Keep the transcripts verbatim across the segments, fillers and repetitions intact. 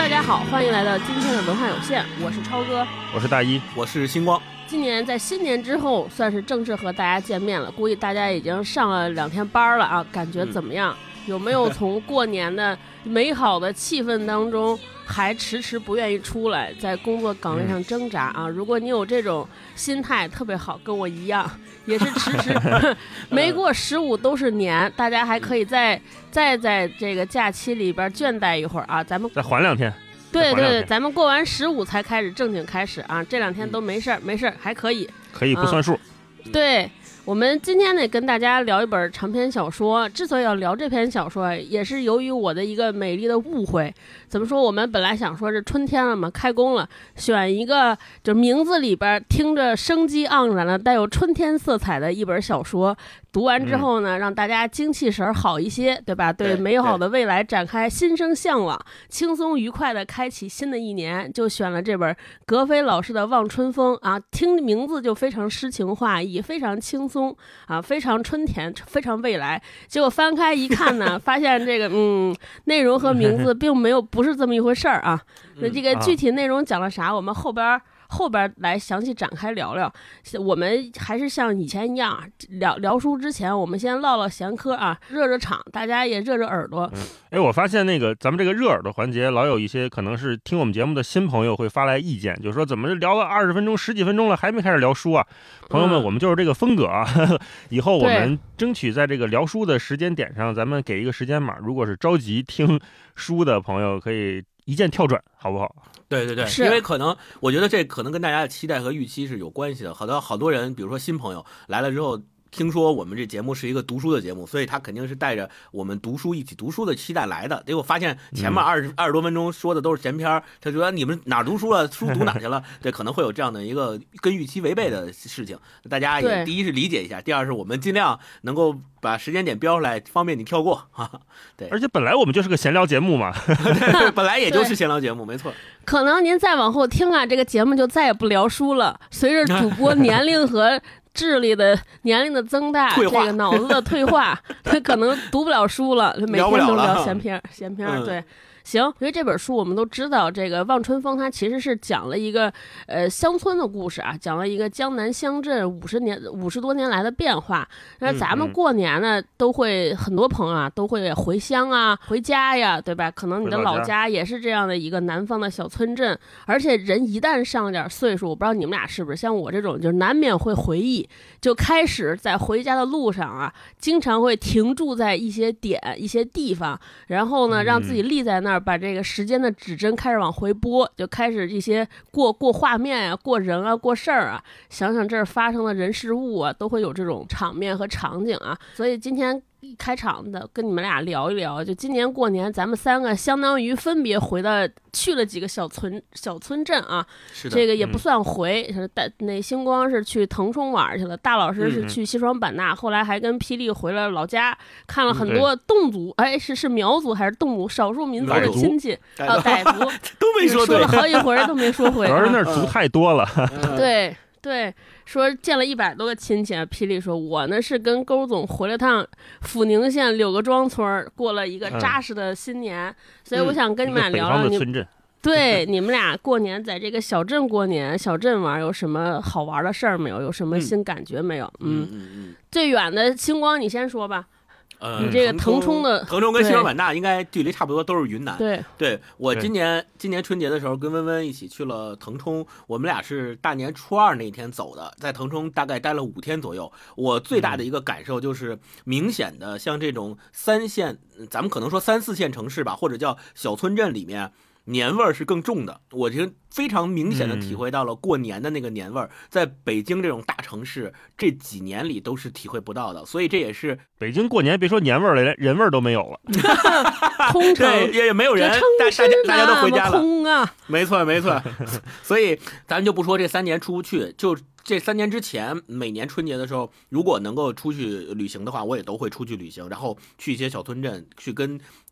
大家好，欢迎来到今天的文化有限，我是超哥， 我是大一， 我是星光。 今年在新年之后算是正式和大家见面了，估计大家已经上了两天班了啊，感觉怎么样？嗯、有没有从过年的美好的气氛当中还迟迟不愿意出来，在工作岗位上挣扎啊？如果你有这种心态，特别好，跟我一样，也是迟迟没过十五都是年，大家还可以再再在这个假期里边倦怠一会儿啊，咱们再缓两天。 对对对，咱们过完十五才开始正经开始啊，这两天都没事儿、嗯、没事儿，还可以， 可以不算数。 嗯、对。我们今天呢跟大家聊一本长篇小说，之所以要聊这篇小说，也是由于我的一个美丽的误会。怎么说？我们本来想说是春天了嘛，开工了，选一个就名字里边听着生机盎然的、带有春天色彩的一本小说。读完之后呢，嗯、让大家精气神好一些，对吧？对美好的未来展开心生向往，轻松愉快的开启新的一年，就选了这本格非老师的《望春风》啊，听名字就非常诗情画意，非常轻松啊，非常春天，非常未来。结果翻开一看呢，发现这个嗯，内容和名字并没有不是这么一回事儿啊。那这个具体内容讲了啥，我们后边。后边来详细展开聊聊，我们还是像以前一样聊聊书之前，我们先唠唠闲嗑啊，热热场，大家也热热耳朵。 嗯，哎，我发现那个咱们这个热耳朵环节，老有一些可能是听我们节目的新朋友会发来意见，就是说怎么聊了二十分钟、十几分钟了，还没开始聊书啊？朋友们，嗯、我们就是这个风格啊。以后我们争取在这个聊书的时间点上，咱们给一个时间码，如果是着急听书的朋友，可以一键跳转，好不好？ 对对对，因为可能我觉得这可能跟大家的期待和预期是有关系的。好多好多人，比如说新朋友来了之后，听说我们这节目是一个读书的节目，所以他肯定是带着我们读书一起读书的期待来的。结果发现前面二十二十多分钟说的都是闲篇，他觉得你们哪读书了，书读哪去了？对，可能会有这样的一个跟预期违背的事情。大家也第一是理解一下，第二是我们尽量能够把时间点标出来，方便你跳过哈。对， 而且本来我们就是个闲聊节目嘛， 对，本来也就是闲聊节目，没错。 可能您再往后听啊，这个节目就再也不聊书了。随着主播年龄和智力的年龄的增大，这个脑子的退化，他可能读不了书了，每天都聊闲篇闲篇，对。嗯，行，因为这本书我们都知道，这个《望春风》它其实是讲了一个呃乡村的故事啊，讲了一个江南乡镇五十年五十多年来的变化。那咱们过年呢，嗯、都会很多朋友啊都会回乡啊、回家呀，对吧？可能你的老家也是这样的一个南方的小村镇，而且人一旦上点岁数，我不知道你们俩是不是像我这种，就难免会回忆，就开始在回家的路上啊，经常会停驻在一些点、一些地方，然后呢，让自己立在那儿。把这个时间的指针开始往回拨，就开始一些过过画面啊、过人啊、过事儿啊，想想这儿发生的人事物啊，都会有这种场面和场景啊。所以今天开场的跟你们俩聊一聊，就今年过年咱们三个相当于分别回到去了几个小村小村镇啊， 是的， 这个也不算回，嗯、那星光是去腾冲玩去了，大老师是去西双版纳，嗯、后来还跟霹雳回了老家，看了很多侗族，嗯、哎是是苗族还是侗族少数民族的亲戚，啊傣族都没说对， 说了好几回都没说回， 主要是那儿族太多了， 嗯、对。对，说见了一百多个亲戚啊。霹雳说，我呢是跟勾总回了趟阜宁县柳各庄村，过了一个扎实的新年，嗯、所以我想跟你们俩聊聊你。 嗯对，你们俩过年在这个小镇过年，小镇玩有什么好玩的事儿没有？有什么新感觉没有？嗯嗯嗯。最远的星光，你先说吧。 呃， 你这个腾冲的腾冲跟西双版纳应该距离差不多，都是云南。 对， 对我今年今年春节的时候跟温温一起去了腾冲，我们俩是大年初二那天走的，在腾冲大概待了五天左右。我最大的一个感受就是，明显的像这种三线，咱们可能说三四线城市吧，或者叫小村镇里面。年味儿是更重的，我觉得非常明显的体会到了过年的那个年味儿，嗯、在北京这种大城市这几年里都是体会不到的，所以这也是北京过年别说年味儿了，连人味儿都没有了， 空城也也没有人，大家大家都回家了， 空啊， 没错没错，所以咱就不说这三年出不去，就。这三年之前，每年春节的时候，如果能够出去旅行的话，我也都会出去旅行，然后去一些小村镇，去跟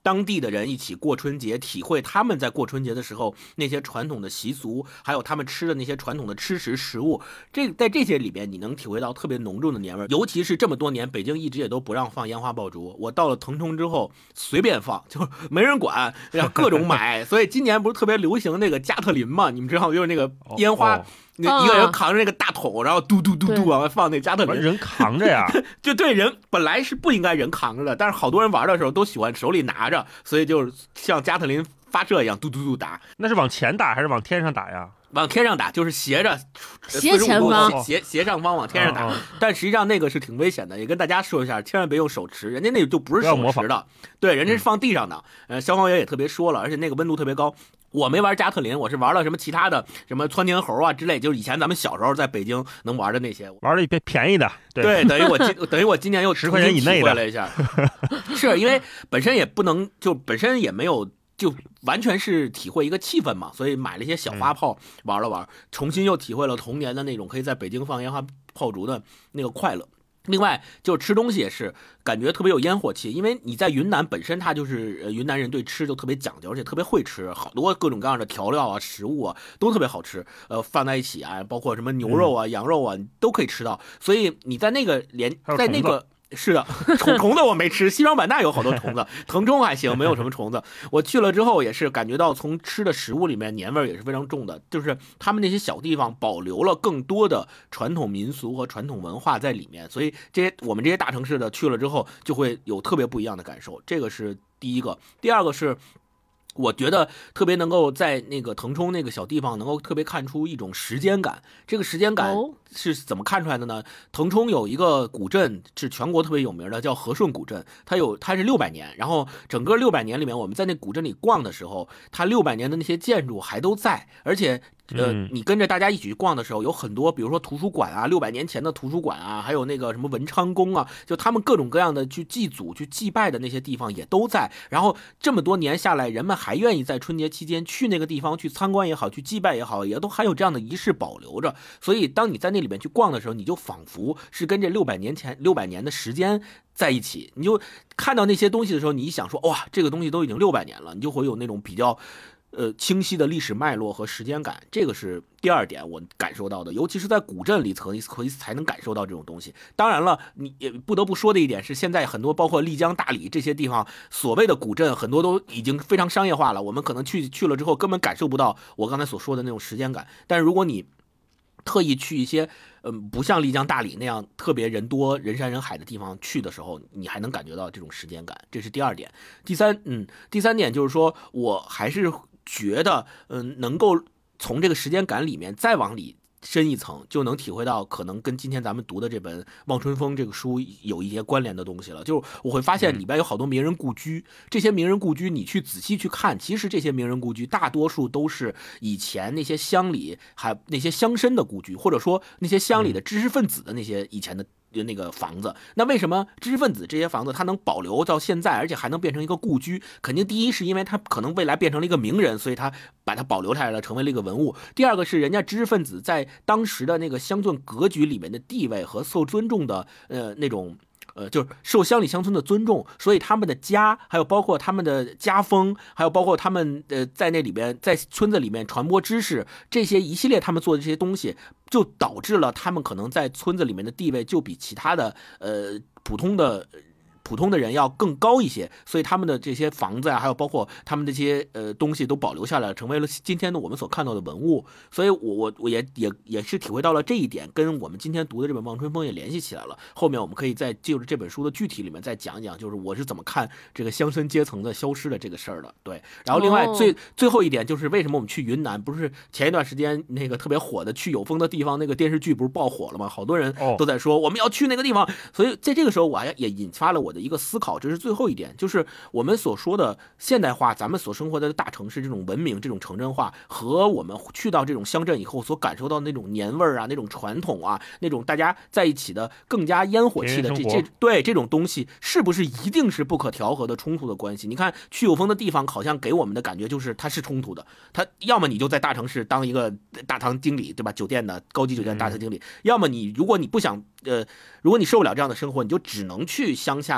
当地的人一起过春节，体会他们在过春节的时候那些传统的习俗，还有他们吃的那些传统的吃食食物。这在这些里边，你能体会到特别浓重的年味儿。尤其是这么多年，北京一直也都不让放烟花爆竹，我到了腾冲之后随便放，就没人管，然后各种买。所以今年不是特别流行那个加特林嘛？你们知道，就是那个烟花。哦哦那一个人扛着那个大桶，然后嘟嘟嘟嘟往外放那加特林， 人扛着呀， 就对，人本来是不应该人扛着的，但是好多人玩的时候都喜欢手里拿着，所以就像加特林发射一样，嘟嘟嘟打。 那是往前打还是往天上打呀？ 往天上打，就是斜着斜前方斜斜上方往天上打、哦哦、但实际上那个是挺危险的，也跟大家说一下，千万别用手持，人家那个就不是手持的，对，人家是放地上的、嗯、呃，消防员也特别说了，而且那个温度特别高。我没玩加特林，我是玩了什么其他的，什么窜天猴啊之类，就是以前咱们小时候在北京能玩的那些， 玩了一便宜的，对， 对，等于我今等于我今年又十块钱以内的了一下，是因为本身也不能，就本身也没有。就完全是体会一个气氛嘛，所以买了一些小花炮玩了玩，重新又体会了童年的那种可以在北京放烟花炮竹的那个快乐。另外就是吃东西也是感觉特别有烟火气，因为你在云南本身它就是云南人对吃就特别讲究，而且特别会吃，好多各种各样的调料啊食物啊都特别好吃，呃放在一起啊，包括什么牛肉啊、嗯、羊肉啊都可以吃到，所以你在那个连在那个是的，虫虫子我没吃，西双版纳有好多虫子，腾冲还行，没有什么虫子。我去了之后也是感觉到从吃的食物里面年味也是非常重的，就是他们那些小地方保留了更多的传统民俗和传统文化在里面，所以这些我们这些大城市的去了之后就会有特别不一样的感受，这个是第一个。第二个是我觉得特别能够在那个腾冲那个小地方能够特别看出一种时间感，这个时间感是怎么看出来的呢？腾冲有一个古镇是全国特别有名的，叫和顺古镇，它有它是六百年，然后整个六百年里面我们在那古镇里逛的时候，它六百年的那些建筑还都在，而且呃，你跟着大家一起去逛的时候，有很多，比如说图书馆啊，六百年前的图书馆啊，还有那个什么文昌宫啊，就他们各种各样的去祭祖、去祭拜的那些地方也都在。然后这么多年下来，人们还愿意在春节期间去那个地方去参观也好，去祭拜也好，也都还有这样的仪式保留着。所以，当你在那里面去逛的时候，你就仿佛是跟这六百年前、六百年的时间在一起。你就看到那些东西的时候，你一想说，哇，这个东西都已经六百年了，你就会有那种比较。呃，清晰的历史脉络和时间感，这个是第二点我感受到的，尤其是在古镇里可以可以才能感受到这种东西。当然了，你也不得不说的一点是，现在很多包括丽江、大理这些地方，所谓的古镇很多都已经非常商业化了，我们可能去去了之后根本感受不到我刚才所说的那种时间感。但是如果你特意去一些嗯、呃、不像丽江、大理那样特别人多人山人海的地方去的时候，你还能感觉到这种时间感，这是第二点。第三，嗯，第三点就是说我还是。觉得嗯，能够从这个时间感里面再往里深一层，就能体会到可能跟今天咱们读的这本《望春风》这个书有一些关联的东西了。就是我会发现里边有好多名人故居，这些名人故居你去仔细去看，其实这些名人故居大多数都是以前那些乡里还那些乡绅的故居，或者说那些乡里的知识分子的那些以前的那个房子。那为什么知识分子这些房子它能保留到现在，而且还能变成一个故居？肯定第一是因为它可能未来变成了一个名人，所以它把它保留下来了，成为了一个文物。第二个是人家知识分子在当时的那个乡村格局里面的地位和受尊重的呃那种呃，就是受乡里乡村的尊重，所以他们的家，还有包括他们的家风，还有包括他们呃在那里边在村子里面传播知识，这些一系列他们做的这些东西，就导致了他们可能在村子里面的地位就比其他的呃普通的。普通的人要更高一些，所以他们的这些房子啊，还有包括他们这些呃东西都保留下来，成为了今天的我们所看到的文物。所以我我我也也也是体会到了这一点，跟我们今天读的这本《望春风》也联系起来了。后面我们可以再就着这本书的具体里面再讲一讲，就是我是怎么看这个乡绅阶层的消失的这个事儿的。对，然后另外最、哦、最后一点就是为什么我们去云南，不是前一段时间那个特别火的去有风的地方那个电视剧不是爆火了吗？好多人都在说我们要去那个地方，所以在这个时候我还也引发了我的一个思考，这是最后一点，就是我们所说的现代化，咱们所生活的大城市这种文明、这种城镇化，和我们去到这种乡镇以后所感受到那种年味儿啊、那种传统啊、那种大家在一起的更加烟火气的这这对这种东西，是不是一定是不可调和的冲突的关系？你看去有风的地方，好像给我们的感觉就是它是冲突的，它要么你就在大城市当一个大堂经理，对吧？酒店的高级酒店大堂经理，要么你如果你不想呃，如果你受不了这样的生活，你就只能去乡下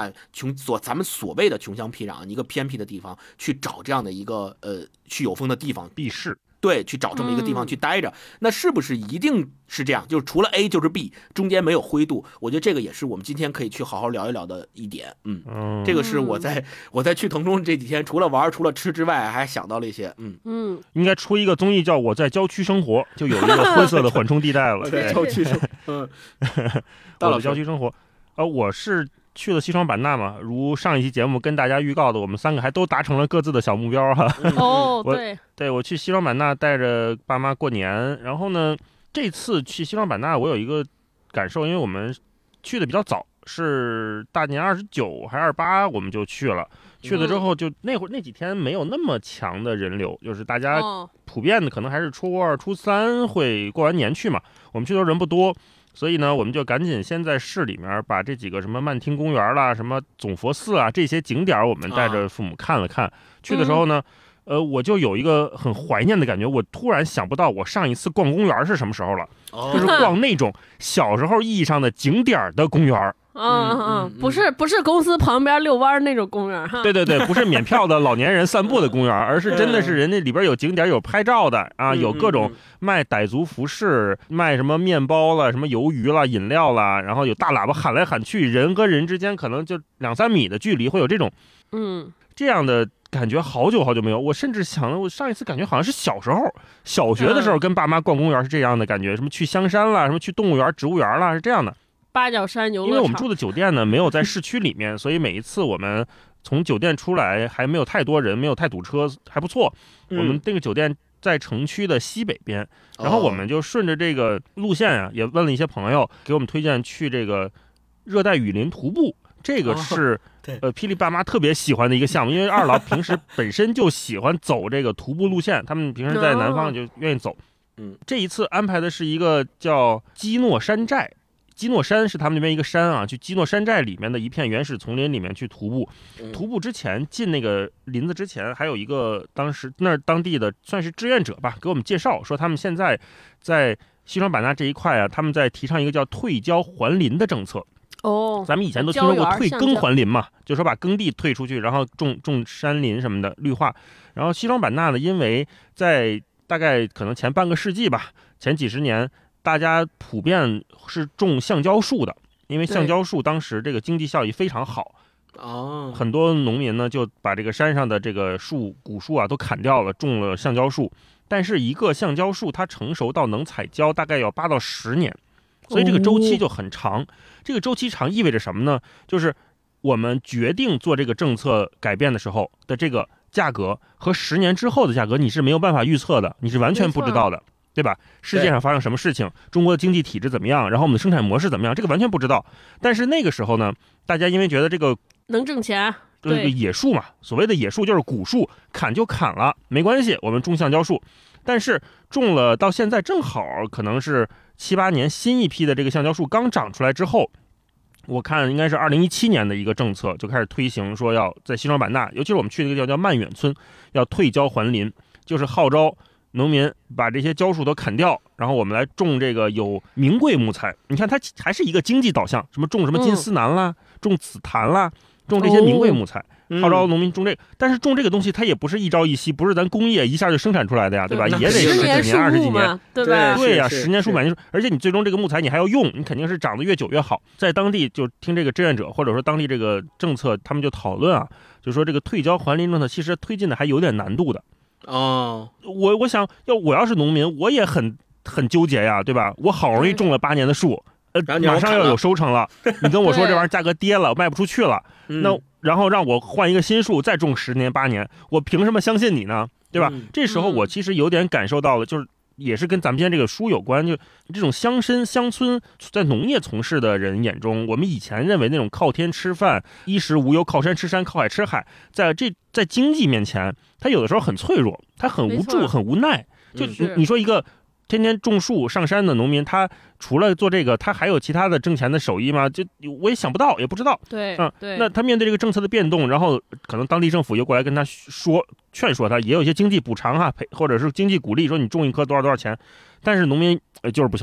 下穷所咱们所谓的穷乡僻壤一个偏僻的地方去找这样的一个呃去有风的地方避世。 对，去找这么一个地方去待着，嗯、那是不是一定是这样？就是除了 A 就是 B， 中间没有灰度。我觉得这个也是我们今天可以去好好聊一聊的一点。嗯，嗯这个是我在我在去腾冲这几天，除了玩除了吃之外，还想到了一些。嗯嗯， 应该出一个综艺叫《我在郊区生活》，就有一个灰色的缓冲地带了。 对，郊区生活。嗯， 我的郊区生活。呃，我是。去了西双版纳嘛，如上一期节目跟大家预告的，我们三个还都达成了各自的小目标哈。 哦，对， 对我去西双版纳带着爸妈过年，然后呢，这次去西双版纳我有一个感受，因为我们去的比较早，是大年二十九还是二十八我们就去了，去了之后就那会儿那几天没有那么强的人流，就是大家普遍的可能还是初二、初三会过完年去嘛，我们去的时候人不多。所以呢，我们就赶紧先在市里面把这几个什么曼听公园啦、什么总佛寺啊这些景点，我们带着父母看了看。啊、去的时候呢，呃，我就有一个很怀念的感觉。我突然想不到我上一次逛公园是什么时候了，哦、就是逛那种小时候意义上的景点的公园。 嗯嗯，不是不是公司旁边遛弯那种公园哈。 对对对，不是免票的老年人散步的公园，而是真的是人家里边有景点有拍照的啊，有各种卖傣族服饰、卖什么面包了、什么鱿鱼了、饮料了，然后有大喇叭喊来喊去，人和人之间可能就两三米的距离，会有这种嗯这样的感觉，好久好久没有。我甚至想了，我上一次感觉好像是小时候，小学的时候跟爸妈逛公园是这样的感觉，什么去香山啦，什么去动物园、植物园啦，是这样的。 八角山游乐场， 因为我们住的酒店呢没有在市区里面，所以每一次我们从酒店出来还没有太多人，没有太堵车，还不错。 嗯、 我们这个酒店在城区的西北边，然后我们就顺着这个路线啊，也问了一些朋友，给我们推荐去这个热带雨林徒步。这个是、 哦、 呃霹雳爸妈特别喜欢的一个项目，因为二老平时本身就喜欢走这个徒步路线，他们平时在南方就愿意走。 嗯， 这一次安排的是一个叫基诺山寨。基诺山是他们那边一个山啊，去基诺山寨里面的一片原始丛林里面去徒步。徒步之前进那个林子之前，还有一个当时那儿当地的算是志愿者吧，给我们介绍说他们现在在西双版纳这一块啊，他们在提倡一个叫退郊还林的政策。 哦， 咱们以前都听说过退耕还林嘛，就是说把耕地退出去，然后种种山林什么的绿化。然后西双版纳呢，因为在大概可能前半个世纪吧，前几十年。大家普遍是种橡胶树的，因为橡胶树当时这个经济效益非常好。 哦， 很多农民呢就把这个山上的这个树古树啊都砍掉了，种了橡胶树。但是一个橡胶树它成熟到能采胶大概要八到十年，所以这个周期就很长。哦、这个周期长意味着什么呢？就是我们决定做这个政策改变的时候的这个价格和十年之后的价格你是没有办法预测的，你是完全不知道的。对吧？世界上发生什么事情，中国的经济体制怎么样，然后我们的生产模式怎么样，这个完全不知道。但是那个时候呢，大家因为觉得这个能挣钱， 对，这个野树嘛，所谓的野树就是古树，砍就砍了，没关系，我们种橡胶树。但是种了到现在正好可能是七八年，新一批的这个橡胶树刚长出来之后，我看应该是二零一七年的一个政策就开始推行，说要在西双版纳，尤其是我们去那个地方叫曼远村，要退郊还林，就是号召农民把这些胶树都砍掉，然后我们来种这个有名贵木材。你看它还是一个经济导向，什么种什么金丝楠啦、嗯、种紫檀啦，种这些名贵木材，哦、号召农民种这个。但是种这个东西它也不是一朝一夕，不是咱工业一下就生产出来的呀，对吧？也得十几年、二十几年， 对吧？ 对呀，十年树百年树，而且你最终这个木材你还要用，你肯定是长得越久越好。在当地就听这个志愿者或者说当地这个政策，他们就讨论啊，就说这个退郊还林政策其实推进的还有点难度的。 哦， 我我想要我要是农民，我也很很纠结呀，对吧？我好容易种了八年的树，呃，马上要有收成了，你跟我说这玩意儿价格跌了，卖不出去了，那然后让我换一个新树再种十年八年，我凭什么相信你呢？对吧？ 嗯、 这时候我其实有点感受到了，就是也是跟咱们今天这个书有关，就这种乡绅乡村在农业从事的人眼中，我们以前认为那种靠天吃饭、衣食无忧、靠山吃山、靠海吃海，在这在经济面前，他有的时候很脆弱，他很无助、很无奈。就你说一个天天种树上山的农民，他除了做这个，他还有其他的挣钱的手艺吗？就我也想不到，也不知道。 对， 嗯， 对。 那他面对这个政策的变动，然后可能当地政府又过来跟他说、劝说他，也有一些经济补偿哈，赔或者是经济鼓励，说你种一棵多少多少钱。但是农民呃就是不相信，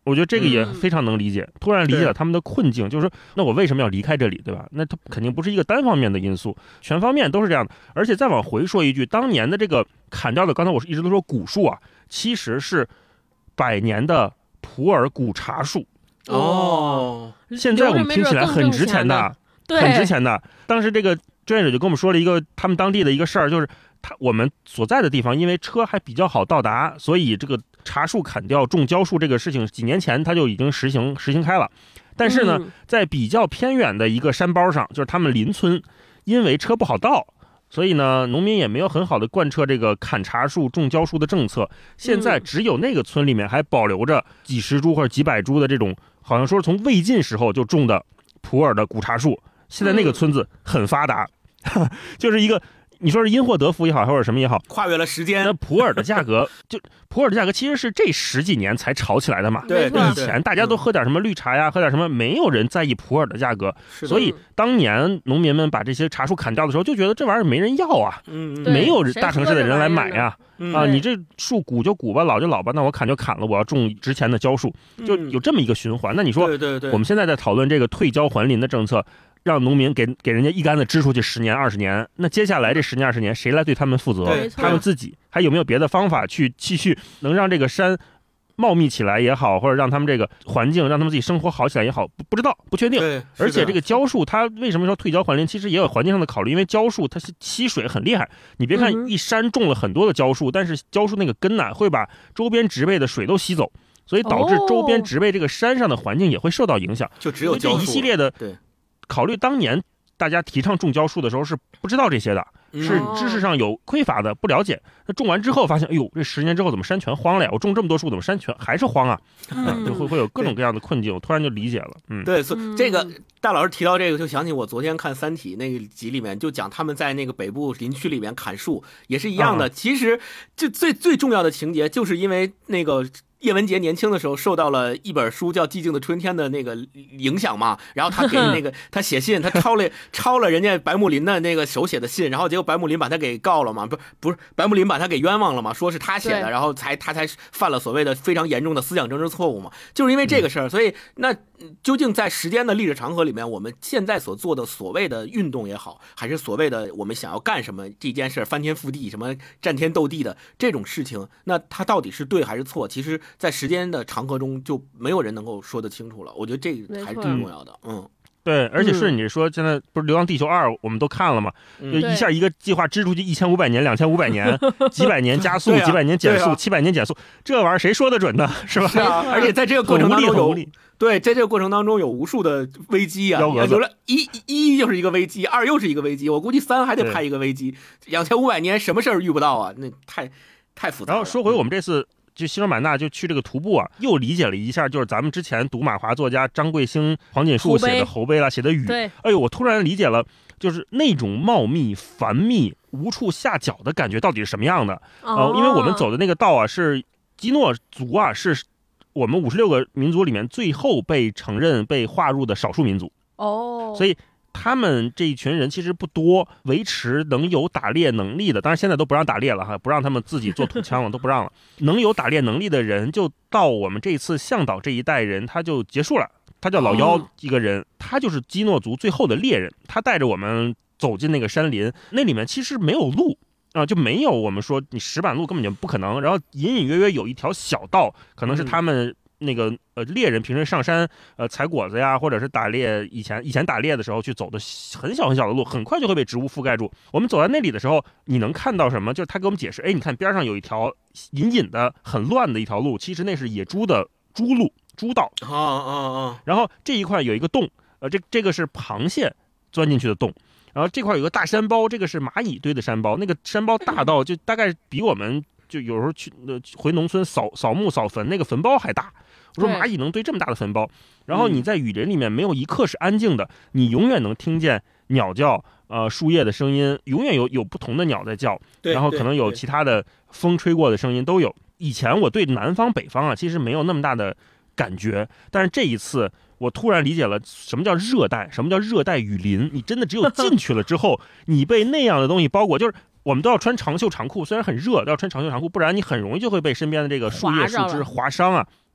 我觉得这个也非常能理解，突然理解了他们的困境，就是说，那我为什么要离开这里，对吧？那它肯定不是一个单方面的因素，全方面都是这样的。而且再往回说一句，当年的这个砍掉的，刚才我一直都说古树啊，其实是百年的普洱古茶树哦， 现在我们听起来很值钱的，很值钱的。当时这个志愿者就跟我们说了一个他们当地的一个事儿，就是他我们所在的地方，因为车还比较好到达，所以这个茶树砍掉种蕉树这个事情，几年前他就已经实行实行开了。但是呢，在比较偏远的一个山包上，就是他们邻村，因为车不好到，所以呢，农民也没有很好的贯彻这个砍茶树、种蕉树的政策。现在只有那个村里面还保留着几十株或者几百株的这种，好像说是从魏晋时候就种的普洱的古茶树。现在那个村子很发达，就是一个。你说是因祸得福也好，或者什么也好， 跨越了时间。 那普洱的价格，就普洱的价格其实是这十几年才炒起来的嘛。 对， 以前大家都喝点什么绿茶呀，喝点什么，没有人在意普洱的价格。所以当年农民们把这些茶树砍掉的时候，就觉得这玩意儿没人要啊， 嗯， 没有大城市的人来买呀。 嗯、 啊，你这树古就古吧，老就老吧，那我砍就砍了，我要种值钱的蕉树，就有这么一个循环。那你说， 对对对， 我们现在在讨论这个退蕉还林的政策。让农民给给人家一竿子支出去十年二十年，那接下来这十年二十年谁来对他们负责？他们自己还有没有别的方法去继续能让这个山茂密起来也好，或者让他们这个环境让他们自己生活好起来也好，不不知道不确定。而且这个蕉树它为什么说退蕉还林，其实也有环境上的考虑，因为蕉树它是吸水很厉害。你别看一山种了很多的蕉树，但是蕉树那个根呢会把周边植被的水都吸走，所以导致周边植被这个山上的环境也会受到影响。 就只有蕉树这一系列的对。 考虑当年大家提倡种蕉树的时候是不知道这些的，是知识上有匮乏的，不了解。那种完之后发现，哎呦，这十年之后怎么山全荒了呀？我种这么多树，怎么山全还是荒啊？嗯，就会会有各种各样的困境。我突然就理解了。嗯， 对，所以这个大老师提到这个，就想起我昨天看《三体》那个集里面，就讲他们在那个北部林区里面砍树，也是一样的。啊、其实这最最重要的情节，就是因为那个。叶文洁年轻的时候受到了一本书叫《寂静的春天》的那个影响嘛，然后他给那个他写信，他抄了抄了人家白木林的那个手写的信，然后结果白木林把他给告了嘛，不不是白木林把他给冤枉了嘛，说是他写的，然后才他才犯了所谓的非常严重的思想政治错误嘛，就是因为这个事儿，所以那究竟在时间的历史长河里面，我们现在所做的所谓的运动也好，还是所谓的我们想要干什么这件事翻天覆地什么战天斗地的这种事情，那它到底是对还是错？其实在时间的长河中就没有人能够说得清楚了，我觉得这个还是挺重要的。嗯， 对，而且顺你说现在不是《流浪地球二》我们都看了嘛，就一下一个计划支出去一千五百年、两千五百年、几百年加速、几百年减速、七百年减速，这玩意儿谁说得准呢？是吧？ 是啊，而且在这个过程当中有对，在这个过程当中有无数的危机啊，有了一一就是一个危机，二又是一个危机，我估计三还得派一个危机，两千五百年什么事儿遇不到啊？那太太复杂了。 然后说回我们这次。就西双版纳就去这个徒步啊，又理解了一下，就是咱们之前读马华作家张贵兴、黄锦树写的《侯碑》啦，写的雨。 对， 哎呦，我突然理解了，就是那种茂密、繁密、无处下脚的感觉到底是什么样的。哦、呃，因为我们走的那个道啊，是基诺族啊，是我们五十六个民族里面最后被承认、被划入的少数民族。 哦， 所以。他们这一群人其实不多，维持能有打猎能力的，当然现在都不让打猎了哈，不让他们自己做土枪了，都不让了。能有打猎能力的人，就到我们这次向导这一代人，他就结束了。他叫老幺一个人，他就是基诺族最后的猎人，他带着我们走进那个山林，那里面其实没有路啊，就没有我们说你石板路根本就不可能，然后隐隐约约有一条小道，可能是他们。那个呃猎人平时上山呃采果子呀，或者是打猎，以前以前打猎的时候去走的很小很小的路，很快就会被植物覆盖住。我们走在那里的时候，你能看到什么？就是他给我们解释，哎，你看边上有一条隐隐的很乱的一条路，其实那是野猪的猪路猪道。 啊啊啊！ 然后这一块有一个洞，呃，这这个是螃蟹钻进去的洞。然后这块有个大山包，这个是蚂蚁堆的山包。那个山包大到就大概比我们就有时候去呃回农村扫扫墓扫坟那个坟包还大。我说蚂蚁能堆这么大的坟包，然后你在雨林里面没有一刻是安静的，你永远能听见鸟叫，呃，树叶的声音，永远有有不同的鸟在叫，然后可能有其他的风吹过的声音都有。以前我对南方北方啊其实没有那么大的感觉，但是这一次我突然理解了什么叫热带，什么叫热带雨林。你真的只有进去了之后，你被那样的东西包裹，就是我们都要穿长袖长裤，虽然很热，都要穿长袖长裤，不然你很容易就会被身边的这个树叶树枝划伤啊。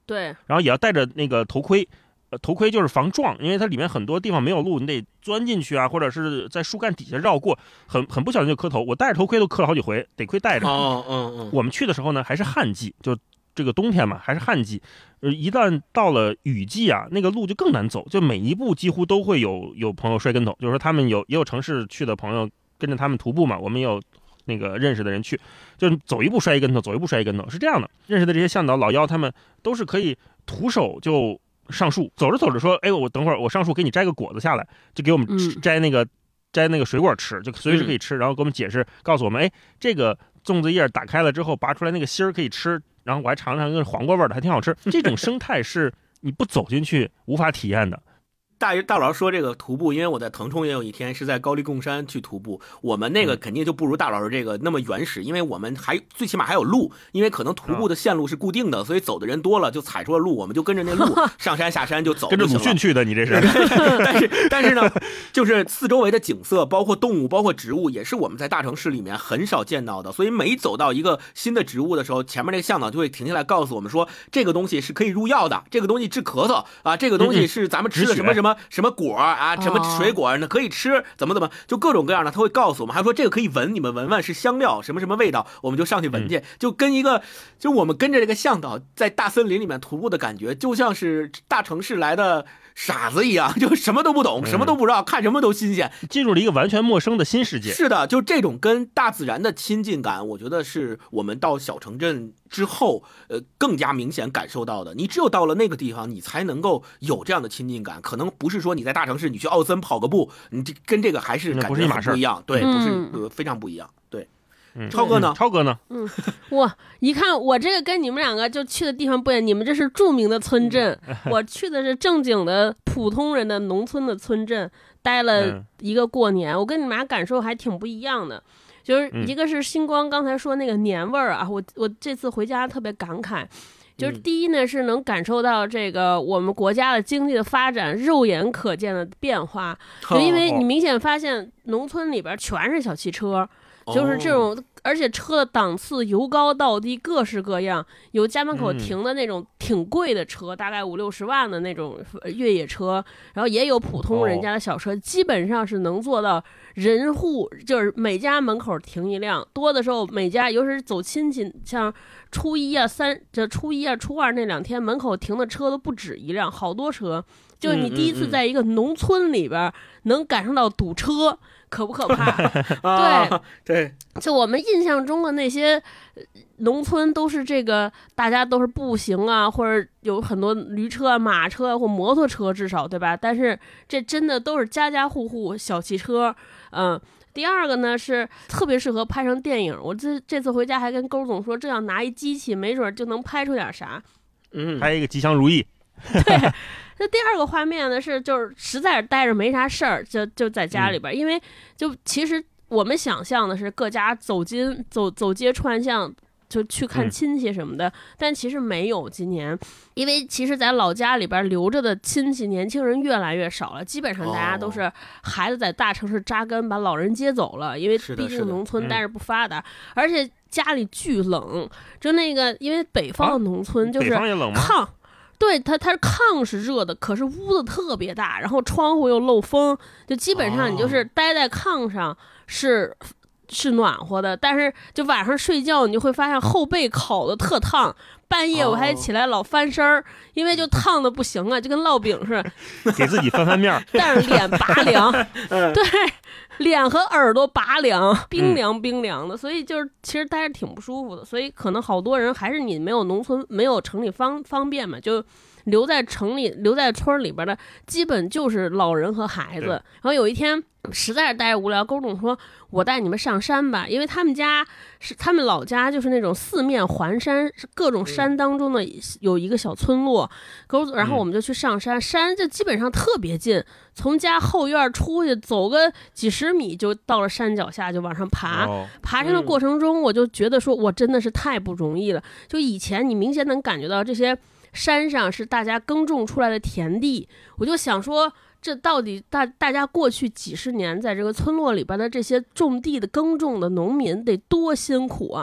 对， 然后也要戴着那个头盔。呃，头盔就是防撞，因为它里面很多地方没有路，你得钻进去啊，或者是在树干底下绕过，很很不小心就磕头。我戴着头盔都磕了好几回，得亏戴着。 哦，嗯嗯。 我们去的时候呢，还是旱季，就这个冬天嘛，还是旱季。呃，一旦到了雨季啊，那个路就更难走，就每一步几乎都会有有朋友摔跟头。就是说，他们有也有城市去的朋友跟着他们徒步嘛，我们也有那个认识的人去，就是走一步摔一跟头，走一步摔一跟头，是这样的。认识的这些向导老妖，他们都是可以徒手就上树，走着走着说，哎，我等会儿我上树给你摘个果子下来，就给我们摘那个、嗯、摘那个水果吃，就随时可以吃、嗯、然后给我们解释告诉我们，哎，这个粽子叶打开了之后拔出来那个芯儿可以吃，然后我还尝尝那个黄瓜味的还挺好吃。这种生态是你不走进去无法体验的。 大大老师说这个徒步，因为我在腾冲也有一天是在高黎贡山去徒步，我们那个肯定就不如大老师这个那么原始，因为我们还最起码还有路，因为可能徒步的线路是固定的，所以走的人多了就踩出了路，我们就跟着那路上山下山就走就， 跟着鲁迅去的，你这是。 但是但是呢，就是四周围的景色，包括动物，包括植物，也是我们在大城市里面很少见到的。所以每走到一个新的植物的时候，前面那个向导就会停下来告诉我们说，这个东西是可以入药的，这个东西治咳嗽啊，这个东西是咱们吃的什么什么什么果啊，什么水果呢可以吃，怎么怎么，就各种各样的，他会告诉我们，还说这个可以闻，你们闻闻是香料，什么什么味道，我们就上去闻去，就跟一个，就我们跟着这个向导在大森林里面徒步的感觉，就像是大城市来的傻子一样，就什么都不懂，什么都不知道，看什么都新鲜， 进入了一个完全陌生的新世界。 是的，就这种跟大自然的亲近感，我觉得是我们到小城镇之后，呃，更加明显感受到的。你只有到了那个地方，你才能够有这样的亲近感。可能不是说你在大城市，你去奥森跑个步，你这跟这个还是感觉不一样，对，不是、呃、非常不一样，对。 嗯、 超哥呢？ 超哥呢？ 嗯，我一看我这个跟你们两个就去的地方不一样，你们这是著名的村镇，我去的是正经的普通人的农村的村镇，待了一个过年，我跟你们俩感受还挺不一样的。就是一个是星光刚才说那个年味儿啊，我我这次回家特别感慨。就是第一呢，是能感受到这个我们国家的经济的发展肉眼可见的变化，就因为你明显发现农村里边全是小汽车，就是这种，而且车的档次由高到低，各式各样，有家门口停的那种挺贵的车，大概五六十万的那种越野车，然后也有普通人家的小车，基本上是能做到人户，就是每家门口停一辆，多的时候每家，尤其是走亲戚，像初一啊、三这初一啊、初二那两天，门口停的车都不止一辆，好多车。就是你第一次在一个农村里边能赶上到堵车，可不可怕？对对， 就我们印象中的那些农村都是这个，大家都是步行啊，或者有很多驴车、马车或摩托车，至少对吧？但是这真的都是家家户户小汽车，嗯。第二个呢是特别适合拍成电影，我这这次回家还跟勾总说，这样拿一机器，没准就能拍出点啥。 嗯，拍一个吉祥如意。 对，那第二个画面呢是就是实在是待着没啥事儿，就就在家里边、嗯，因为就其实我们想象的是各家走进走走街串巷。就去看亲戚什么的、嗯、但其实没有今年，因为其实在老家里边留着的亲戚年轻人越来越少了，基本上大家都是孩子在大城市扎根，把老人接走了，因为毕竟农村但是不发达、嗯、而且家里巨冷，就那个因为北方的农村就是炕、啊、对，它它是炕是热的，可是屋子特别大，然后窗户又漏风，就基本上你就是待在炕上是是暖和的，但是就晚上睡觉你就会发现后背烤的特烫，半夜我还起来老翻身儿、哦、因为就烫的不行啊，就跟烙饼似的， 给自己翻翻面但是脸拔凉对，脸和耳朵拔凉，冰凉冰凉的、嗯、所以就是其实待着挺不舒服的，所以可能好多人还是你没有农村没有城里方方便嘛，就留在城里留在村里边的基本就是老人和孩子。然后有一天实在是待着无聊，勾总说我带你们上山吧，因为他们家是他们老家就是那种四面环山，各种山当中的有一个小村落，勾总然后我们就去上山，山就基本上特别近，从家后院出去走个几十米就到了山脚下，就往上爬、哦、爬山的过程中我就觉得说我真的是太不容易了，就以前你明显能感觉到这些山上是大家耕种出来的田地，我就想说这到底大大家过去几十年在这个村落里边的这些种地的耕种的农民得多辛苦啊，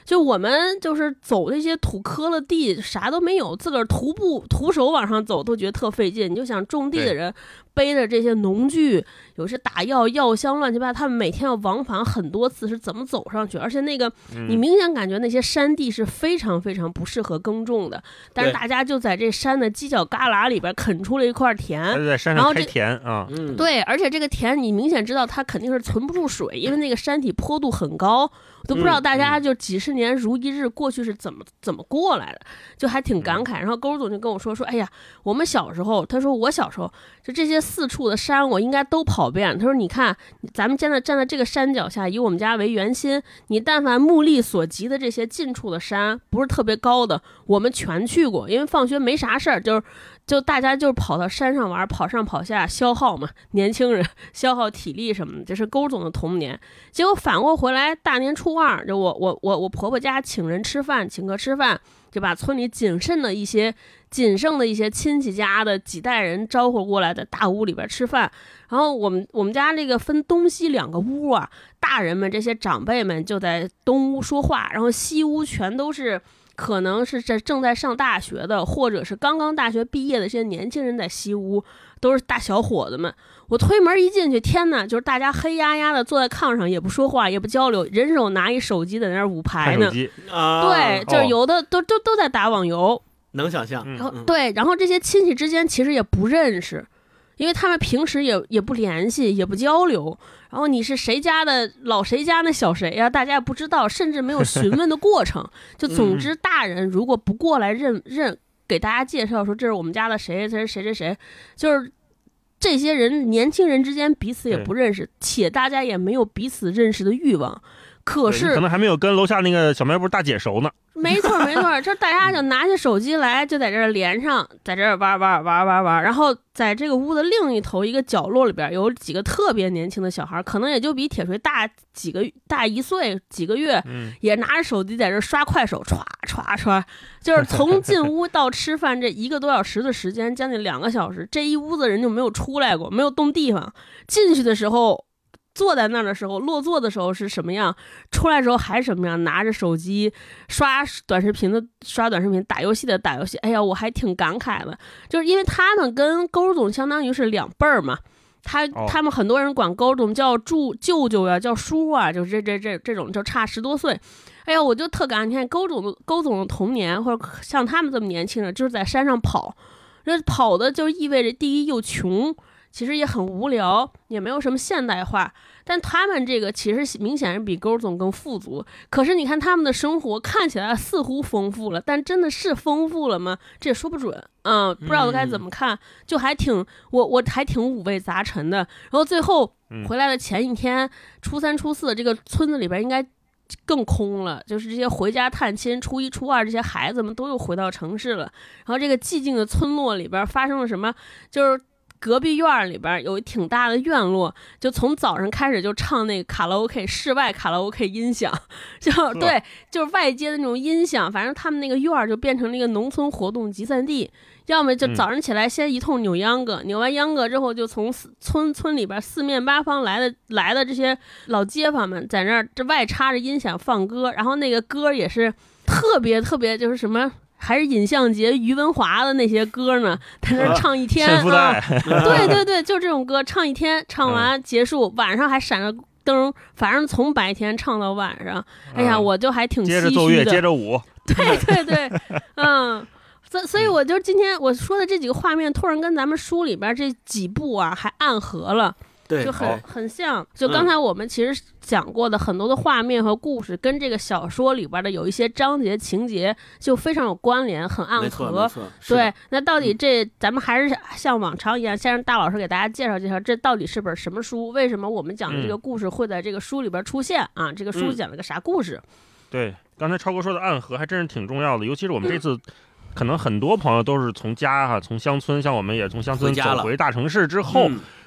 就我们就是走那些土坷了地，啥都没有，自个儿徒步徒手往上走都觉得特费劲。你就想种地的人背着这些农具，有些打药药箱乱七八糟，他们每天要往返很多次，是怎么走上去？而且那个你明显感觉那些山地是非常非常不适合耕种的，但是大家就在这山的犄角旮旯里边啃出了一块田， 在山上开田啊， 嗯，对，而且这个田你明显知道它肯定是存不住水，因为那个山体坡度很高，我都不知道大家就几十年如一日过去是怎么怎么过来的，就还挺感慨。然后勾总就跟我说说，哎呀，我们小时候，他说我小时候就这些四处的山我应该都跑遍。他说你看咱们现在站在这个山脚下，以我们家为圆心，你但凡目力所及的这些近处的山不是特别高的，我们全去过，因为放学没啥事儿，就是就大家就跑到山上玩，跑上跑下消耗嘛，年轻人消耗体力什么的，这是勾总的童年。结果反过回来，大年初二，就我我我我婆婆家请人吃饭，请客吃饭，就把村里谨慎的一些仅剩的一些亲戚家的几代人招呼过来，在大屋里边吃饭。然后我们我们家这个分东西两个屋啊，大人们这些长辈们就在东屋说话，然后西屋全都是可能是这正在上大学的，或者是刚刚大学毕业的这些年轻人在西屋，都是大小伙子们。我推门一进去，天哪，就是大家黑压压的坐在炕上，也不说话，也不交流，人手拿一手机在那儿舞牌呢。 啊， 对，就是有的都都都在打网游， 能想象。 然后对，然后这些亲戚之间其实也不认识，因为他们平时也也不联系，也不交流。然后你是谁家的老谁家那小谁呀、啊？大家也不知道，甚至没有询问的过程。就总之，大人如果不过来认认给大家介绍说这是我们家的谁，这是谁谁谁，就是这些人年轻人之间彼此也不认识，且大家也没有彼此认识的欲望。可是可能还没有跟楼下那个小卖部大姐熟呢。 没错没错，这大家就拿起手机来，就在这儿连上，在这儿玩玩玩玩玩。然后在这个屋的另一头一个角落里边，有几个特别年轻的小孩，可能也就比铁锤大几个大一岁几个月， 嗯， 也拿着手机在这儿刷快手，唰唰唰，就是从进屋到吃饭这一个多小时的时间，将近两个小时，这一屋子人就没有出来过，没有动地方。进去的时候，坐在那儿的时候，落座的时候是什么样，出来的时候还是什么样，拿着手机刷短视频的刷短视频，打游戏的打游戏。哎呀，我还挺感慨的，就是因为他们跟勾总相当于是两辈儿嘛，他他们很多人管勾总叫祝舅舅呀，叫叔啊，就是这这这这种就差十多岁。哎呀，我就特感慨，你看勾总的勾总的童年，或者像他们这么年轻人，就是在山上跑，这跑的就意味着第一又穷。其实也很无聊，也没有什么现代化，但他们这个其实明显是比勾总更富足。可是你看他们的生活看起来似乎丰富了，但真的是丰富了吗？这也说不准。嗯，不知道该怎么看，就还挺我我还挺五味杂陈的。然后最后回来的前一天，初三初四，这个村子里边应该更空了，就是这些回家探亲，初一初二这些孩子们都又回到城市了。然后这个寂静的村落里边发生了什么？就是隔壁院里边有挺大的院落，就从早上开始就唱那个卡拉 OK， 室外卡拉 OK 音响，就对，就是外接的那种音响。反正他们那个院就变成了一个农村活动集散地，要么就早上起来先一通扭秧歌，扭完秧歌之后就从村村里边四面八方来的来的这些老街坊们在那儿这外插着音响放歌，然后那个歌也是特别特别就是什么。还是尹相杰、于文华的那些歌呢，在那唱一天啊，对对对，就这种歌唱一天，唱完结束，晚上还闪着灯，反正从白天唱到晚上。哎呀，我就还挺唏嘘的。 接着奏乐，接着舞。 对对对，嗯，所所以我就今天我说的这几个画面，突然跟咱们书里边这几部啊还暗合了。 对， 就很很像，就刚才我们其实讲过的很多的画面和故事，嗯、跟这个小说里边的有一些章节情节就非常有关联，很暗合。对，那到底这、嗯、咱们还是像往常一样，先让大老师给大家介绍介绍，这到底是本什么书？为什么我们讲的这个故事会在这个书里边出现、嗯、啊？这个书讲了个啥故事？ 嗯、对，刚才超哥说的暗合还真是挺重要的，尤其是我们这次。嗯可能很多朋友都是从家哈、啊，从乡村，像我们也从乡村走回大城市之后，嗯、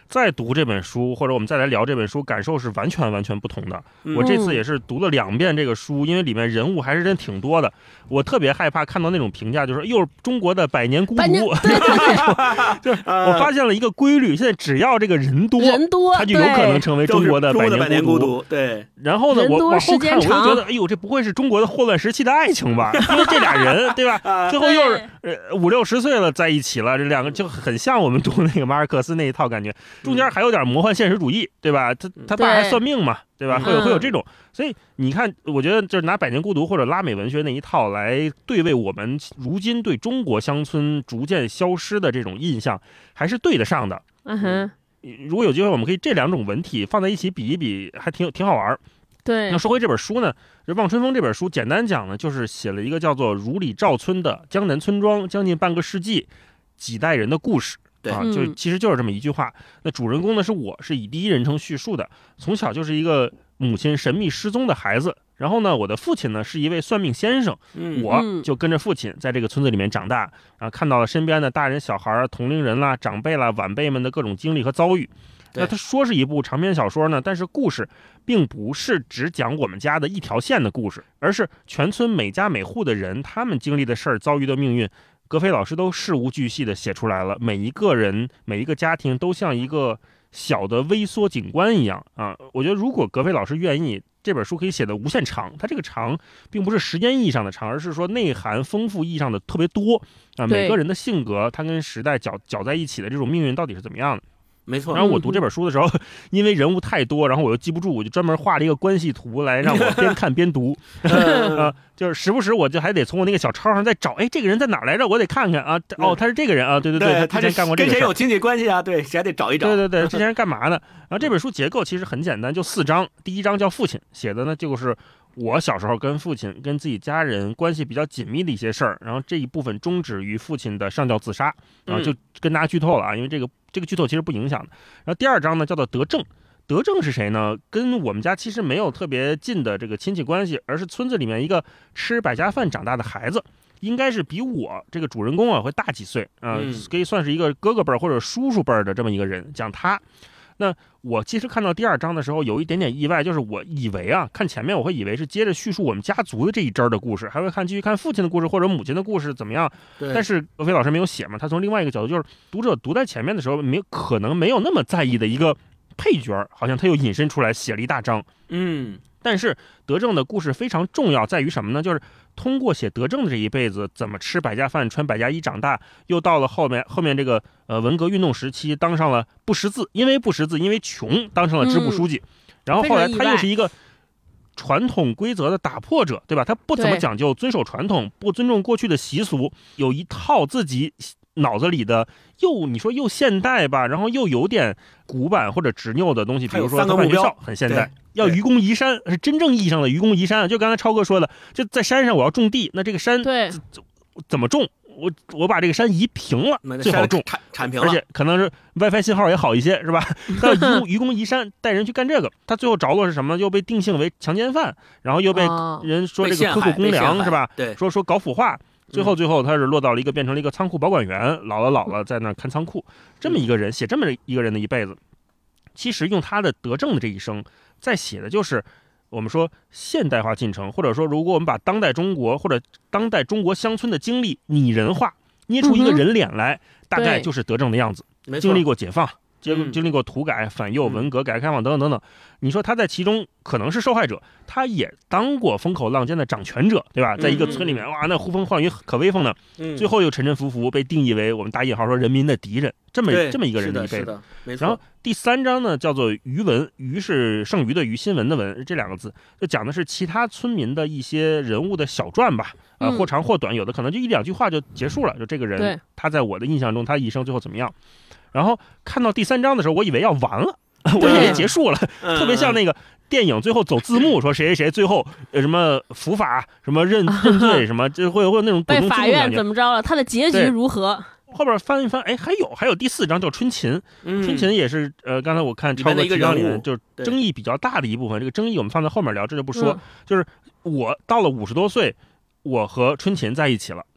再读这本书，或者我们再来聊这本书，感受是完全完全不同的。 嗯、 我这次也是读了两遍这个书，因为里面人物还是真挺多的。我特别害怕看到那种评价，就是又是中国的百年孤独，就是我发现了一个规律，现在只要这个人多， 人多， 它就有可能成为中国的百年孤独。 对。 然后呢，我往后看，我又觉得，哎呦，这不会是中国的霍乱时期的爱情吧？因为这俩人，对吧？最后又是呃五六十岁了在一起了，这两个就很像我们读那个马尔克斯那一套感觉，中间还有点魔幻现实主义，对吧？他他爸还算命嘛，对吧？会有会有这种，所以你看，我觉得就是拿《百年孤独》或者拉美文学那一套来对位我们如今对中国乡村逐渐消失的这种印象，还是对得上的。 嗯哼。 如果有机会，我们可以这两种文体放在一起比一比，还挺挺好玩。 对。 那说回这本书呢，《望春风》这本书，简单讲呢，就是写了一个叫做如里赵村的江南村庄，将近半个世纪，几代人的故事。 对啊，就其实就是这么一句话。那主人公呢是我，是以第一人称叙述的。从小就是一个母亲神秘失踪的孩子，然后呢，我的父亲呢是一位算命先生， 嗯、 我就跟着父亲在这个村子里面长大，然后看到了身边的大人、小孩、同龄人啦、长辈啦、晚辈们的各种经历和遭遇。那他说是一部长篇小说呢，但是故事并不是只讲我们家的一条线的故事，而是全村每家每户的人他们经历的事儿、遭遇的命运，格非老师都事无巨细的写出来了。每一个人、每一个家庭都像一个小的微缩景观一样啊！我觉得如果格非老师愿意，这本书可以写的无限长。它这个长并不是时间意义上的长，而是说内涵丰富意义上的特别多啊！每个人的性格，他跟时代搅搅在一起的这种命运到底是怎么样的？ 没错。 然后我读这本书的时候，因为人物太多，然后我又记不住，我就专门画了一个关系图来让我边看边读。呃，就是时不时我就还得从我那个小抄上再找，哎，这个人在哪儿来着？我得看看啊。哦，他是这个人啊，对对对， 他之前干过这个事， 跟谁有亲戚关系啊？对，谁还得找一找。 对对对，之前是干嘛呢？然后这本书结构其实很简单，就四章。第一章叫父亲，写的呢就是我小时候跟父亲、跟自己家人关系比较紧密的一些事儿。然后这一部分终止于父亲的上吊自杀，然后就跟大家剧透了啊，因为这个这个剧透其实不影响的。然后第二章呢叫做德正。德正是谁呢？跟我们家其实没有特别近的这个亲戚关系，而是村子里面一个吃百家饭长大的孩子，应该是比我这个主人公啊会大几岁啊、呃嗯，可以算是一个哥哥辈或者叔叔辈的这么一个人。讲他，那我其实看到第二章的时候有一点点意外，就是我以为啊，看前面我会以为是接着叙述我们家族的这一支的故事，还会看继续看父亲的故事或者母亲的故事怎么样。但是格非老师没有写嘛，他从另外一个角度，就是读者读在前面的时候，没可能没有那么在意的一个配角，好像他又引申出来写了一大章。 嗯， 但是德正的故事非常重要，在于什么呢？就是通过写德正的这一辈子，怎么吃百家饭、穿百家衣长大，又到了后面后面这个呃文革运动时期，当上了不识字，因为不识字，因为穷，当上了支部书记。嗯、然后后来他又是一个传统规则的打破者，对吧？他不怎么讲究遵守传统，不尊重过去的习俗，有一套自己脑子里的又你说又现代吧，然后又有点古板或者执拗的东西，比如说他办学校很现代，要愚公移山，是真正意义上的愚公移山。就刚才超哥说的，就在山上我要种地，那这个山对怎么种？我我把这个山移平了，最好种， 铲铲平了， 而且可能是 WiFi 信号也好一些，是吧？但愚愚公移山带人去干这个，他最后着落是什么？又被定性为强奸犯，然后又被人说这个克扣公粮，是吧？ 对， 说说搞腐化。最后，最后他是落到了一个变成了一个仓库保管员，老了老了在那看仓库，这么一个人写这么一个人的一辈子，其实用他的德正的这一生，在写的就是我们说现代化进程，或者说如果我们把当代中国或者当代中国乡村的经历拟人化，捏出一个人脸来，嗯、大概就是德正的样子。经历过解放，经经历过土改、反右、文革、改革开放等等等等。你说他在其中可能是受害者，他也当过风口浪尖的掌权者，对吧？在一个村里面，哇，那呼风唤雨可威风呢，最后又沉沉浮浮被定义为我们打引号说人民的敌人，这么这么一个人的一辈子。然后第三章呢叫做余文，余是剩余的余，新闻的文，这两个字就讲的是其他村民的一些人物的小传吧，呃，或长或短，有的可能就一两句话就结束了，就这个人他在我的印象中他一生最后怎么样。然后看到第三章的时候，我以为要完了，我以为结束了，特别像那个电影最后走字幕说谁谁谁最后呃什么伏法什么认认罪什么，就会会有那种被法院怎么着了，他的结局如何？ 后边翻一翻，哎，还有还有第四章叫春琴， 嗯、 春琴也是呃，刚才我看超哥提纲里面就是争议比较大的一部分，这个争议我们放在后面聊，这就不说。嗯、就是我到了五十多岁，我和春琴在一起了。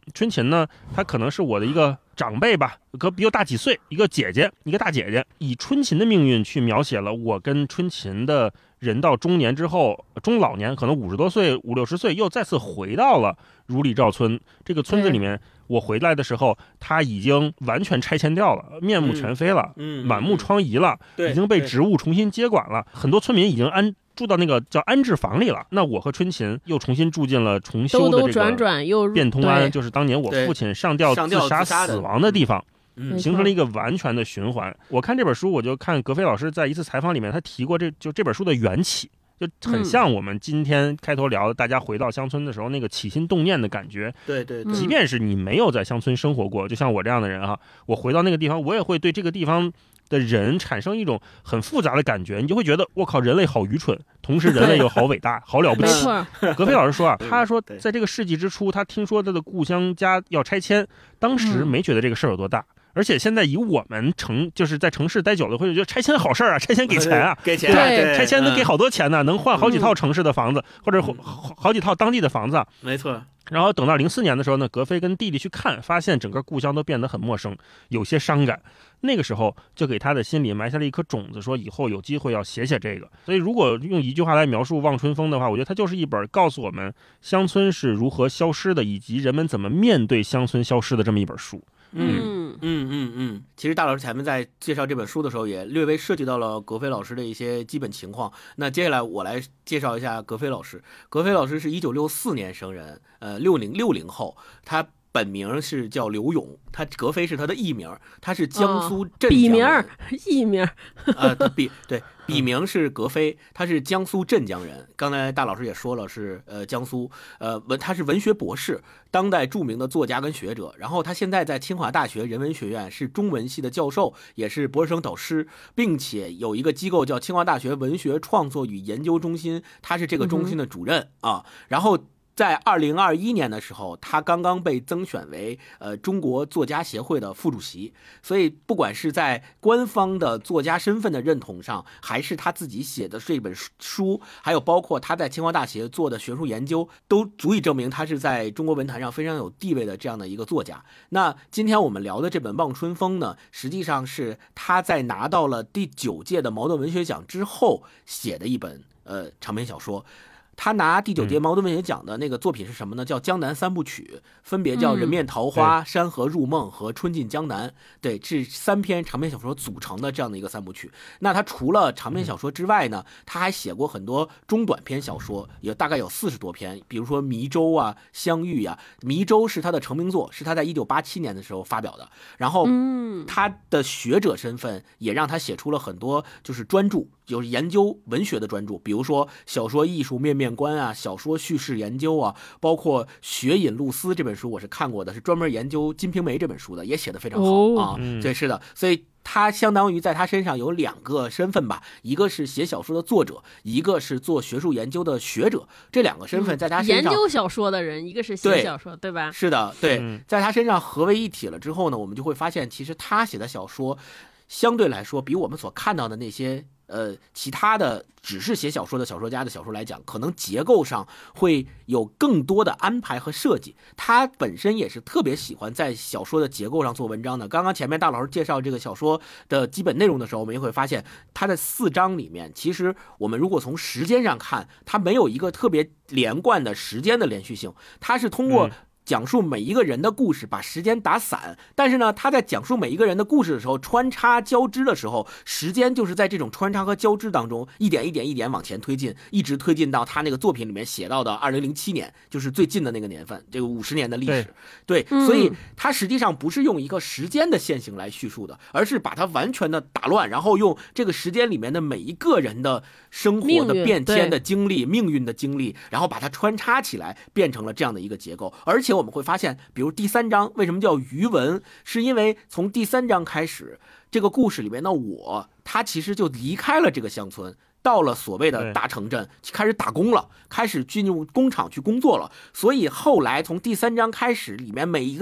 春琴呢，她可能是我的一个长辈吧，个比我大几岁，一个姐姐，一个大姐姐，以春琴的命运去描写了我跟春琴的人到中年之后，中老年，可能五十多岁、五六十岁，又再次回到了如里赵村这个村子里面。我回来的时候，他已经完全拆迁掉了，面目全非了， 嗯， 满目疮痍了， 嗯、 已经被植物重新接管了。很多村民已经安住到那个叫安置房里了。那我和春琴又重新住进了重修的这个变通庵，就是当年我父亲上吊自杀死亡的地方。 嗯， 形成了一个完全的循环。我看这本书，我就看葛飞老师在一次采访里面，他提过这就这本书的缘起。就很像我们今天开头聊的，大家回到乡村的时候那个起心动念的感觉。 对对对， 即便是你没有在乡村生活过，就像我这样的人哈，我回到那个地方，我也会对这个地方的人产生一种很复杂的感觉。你就会觉得，我靠，人类好愚蠢，同时人类又好伟大，好了不起。葛飞老师说啊，他说在这个世纪之初，他听说他的故乡家要拆迁，当时没觉得这个事儿有多大。而且现在以我们城就是在城市待久了，会觉得拆迁好事儿啊，拆迁给钱啊， 给钱， 对，拆迁能给好多钱呢，能换好几套城市的房子，或者好好几套当地的房子。 没错。 然后等到零四年的时候呢，葛飞跟弟弟去看，发现整个故乡都变得很陌生，有些伤感。那个时候就给他的心里埋下了一颗种子，说以后有机会要写写这个。所以如果用一句话来描述《望春风》的话，我觉得它就是一本告诉我们乡村是如何消失的，以及人们怎么面对乡村消失的这么一本书。 嗯嗯嗯嗯，其实大老师前面在介绍这本书的时候，也略微涉及到了葛飞老师的一些基本情况。那接下来我来介绍一下葛飞老师。葛飞老师是一九六四年生人，呃，六零六零后，他本名是叫刘勇，他葛飞是他的艺名，他是江苏镇江人。 笔名、艺名， 呃，他笔对。笔名是葛飞，他是江苏镇江人。刚才大老师也说了，是呃江苏，呃文他是文学博士，当代著名的作家跟学者。然后他现在在清华大学人文学院是中文系的教授，也是博士生导师，并且有一个机构叫清华大学文学创作与研究中心，他是这个中心的主任、嗯、啊。然后在二零二一年的时候，他刚刚被增选为呃中国作家协会的副主席，所以不管是在官方的作家身份的认同上，还是他自己写的这本书，还有包括他在清华大学做的学术研究，都足以证明他是在中国文坛上非常有地位的这样的一个作家。那今天我们聊的这本《望春风》呢，实际上是他在拿到了第九届的茅盾文学奖之后写的一本呃长篇小说。他拿第九届茅盾文学奖的那个作品是什么呢？叫《江南三部曲》，分别叫《人面桃花》、《山河入梦》和《春尽江南》。对，这三篇长篇小说组成的这样的一个三部曲。那他除了长篇小说之外呢，他还写过很多中短篇小说，也大概有四十多篇，比如说《迷舟》啊、《相遇》啊。《迷舟》是他的成名作，是他在一九八七年的时候发表的。然后，他的学者身份也让他写出了很多就是专著，就是研究文学的专著，比如说小说艺术面面观啊，小说叙事研究啊，包括《雪饮露丝》这本书我是看过的，是专门研究《金瓶梅》这本书的，也写得非常好、哦、啊。对，是的，所以他相当于在他身上有两个身份吧，一个是写小说的作者，一个是做学术研究的学者。这两个身份在他身上、嗯、 研究小说的人，一个是写小说， 对, 对吧？ 是的，对，在他身上合为一体了之后呢，我们就会发现，其实他写的小说相对来说比我们所看到的那些呃，其他的只是写小说的小说家的小说来讲，可能结构上会有更多的安排和设计。他本身也是特别喜欢在小说的结构上做文章的。刚刚前面大老师介绍这个小说的基本内容的时候，我们也会发现，他的四章里面，其实我们如果从时间上看，它没有一个特别连贯的时间的连续性，它是通过、嗯讲述每一个人的故事，把时间打散，但是呢，他在讲述每一个人的故事的时候，穿插交织的时候，时间就是在这种穿插和交织当中，一点一点一点往前推进，一直推进到他那个作品里面写到的二零零七年，就是最近的那个年份，这个五十年的历史。对，对、嗯，所以他实际上不是用一个时间的线性来叙述的，而是把它完全的打乱，然后用这个时间里面的每一个人的生活的变迁的经历、命运, 命运的经历，然后把它穿插起来，变成了这样的一个结构，而且我们会发现，比如第三章为什么叫余文，是因为从第三章开始，这个故事里面的我，他其实就离开了这个乡村，到了所谓的大城镇，开始打工了，开始进入工厂去工作了。所以后来从第三章开始，里面每一个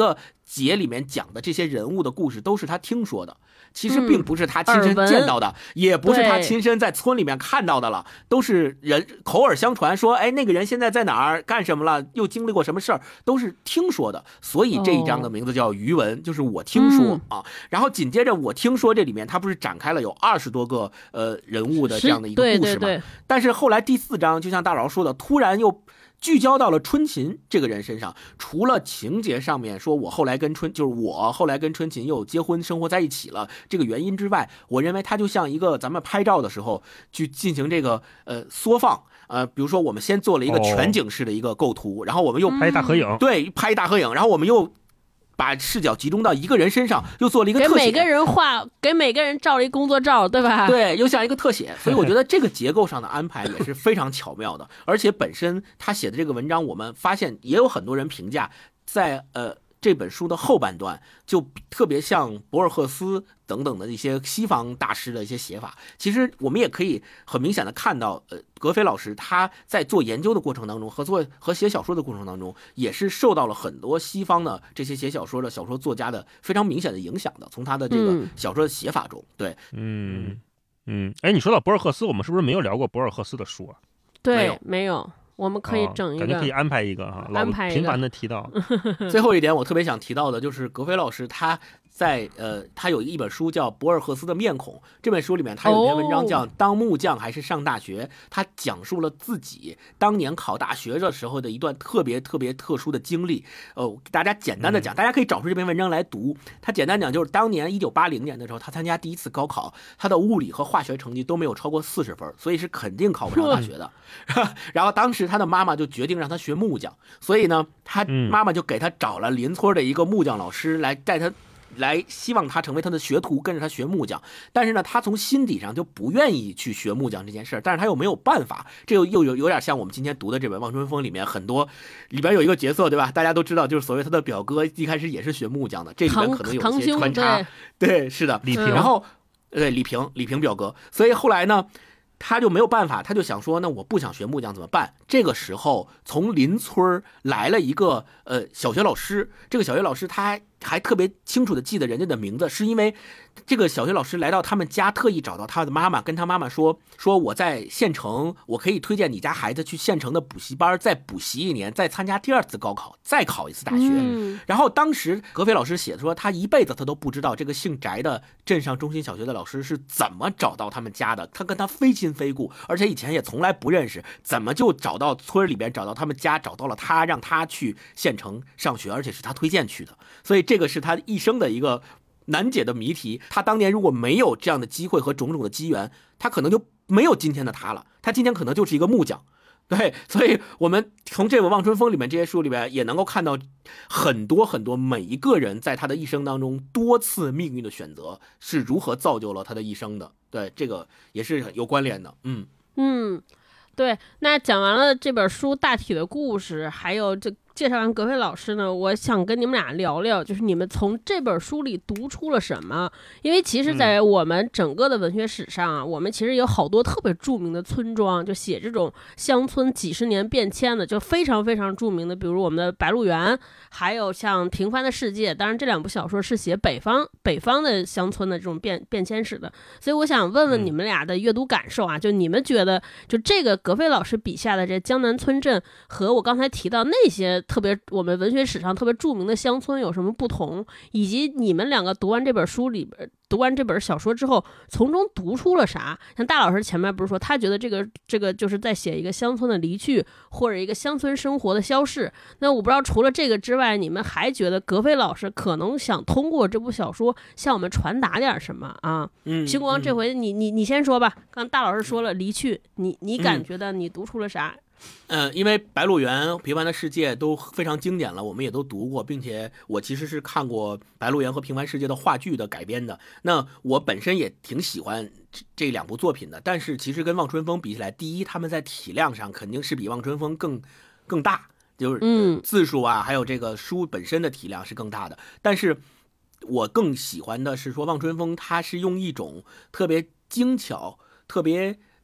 节里面讲的这些人物的故事都是他听说的，其实并不是他亲身见到的，嗯、也不是他亲身在村里面看到的了，都是人口耳相传说，哎，那个人现在在哪儿干什么了，又经历过什么事儿，都是听说的。所以这一章的名字叫余文，哦、就是我听说、嗯、啊。然后紧接着我听说这里面他不是展开了有二十多个呃人物的这样的一个故事嘛？ 对对对。 但是后来第四章就像大佬说的，突然又聚焦到了春琴这个人身上，除了情节上面说我后来跟春就是我后来跟春琴又结婚生活在一起了这个原因之外，我认为它就像一个咱们拍照的时候去进行这个呃缩放，呃比如说我们先做了一个全景式的一个构图，哦、然后我们又拍大合影， 对，拍大合影，然后我们又把视角集中到一个人身上，又做了一个特写， 给每个人画，给每个人照了一工作照，对吧？ 对，又像一个特写。所以我觉得这个结构上的安排也是非常巧妙的。而且本身他写的这个文章，我们发现也有很多人评价，在呃这本书的后半段就特别像博尔赫斯等等的一些西方大师的一些写法。其实我们也可以很明显的看到，呃，格菲老师他在做研究的过程当中，和做和写小说的过程当中，也是受到了很多西方的这些写小说的小说作家的非常明显的影响的。从他的这个小说的写法中，对， 嗯嗯，哎，你说到博尔赫斯，我们是不是没有聊过博尔赫斯的书啊？ 对， 没有， 没有。我们可以整一个、 哦、感觉可以安排一个哈， 安排一个频繁的提到。 最后一点，我特别想提到的就是格菲老师他在呃，他有一本书叫《博尔赫斯的面孔》，这本书里面他有一篇文章叫《当木匠还是上大学》，他讲述了自己当年考大学的时候的一段特别特别特殊的经历。呃，给大家简单的讲，大家可以找出这篇文章来读。他简单讲就是当年一九八零年的时候，他参加第一次高考，他的物理和化学成绩都没有超过四十分，所以是肯定考不上大学的。然后当时他的妈妈就决定让他学木匠，所以呢，他妈妈就给他找了邻村的一个木匠老师来带他。来希望他成为他的学徒，跟着他学木匠。但是呢，他从心底上就不愿意去学木匠这件事儿，但是他又没有办法。这又又有有点像我们今天读的这本《望春风》里面很多，里边有一个角色，对吧？大家都知道，就是所谓他的表哥一开始也是学木匠的，这里面可能有一些穿插。对, 对，是的， 李平。 然后，对李平，李平表哥。所以后来呢，他就没有办法，他就想说，那我不想学木匠怎么办？这个时候，从邻村来了一个呃小学老师，这个小学老师他还。还特别清楚的记得人家的名字，是因为这个小学老师来到他们家，特意找到他的妈妈，跟他妈妈说说我在县城，我可以推荐你家孩子去县城的补习班，再补习一年，再参加第二次高考，再考一次大学。 嗯、 然后当时格菲老师写的说，他一辈子他都不知道这个姓翟的镇上中心小学的老师是怎么找到他们家的，他跟他非亲非故，而且以前也从来不认识，怎么就找到村里边，找到他们家，找到了他，让他去县城上学，而且是他推荐去的。所以这个是他一生的一个难解的谜题。他当年如果没有这样的机会和种种的机缘，他可能就没有今天的他了。他今天可能就是一个木匠。对，所以我们从这个《望春风》里面这些书里面也能够看到很多很多每一个人在他的一生当中多次命运的选择是如何造就了他的一生的。对，这个也是有关联的。嗯嗯，对。那讲完了这本书大体的故事，还有这介绍完格菲老师呢，我想跟你们俩聊聊，就是你们从这本书里读出了什么？因为其实在我们整个的文学史上啊，嗯、我们其实有好多特别著名的村庄，就写这种乡村几十年变迁的，就非常非常著名的，比如我们的《白鹿原》，还有像《平凡的世界》。当然，这两部小说是写北方北方的乡村的这种变变迁史的。所以我想问问你们俩的阅读感受啊，就你们觉得，就这个格菲老师笔下的这江南村镇和我刚才提到那些特别我们文学史上特别著名的乡村有什么不同，以及你们两个读完这本书里边读完这本小说之后从中读出了啥？像大老师前面不是说他觉得这个这个就是在写一个乡村的离去，或者一个乡村生活的消逝。那我不知道除了这个之外，你们还觉得格菲老师可能想通过这部小说向我们传达点什么啊？ 嗯， 星光，这回你你你先说吧。刚大老师说了离去，你你感觉到你读出了啥？ 嗯，因为《白鹿原》《平凡的世界》都非常经典了，我们也都读过，并且我其实是看过《白鹿原》和《平凡世界》的话剧的改编的。那我本身也挺喜欢这两部作品的，但是其实跟《望春风》比起来，第一，他们在体量上肯定是比《望春风》更更大，就是字数啊，还有这个书本身的体量是更大的。但是我更喜欢的是说，《望春风》它是用一种特别精巧、特别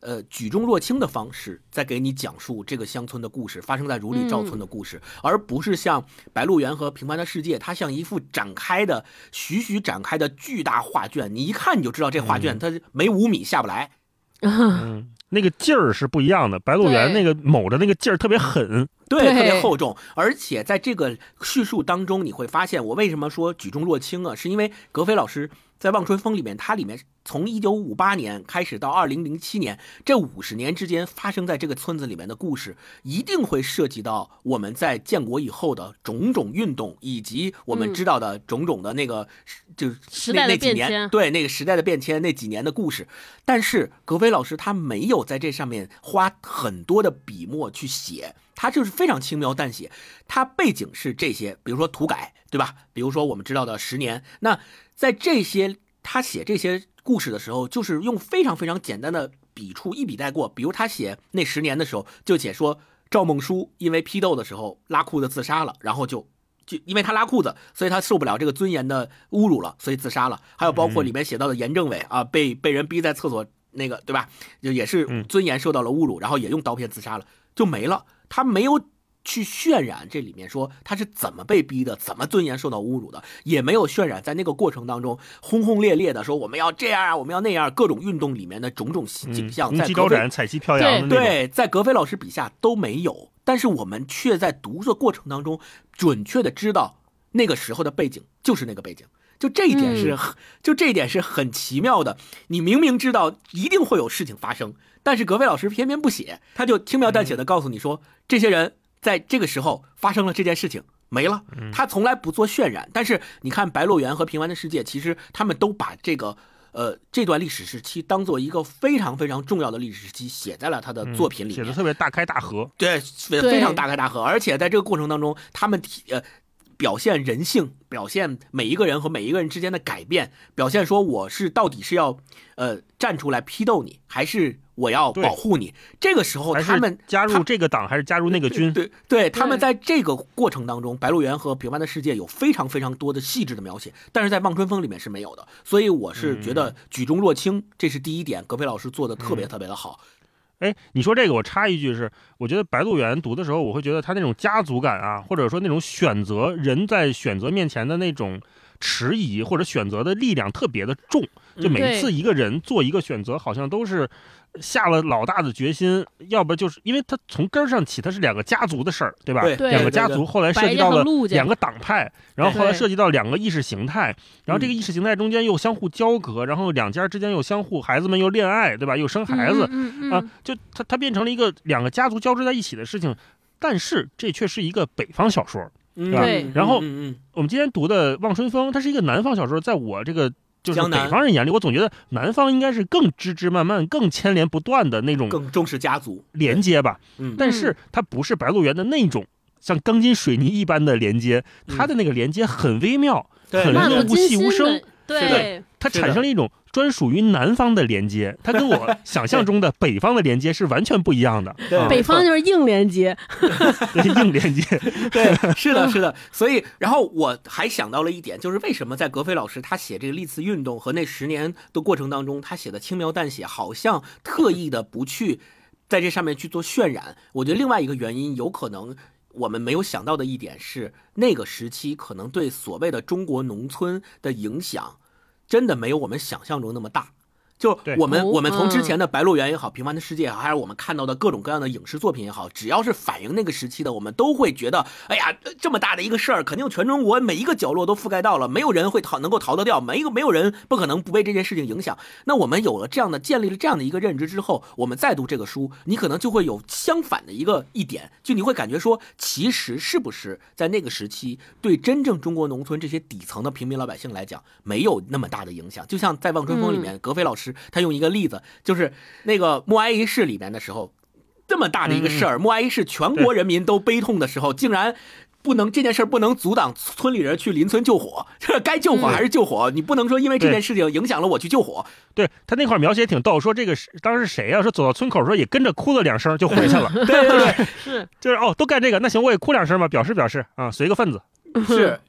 呃举重若轻的方式在给你讲述这个乡村的故事，发生在如里赵村的故事，嗯、而不是像《白鹿原》和《平凡的世界》，它像一幅展开的、徐徐展开的巨大画卷，你一看你就知道这画卷它没五米下不来。 嗯，那个劲儿是不一样的，《白鹿原》那个某的那个劲儿特别狠。 对，特别厚重，而且在这个叙述当中，你会发现，我为什么说举重若轻啊？是因为格非老师在《望春风》里面，它里面从一九五八年开始到二零零七年这五十年之间发生在这个村子里面的故事，一定会涉及到我们在建国以后的种种运动，以及我们知道的种种的那个、嗯、就是时代的变迁， 那几年，对那个时代的变迁那几年的故事。但是格非老师他没有在这上面花很多的笔墨去写。他就是非常轻描淡写，他背景是这些，比如说土改，对吧？比如说我们知道的十年，那在这些他写这些故事的时候，就是用非常非常简单的笔触一笔带过。比如他写那十年的时候，就写说赵孟舒因为批斗的时候拉裤子自杀了，然后就就因为他拉裤子，所以他受不了这个尊严的侮辱了，所以自杀了。还有包括里面写到的严政伟啊，被被人逼在厕所那个，对吧？就也是尊严受到了侮辱，然后也用刀片自杀了，就没了。他没有去渲染这里面说他是怎么被逼的，怎么尊严受到侮辱的，也没有渲染在那个过程当中轰轰烈烈的说我们要这样啊，我们要那样，各种运动里面的种种景象，在攻击高展、彩旗飘扬的那种， 对，在格非老师笔下都没有。但是我们却在读的过程当中，准确的知道那个时候的背景就是那个背景。就这一点是，嗯、就这一点是很奇妙的。你明明知道一定会有事情发生，但是格非老师偏偏不写，他就轻描淡写的告诉你说，嗯、这些人在这个时候发生了这件事情，没了。他从来不做渲染。但是你看《白鹿原》和《平凡的世界》，其实他们都把这个呃这段历史时期当做一个非常非常重要的历史时期写在了他的作品里面， 写的特别大开大合。 对，非常大开大合。而且在这个过程当中，他们提呃。表现人性，表现每一个人和每一个人之间的改变，表现说我是到底是要呃站出来批斗你，还是我要保护你。这个时候他们加入这个党还是加入那个军， 对 对, 对，他们在这个过程当中，《白鹿原》和《平凡的世界》有非常非常多的细致的描写，但是在《望春风》里面是没有的。所以我是觉得举重若轻，这是第一点，格非老师做的特别特别的好。 哎，你说这个，我插一句是，我觉得《白鹿原》读的时候，我会觉得他那种家族感啊，或者说那种选择人在选择面前的那种迟疑或者选择的力量特别的重。就每次一个人做一个选择，好像都是下了老大的决心，要不就是因为他从根上起，他是两个家族的事儿，对吧？ 对， 两个家族后来涉及到了两个党派，然后后来涉及到两个意识形态，然后这个意识形态中间又相互交隔，然后两家之间又相互，孩子们又恋爱，对吧？又生孩子， 嗯嗯嗯啊，就它它变成了一个两个家族交织在一起的事情，但是这却是一个北方小说，对吧？ 对。 然后我们今天读的《望春风》，它是一个南方小说，在我这个。就是北方人眼里，我总觉得南方应该是更枝枝蔓蔓、更牵连不断的那种， 更重视家族连接吧。 嗯， 但是它不是《白鹿原》的那种像钢筋水泥一般的连接，它的那个连接很微妙， 嗯、 很润物细无声。 对， 对，它产生了一种专属于南方的连接，它跟我想象中的北方的连接是完全不一样的。 对， 北方就是硬连接， 对，硬连接。 对，是的，是的。所以，然后我还想到了一点，就是为什么在格非老师他写这个历次运动和那十年的过程当中，他写的轻描淡写，好像特意的不去在这上面去做渲染。我觉得另外一个原因，有可能我们没有想到的一点是，那个时期可能对所谓的中国农村的影响真的没有我们想象中那么大。就我们我们从之前的《白鹿原》也好，《平凡的世界》也好，还是我们看到的各种各样的影视作品也好，只要是反映那个时期的，我们都会觉得，哎呀，这么大的一个事儿，肯定全中国每一个角落都覆盖到了，没有人会逃能够逃得掉，没一个没有人不可能不被这件事情影响。那我们有了这样的建立了这样的一个认知之后，我们再读这个书，你可能就会有相反的一个一点，就你会感觉说，其实是不是在那个时期对真正中国农村这些底层的平民老百姓来讲，没有那么大的影响。就像在《望春风》里面，嗯、格非老师他用一个例子。就是那个默哀仪式里面的时候，这么大的一个事儿，默哀仪式全国人民都悲痛的时候，竟然不能这件事不能阻挡村里人去邻村救火，这该救火还是救火，嗯、你不能说因为这件事情影响了我去救火。 对，他那块描写也挺逗，说这个当时谁啊？说走到村口说也跟着哭了两声就回去了。 对对对， 是就是哦，都干这个，那行我也哭两声吧，表示表示啊，随个份子。 是。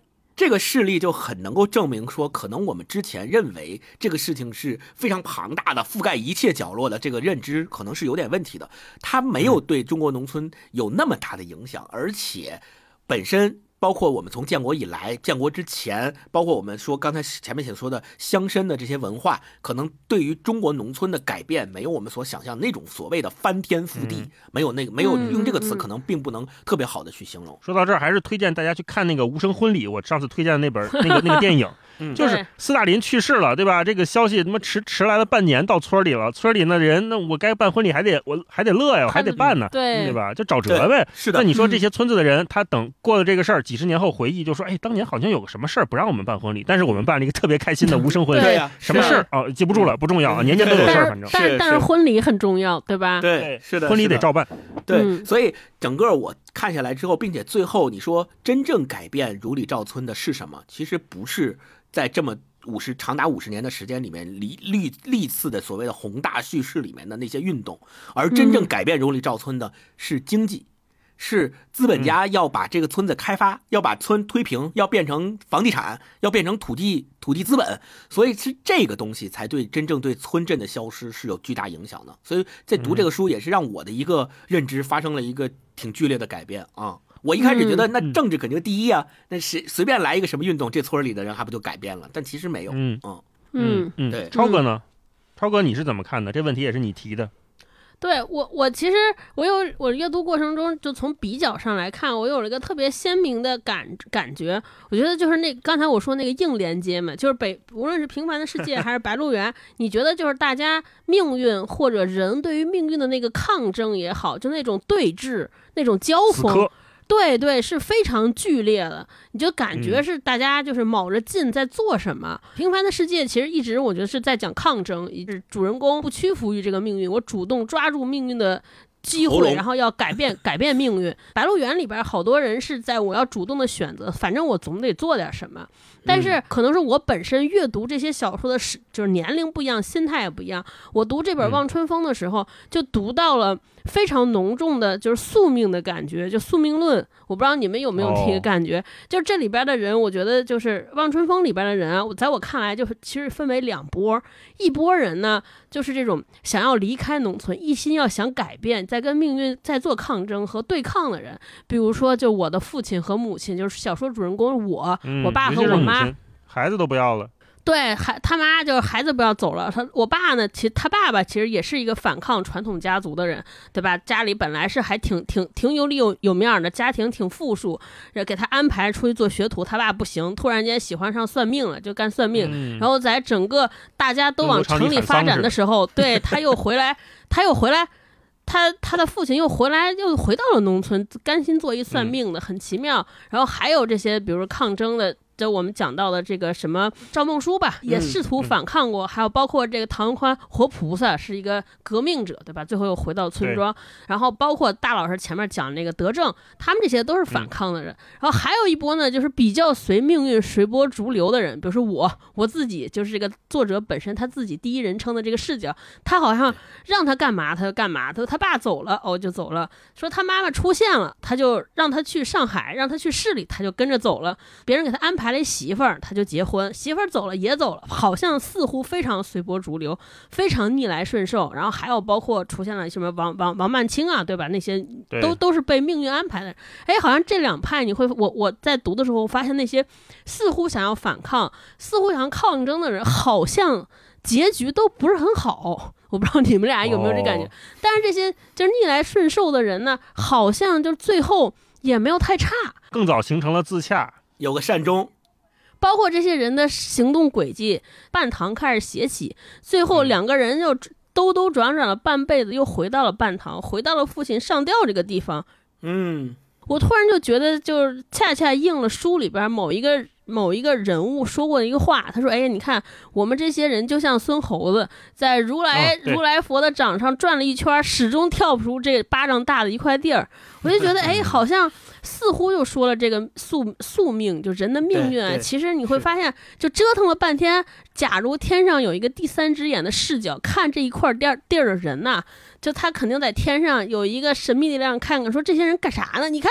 这个事例就很能够证明说，可能我们之前认为这个事情是非常庞大的，覆盖一切角落的这个认知可能是有点问题的，它没有对中国农村有那么大的影响，而且本身包括我们从建国以来，建国之前，包括我们说刚才前面所说的乡绅的这些文化，可能对于中国农村的改变，没有我们所想象那种所谓的翻天覆地，嗯、没有那个没有用这个词，可能并不能特别好的去形容。 说到这儿，还是推荐大家去看那个《无声婚礼》，我上次推荐的那本那个那个电影。嗯、就是斯大林去世了，对吧？这个消息他妈迟迟来了半年，到村里了。村里那人，那我该办婚礼还得我还得乐呀，我还得办呢， 对对吧？就找辙呗。 是的。 那你说这些村子的人，他等过了这个事儿，几十年后回忆，就说：“哎，当年好像有个什么事儿不让我们办婚礼，但是我们办了一个特别开心的无声婚礼。” 对呀， 什么事儿哦，记不住了，不重要啊，年年都有事儿，反正。 但是但是婚礼很重要，对吧？ 对，是的， 婚礼得照办。 对，所以整个我看下来之后，并且最后你说真正改变如里赵村的是什么？其实不是在这么。五十长达五十年的时间里面，历历历次的所谓的宏大叙事里面的那些运动，而真正改变如里赵村的是经济，是资本家要把这个村子开发，要把村推平，要变成房地产，要变成土地土地资本，所以是这个东西才对真正对村镇的消失是有巨大影响的。所以在读这个书也是让我的一个认知发生了一个挺剧烈的改变啊。我一开始觉得那政治肯定第一啊，那谁随便来一个什么运动，这村里的人还不就改变了？但其实没有。 嗯嗯嗯嗯， 对。 超哥呢？超哥你是怎么看的？这问题也是你提的。 对我，我其实我有我阅读过程中，就从比较上来看，我有了一个特别鲜明的感感觉。我觉得就是那刚才我说那个硬连接嘛，就是北无论是平凡的世界还是白鹿原，你觉得就是大家命运或者人对于命运的那个抗争也好，就那种对峙、那种交锋。对对，是非常剧烈的，你就感觉是大家就是卯着劲在做什么。嗯、平凡的世界其实一直我觉得是在讲抗争，一直主人公不屈服于这个命运，我主动抓住命运的机会，然后要改变改变命运。白鹿原里边好多人是在我要主动的选择，反正我总得做点什么。但是可能是我本身阅读这些小说的是就是年龄不一样，心态也不一样。我读这本《望春风》的时候，就读到了非常浓重的就是宿命的感觉，就宿命论。我不知道你们有没有这个感觉？哦、就这里边的人，我觉得就是《望春风》里边的人啊，在我看来就是其实分为两波，一波人呢就是这种想要离开农村，一心要想改变，在跟命运在做抗争和对抗的人。比如说，就我的父亲和母亲，就是小说主人公我，嗯、我爸和我妈。 孩子都不要了， 对，孩他妈就是孩子不要走了。他我爸呢，其实他爸爸其实也是一个反抗传统家族的人，对吧？家里本来是还挺挺挺有里有有面的，家庭挺富庶，给他安排出去做学徒，他爸不行，突然间喜欢上算命了，就干算命。嗯、然后在整个大家都往城里发展的时候，对他又回来，他又回来。他他的父亲又回来，又回到了农村，甘心做一算命的，很奇妙。然后还有这些，比如说抗争的，就我们讲到的这个什么赵孟骢吧，也试图反抗过。嗯嗯、还有包括这个唐文宽活菩萨是一个革命者，对吧？最后又回到村庄。然后包括大老师前面讲那个德政，他们这些都是反抗的人。嗯、然后还有一波呢，就是比较随命运、随波逐流的人，比如说我我自己，就是这个作者本身他自己第一人称的这个视角，他好像让他干嘛他就干嘛，他说他爸走了哦就走了，说他妈妈出现了，他就让他去上海，让他去市里，他就跟着走了。别人给他安排了一媳妇儿，他就结婚，媳妇儿走了也走了，好像似乎非常随波逐流，非常逆来顺受。然后还有包括出现了什么王王王曼青啊，对吧？那些都都是被命运安排的。哎，好像这两派你会我我在读的时候发现那些似乎想要反抗、似乎想要抗争的人，好像结局都不是很好。我不知道你们俩有没有这感觉，哦、但是这些就是逆来顺受的人呢，好像就最后也没有太差， 更早形成了自洽， 有个善终。 包括这些人的行动轨迹，半塘开始写起，最后两个人就兜兜转转了半辈子，又回到了半塘，回到了父亲上吊这个地方。 嗯， 我突然就觉得，就是恰恰应了书里边某一个。某一个人物说过的一个话，他说：“哎，你看我们这些人就像孙猴子，在如来、哦、如来佛的掌上转了一圈，始终跳不出这巴掌大的一块地儿。”我就觉得，哎，好像似乎又说了这个宿宿命，就人的命运啊。其实你会发现，就折腾了半天，假如天上有一个第三只眼的视角看这一块地儿地儿的人呐、啊，就他肯定在天上有一个神秘力量看看，说这些人干啥呢？你看。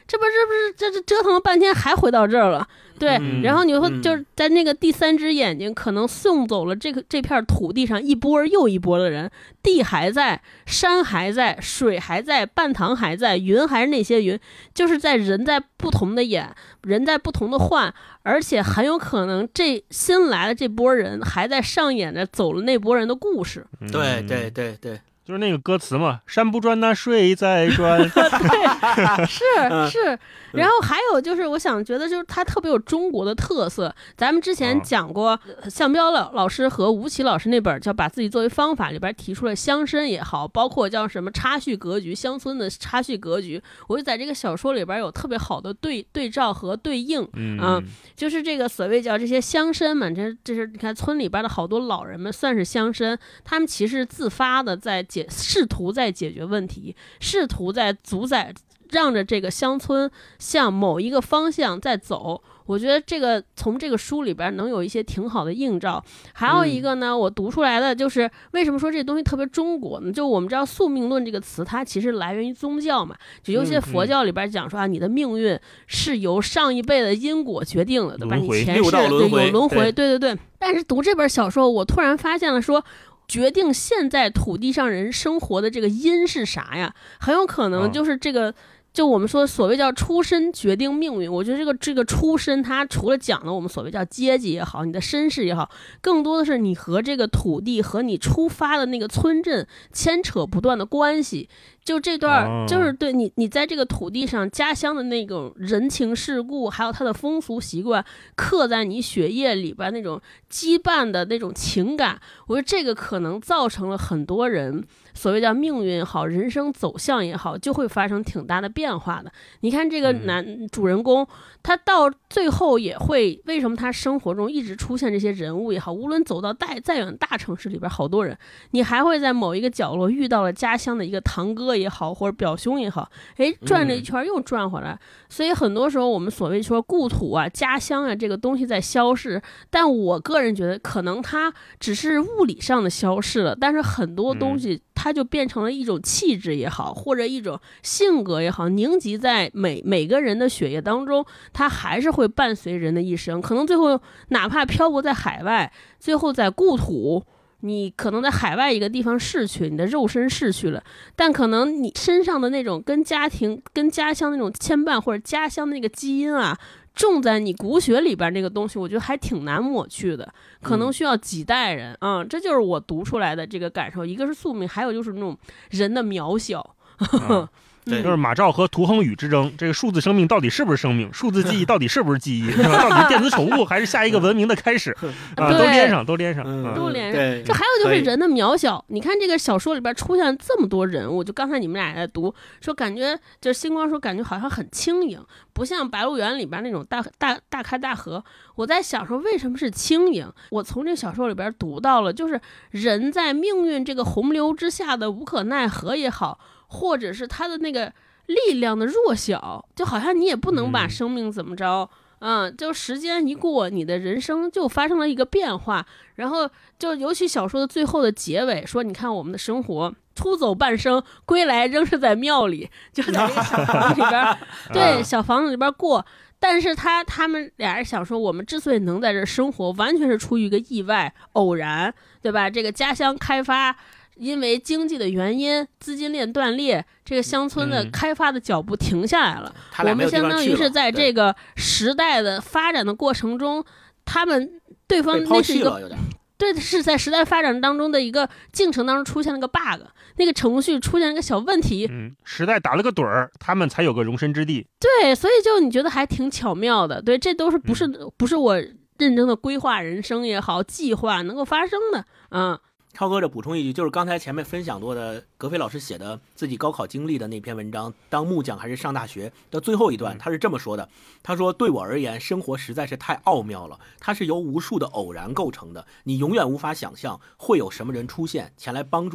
这不这不是这这折腾了半天还回到这儿了。对， 嗯、 然后你说嗯、 就是在那个第三只眼睛可能送走了这个这片土地上一波又一波的人，地还在，山还在，水还在，半塘还在，云还是那些云，就是在人在不同的演，人在不同的换，而且很有可能这新来的这波人还在上演着走了那波人的故事。 嗯、对对对对。 就是那个歌词嘛，山不转那水在转。 对，是是。然后还有就是，我想觉得就是它特别有中国的特色。咱们之前讲过，向彪老老师和吴奇老师那本叫《把自己作为方法》里边提出了乡绅也好，包括叫什么插叙格局、乡村的插叙格局，我就在这个小说里边有特别好的对对照和对应。 嗯、 啊，就是这个所谓叫这些乡绅们，这这是你看村里边的好多老人们算是乡绅，他们其实自发的在解试图在解决问题，试图在主宰让着这个乡村向某一个方向在走。我觉得这个从这个书里边能有一些挺好的映照。还有一个呢、嗯、我读出来的就是为什么说这东西特别中国呢，就我们知道宿命论这个词它其实来源于宗教嘛，就有些佛教里边讲说啊，你的命运是由上一辈的因果决定的，对吧？你前世对有轮回，对对对。但是读这本小说我突然发现了说，决定现在土地上人生活的这个因是啥呀？很有可能就是这个、哦、就我们说所谓叫出身决定命运。我觉得这个这个出身它除了讲了我们所谓叫阶级也好，你的身世也好，更多的是你和这个土地和你出发的那个村镇牵扯不断的关系。就这段就是对你你在这个土地上家乡的那种人情世故，还有它的风俗习惯刻在你血液里边那种羁绊的那种情感，我觉得这个可能造成了很多人所谓叫命运也好，人生走向也好，就会发生挺大的变化的。你看这个男主人公他到最后也会，为什么他生活中一直出现这些人物也好，无论走到再再远大城市里边好多人，你还会在某一个角落遇到了家乡的一个堂哥也好，或者表兄也好，哎，转了一圈又转回来、嗯、所以很多时候我们所谓说故土啊家乡啊这个东西在消逝，但我个人觉得可能它只是物理上的消逝了，但是很多东西它就变成了一种气质也好，或者一种性格也好，凝集在每每个人的血液当中，它还是会伴随人的一生。可能最后哪怕漂泊在海外，最后在故土，你可能在海外一个地方逝去，你的肉身逝去了，但可能你身上的那种跟家庭跟家乡那种牵绊，或者家乡那个基因啊，种在你骨血里边那个东西，我觉得还挺难抹去的，可能需要几代人啊、嗯嗯。这就是我读出来的这个感受。一个是宿命，还有就是那种人的渺小。 嗯对，就是马兆和涂恒宇之争，这个数字生命到底是不是生命？数字记忆到底是不是记忆？到底是电子宠物还是下一个文明的开始？啊，都连上，都连上， 嗯、 都连上。这还有就是人的渺小。你看这个小说里边出现这么多人物，就刚才你们俩在读，说感觉就是星光说感觉好像很轻盈，不像《白鹿原》里边那种大大大开大合。我在想说为什么是轻盈？我从这小说里边读到了，就是人在命运这个洪流之下的无可奈何也好，或者是他的那个力量的弱小，就好像你也不能把生命怎么着，嗯, 嗯，就时间一过，你的人生就发生了一个变化。然后就尤其小说的最后的结尾说，你看我们的生活出走半生，归来仍是在庙里，就在这个小房子里边对，小房子里边过。但是他他们俩人想说，我们之所以能在这生活，完全是出于一个意外偶然，对吧？这个家乡开发因为经济的原因，资金链断裂，这个乡村的开发的脚步停下来了、嗯、我们相当于是在这个时代的发展的过程中，他们对方那是一个对，是在时代发展当中的一个进程当中出现了个 bug， 那个程序出现了个小问题， 嗯，时代打了个盹儿，他们才有个容身之地。 对，所以就你觉得还挺巧妙的。对，这都是不是、嗯、不是我认真的规划人生也好，计划能够发生的。嗯， 超哥这补充一句，就是刚才前面分享过的格飞老师写的自己高考经历的那篇文章，当木匠还是上大学的最后一段，他是这么说的，他说，对我而言，生活实在是太奥妙了，它是由无数的偶然构成的，你永远无法想象会有什么人出现前来帮助你，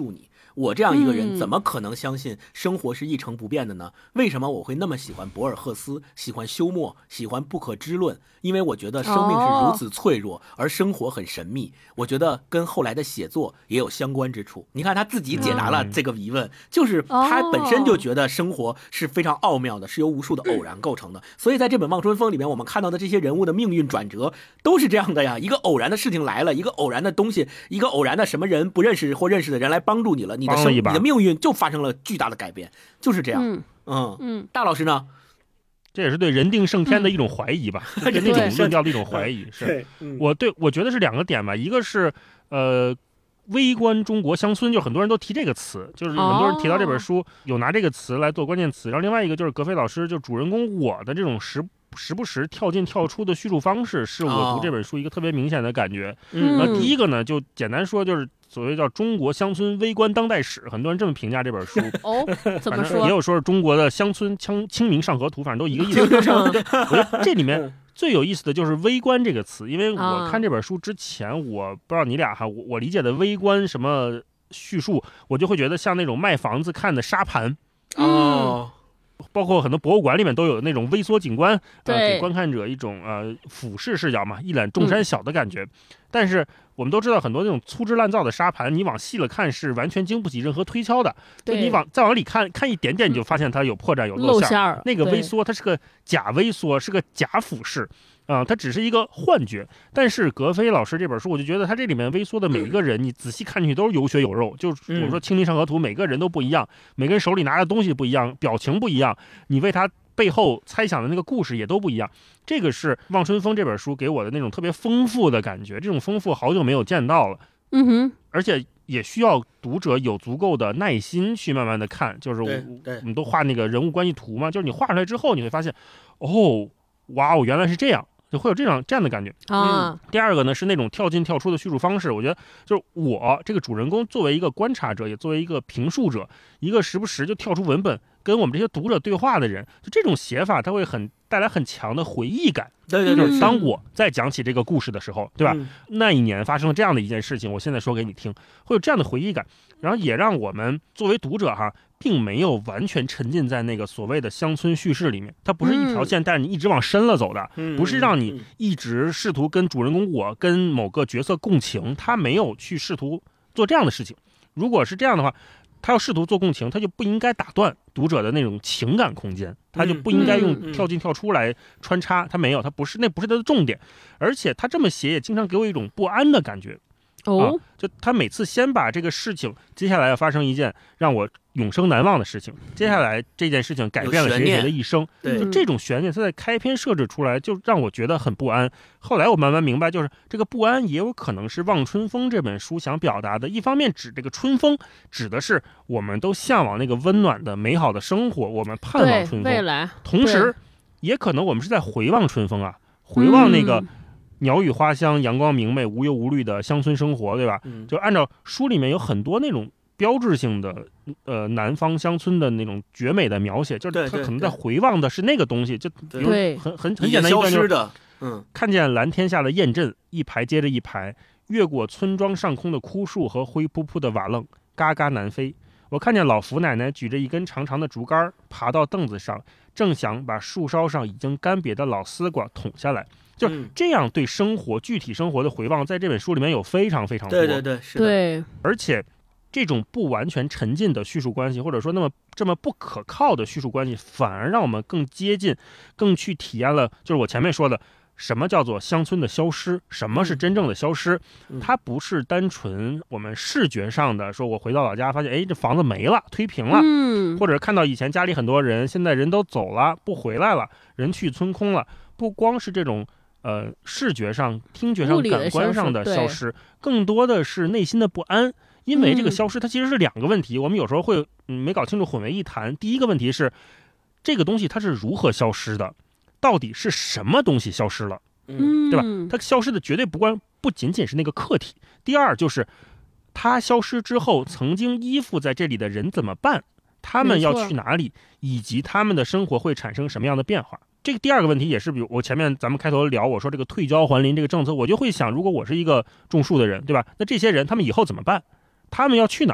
我这样一个人怎么可能相信生活是一成不变的呢？为什么我会那么喜欢博尔赫斯，喜欢休谟，喜欢不可知论？因为我觉得生命是如此脆弱，而生活很神秘。我觉得跟后来的写作也有相关之处。你看他自己解答了这个疑问，就是他本身就觉得生活是非常奥妙的，是由无数的偶然构成的。所以在这本《望春风》里面，我们看到的这些人物的命运转折都是这样的呀，一个偶然的事情来了，一个偶然的东西，一个偶然的什么人不认识或认识的人来帮助你了，你的生你的命运就发生了巨大的改变，就是这样。嗯嗯嗯，大老师呢？ 这也是对人定胜天的一种怀疑吧，对、嗯、那种论调的一种怀疑。是， 嗯、 我对我觉得是两个点吧，一个是呃，微观中国乡村，就很多人都提这个词，就是很多人提到这本书、哦、有拿这个词来做关键词。然后另外一个就是格非老师就主人公我的这种时时不时跳进跳出的叙述方式，是我读这本书一个特别明显的感觉。 嗯， 那第一个呢，就简单说就是。所谓叫中国乡村微观当代史，很多人这么评价这本书。 哦，怎么说？ 也有说是中国的乡村清清明上河图，反正都一个意思。我觉得这里面最有意思的就是微观这个词，因为我看这本书之前，我不知道你俩哈，我我理解的微观什么叙述，我就会觉得像那种卖房子看的沙盘哦。 包括很多博物馆里面都有那种微缩景观，呃，给观看者一种呃俯视视角嘛，一览众山小的感觉。嗯、但是我们都知道，很多那种粗制滥造的沙盘，你往细了看是完全经不起任何推敲的。就你往再往里看看一点点，你就发现它有破绽、有漏馅儿。 那个微缩，它是个假微缩，是个假俯视。啊、呃，它只是一个幻觉，但是格非老师这本书，我就觉得他这里面微缩的每一个人，你仔细看进去都是有血有肉。就我说《清明上河图》，每个人都不一样，每个人手里拿的东西不一样，表情不一样，你为他背后猜想的那个故事也都不一样。这个是《望春风》这本书给我的那种特别丰富的感觉，这种丰富好久没有见到了。 嗯哼， 而且也需要读者有足够的耐心去慢慢的看，就是我我们都画那个人物关系图嘛，就是你画出来之后，你会发现，哦，哇哦，原来是这样。就会有这样这样的感觉啊、 嗯。第二个呢是那种跳进跳出的叙述方式，我觉得就是我这个主人公作为一个观察者，也作为一个评述者，一个时不时就跳出文本跟我们这些读者对话的人，就这种写法，它会很带来很强的回忆感。 对对对， 就是当我在讲起这个故事的时候，对吧？ 嗯、 那一年发生了这样的一件事情，我现在说给你听，会有这样的回忆感，然后也让我们作为读者哈。并没有完全沉浸在那个所谓的乡村叙事里面，它不是一条线带着你一直往深了走的， 嗯、 不是让你一直试图跟主人公我跟某个角色共情，他没有去试图做这样的事情。如果是这样的话，他要试图做共情，他就不应该打断读者的那种情感空间，他就不应该用跳进跳出来穿插，他没有，他不是，那不是他的重点。而且他这么写也经常给我一种不安的感觉。 哦、 啊，就他每次先把这个事情，接下来要发生一件让我永生难忘的事情，接下来这件事情改变了谁谁的一生， 对， 就这种悬念，他在开篇设置出来，就让我觉得很不安。后来我慢慢明白，就是这个不安也有可能是《望春风》这本书想表达的。一方面指这个春风，指的是我们都向往那个温暖的、美好的生活，我们盼望春风； 未来， 同时，也可能我们是在回望春风啊，回望那个。嗯鸟语花香，阳光明媚，无忧无虑的乡村生活，对吧？ 嗯， 就按照书里面有很多那种标志性的，呃，南方乡村的那种绝美的描写，就是他可能在回望的是那个东西，就比如很很很简单一段就是， 嗯， 看见蓝天下的雁阵一排接着一排，越过村庄上空的枯树和灰扑扑的瓦楞，嘎嘎南飞。我看见老福奶奶举着一根长长的竹竿，爬到凳子上，正想把树梢上已经干瘪的老丝瓜捅下来。就这样对生活、嗯、具体生活的回望，在这本书里面有非常非常多。 对对对，是的。 对， 而且这种不完全沉浸的叙述关系，或者说那么这么不可靠的叙述关系，反而让我们更接近、更去体验了。就是我前面说的，什么叫做乡村的消失？什么是真正的消失？ 嗯、 它不是单纯我们视觉上的，说我回到老家发现，哎，这房子没了，推平了， 嗯， 或者看到以前家里很多人，现在人都走了，不回来了，人去村空了。不光是这种。呃，视觉上、听觉上、感官上的消失，更多的是内心的不安。因为这个消失，它其实是两个问题。嗯、我们有时候会、嗯、没搞清楚，混为一谈。第一个问题是，这个东西它是如何消失的？到底是什么东西消失了？ 嗯， 对吧？它消失的绝对不关，不仅仅是那个客体。第二就是，它消失之后，曾经依附在这里的人怎么办？他们要去哪里？以及他们的生活会产生什么样的变化？这个第二个问题也是，比如我前面咱们开头聊，我说这个退郊还林这个政策，我就会想，如果我是一个种树的人，对吧？那这些人他们以后怎么办？他们要去哪儿？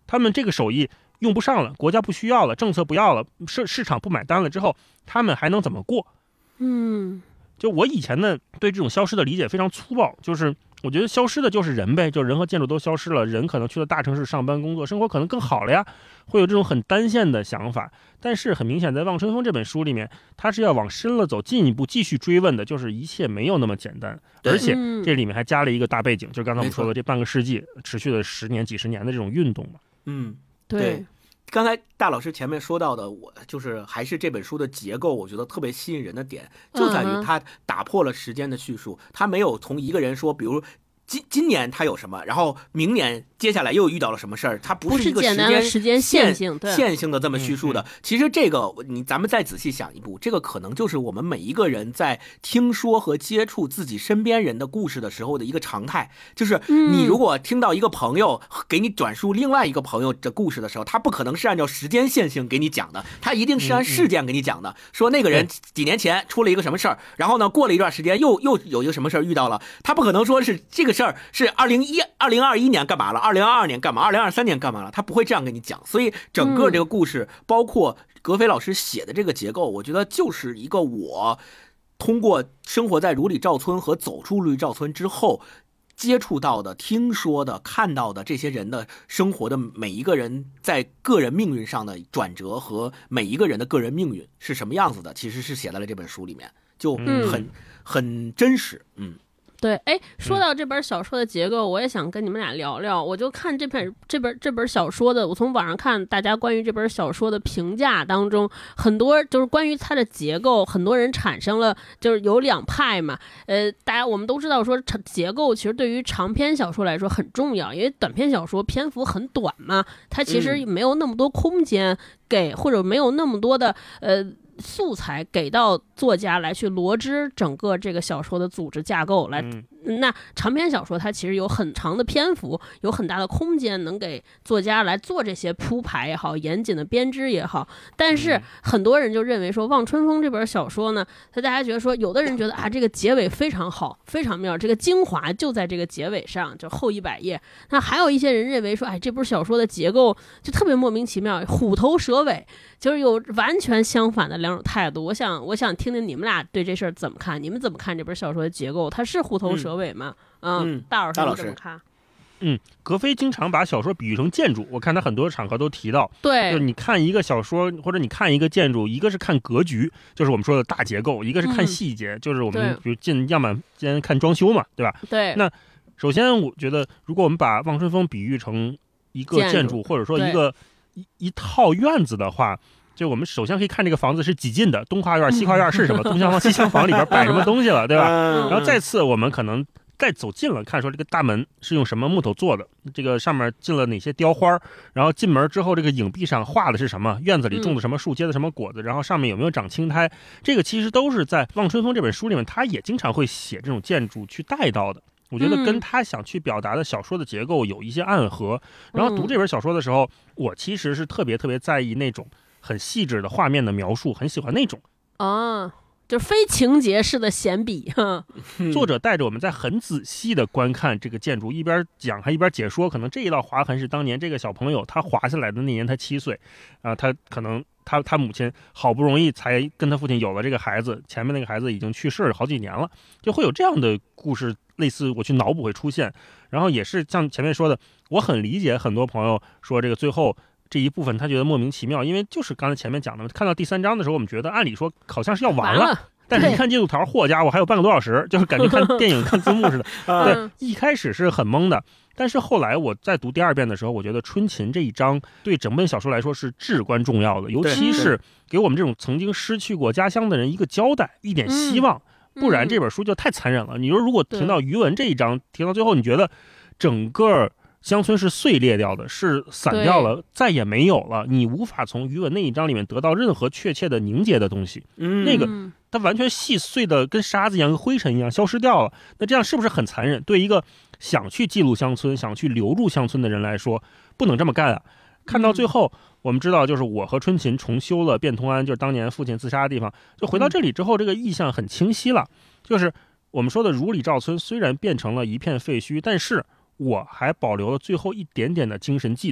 他们这个手艺用不上了，国家不需要了，政策不要了，市市场不买单了之后，他们还能怎么过？ 嗯， 就我以前呢对这种消失的理解非常粗暴，就是我觉得消失的就是人呗，就人和建筑都消失了，人可能去了大城市上班工作，生活可能更好了呀，会有这种很单线的想法。但是很明显，在《望春风》这本书里面，他是要往深了走，进一步继续追问的，就是一切没有那么简单，而且这里面还加了一个大背景，就是刚才我们说的这半个世纪持续了十年、几十年的这种运动嘛。 嗯， 对。 对刚才大老师前面说到的，我就是还是这本书的结构，我觉得特别吸引人的点，就在于它打破了时间的叙述，它没有从一个人说，比如今今年他有什么，然后明年接下来又遇到了什么事儿，它不是一个时间时间线性线性的这么叙述的。其实这个你咱们再仔细想一步，这个可能就是我们每一个人在听说和接触自己身边人的故事的时候的一个常态，就是你如果听到一个朋友给你转述另外一个朋友的故事的时候，他不可能是按照时间线性给你讲的，他一定是按事件给你讲的，说那个人几年前出了一个什么事儿，然后呢过了一段时间又又有一个什么事儿遇到了，他不可能说是这个事儿是二零一二零二一年干嘛了，二零二二年干嘛，二零二三年干嘛了，他不会这样跟你讲。所以整个这个故事，嗯、包括格非老师写的这个结构，我觉得就是一个我通过生活在如里赵村和走出如里赵村之后接触到的、听说的、看到的这些人的生活的每一个人在个人命运上的转折和每一个人的个人命运是什么样子的，其实是写在了这本书里面，就很、嗯、很真实。嗯。 对，哎，说到这本小说的结构，我也想跟你们俩聊聊。我就看这本这本这本小说的，我从网上看大家关于这本小说的评价当中，很多就是关于它的结构，很多人产生了就是有两派嘛。呃，大家我们都知道说结构其实对于长篇小说来说很重要，因为短篇小说篇幅很短嘛，它其实没有那么多空间给，或者没有那么多的呃。素材给到作家来去罗织整个这个小说的组织架构来、嗯、那长篇小说它其实有很长的篇幅，有很大的空间能给作家来做这些铺排也好，严谨的编织也好。但是很多人就认为说望春风这本小说呢，他大家觉得说有的人觉得啊这个结尾非常好非常妙，这个精华就在这个结尾上，就后一百页。那还有一些人认为说哎这本小说的结构就特别莫名其妙，虎头蛇尾，就是有完全相反的两种态度。我想我想听听你们俩对这事儿怎么看，你们怎么看这本小说的结构，它是虎头蛇尾吗？嗯, 嗯大老师你怎么看？ 嗯，格非经常把小说比喻成建筑，我看他很多场合都提到。 对， 就是你看一个小说或者你看一个建筑，一个是看格局，就是我们说的大结构，一个是看细节、嗯、就是我们比如进样板间看装修嘛，对吧？ 对。 那首先我觉得如果我们把望春风比喻成一个建筑或者说一个一一套院子的话，就我们首先可以看这个房子是几进的，东跨院西跨院是什么，东厢房西厢房里边摆什么东西了，对吧？然后再次我们可能再走近了，看说这个大门是用什么木头做的，这个上面进了哪些雕花，然后进门之后这个影壁上画的是什么，院子里种的什么树，结的什么果子，然后上面有没有长青苔，这个其实都是在《望春风》这本书里面他也经常会写这种建筑去带到的。我觉得跟他想去表达的小说的结构有一些暗合。然后读这本小说的时候，我其实是特别特别在意那种很细致的画面的描述，很喜欢那种啊，就是非情节式的闲笔。 作者带着我们在很仔细的观看这个建筑，一边讲还一边解说，可能这一道划痕是当年这个小朋友他划下来的那年他七岁啊、呃，他可能他他母亲好不容易才跟他父亲有了这个孩子，前面那个孩子已经去世了好几年了，就会有这样的故事，类似我去脑补会出现。然后也是像前面说的，我很理解很多朋友说这个最后这一部分他觉得莫名其妙，因为就是刚才前面讲的，看到第三章的时候，我们觉得按理说好像是要完了， 完了但是一看进度条，嚯家伙还有半个多小时，就是感觉看电影看字幕似的。对，一开始是很懵的，但是后来我在读第二遍的时候，我觉得春琴这一章对整本小说来说是至关重要的，尤其是给我们这种曾经失去过家乡的人一个交代，一点希望。嗯、不然这本书就太残忍了。你说如果停到余文这一章，停到最后，你觉得整个乡村是碎裂掉的，是散掉了，再也没有了，你无法从余文那一章里面得到任何确切的凝结的东西。 嗯， 那个它完全细碎的跟沙子一样，跟灰尘一样消失掉了。那这样是不是很残忍？对一个想去记录乡村、想去留住乡村的人来说，不能这么干啊！看到最后，我们知道，就是我和春琴重修了卞通庵，就是当年父亲自杀的地方。就回到这里之后，这个意象很清晰了，就是我们说的如里赵村虽然变成了一片废墟，但是我还保留了最后一点点的精神寄托。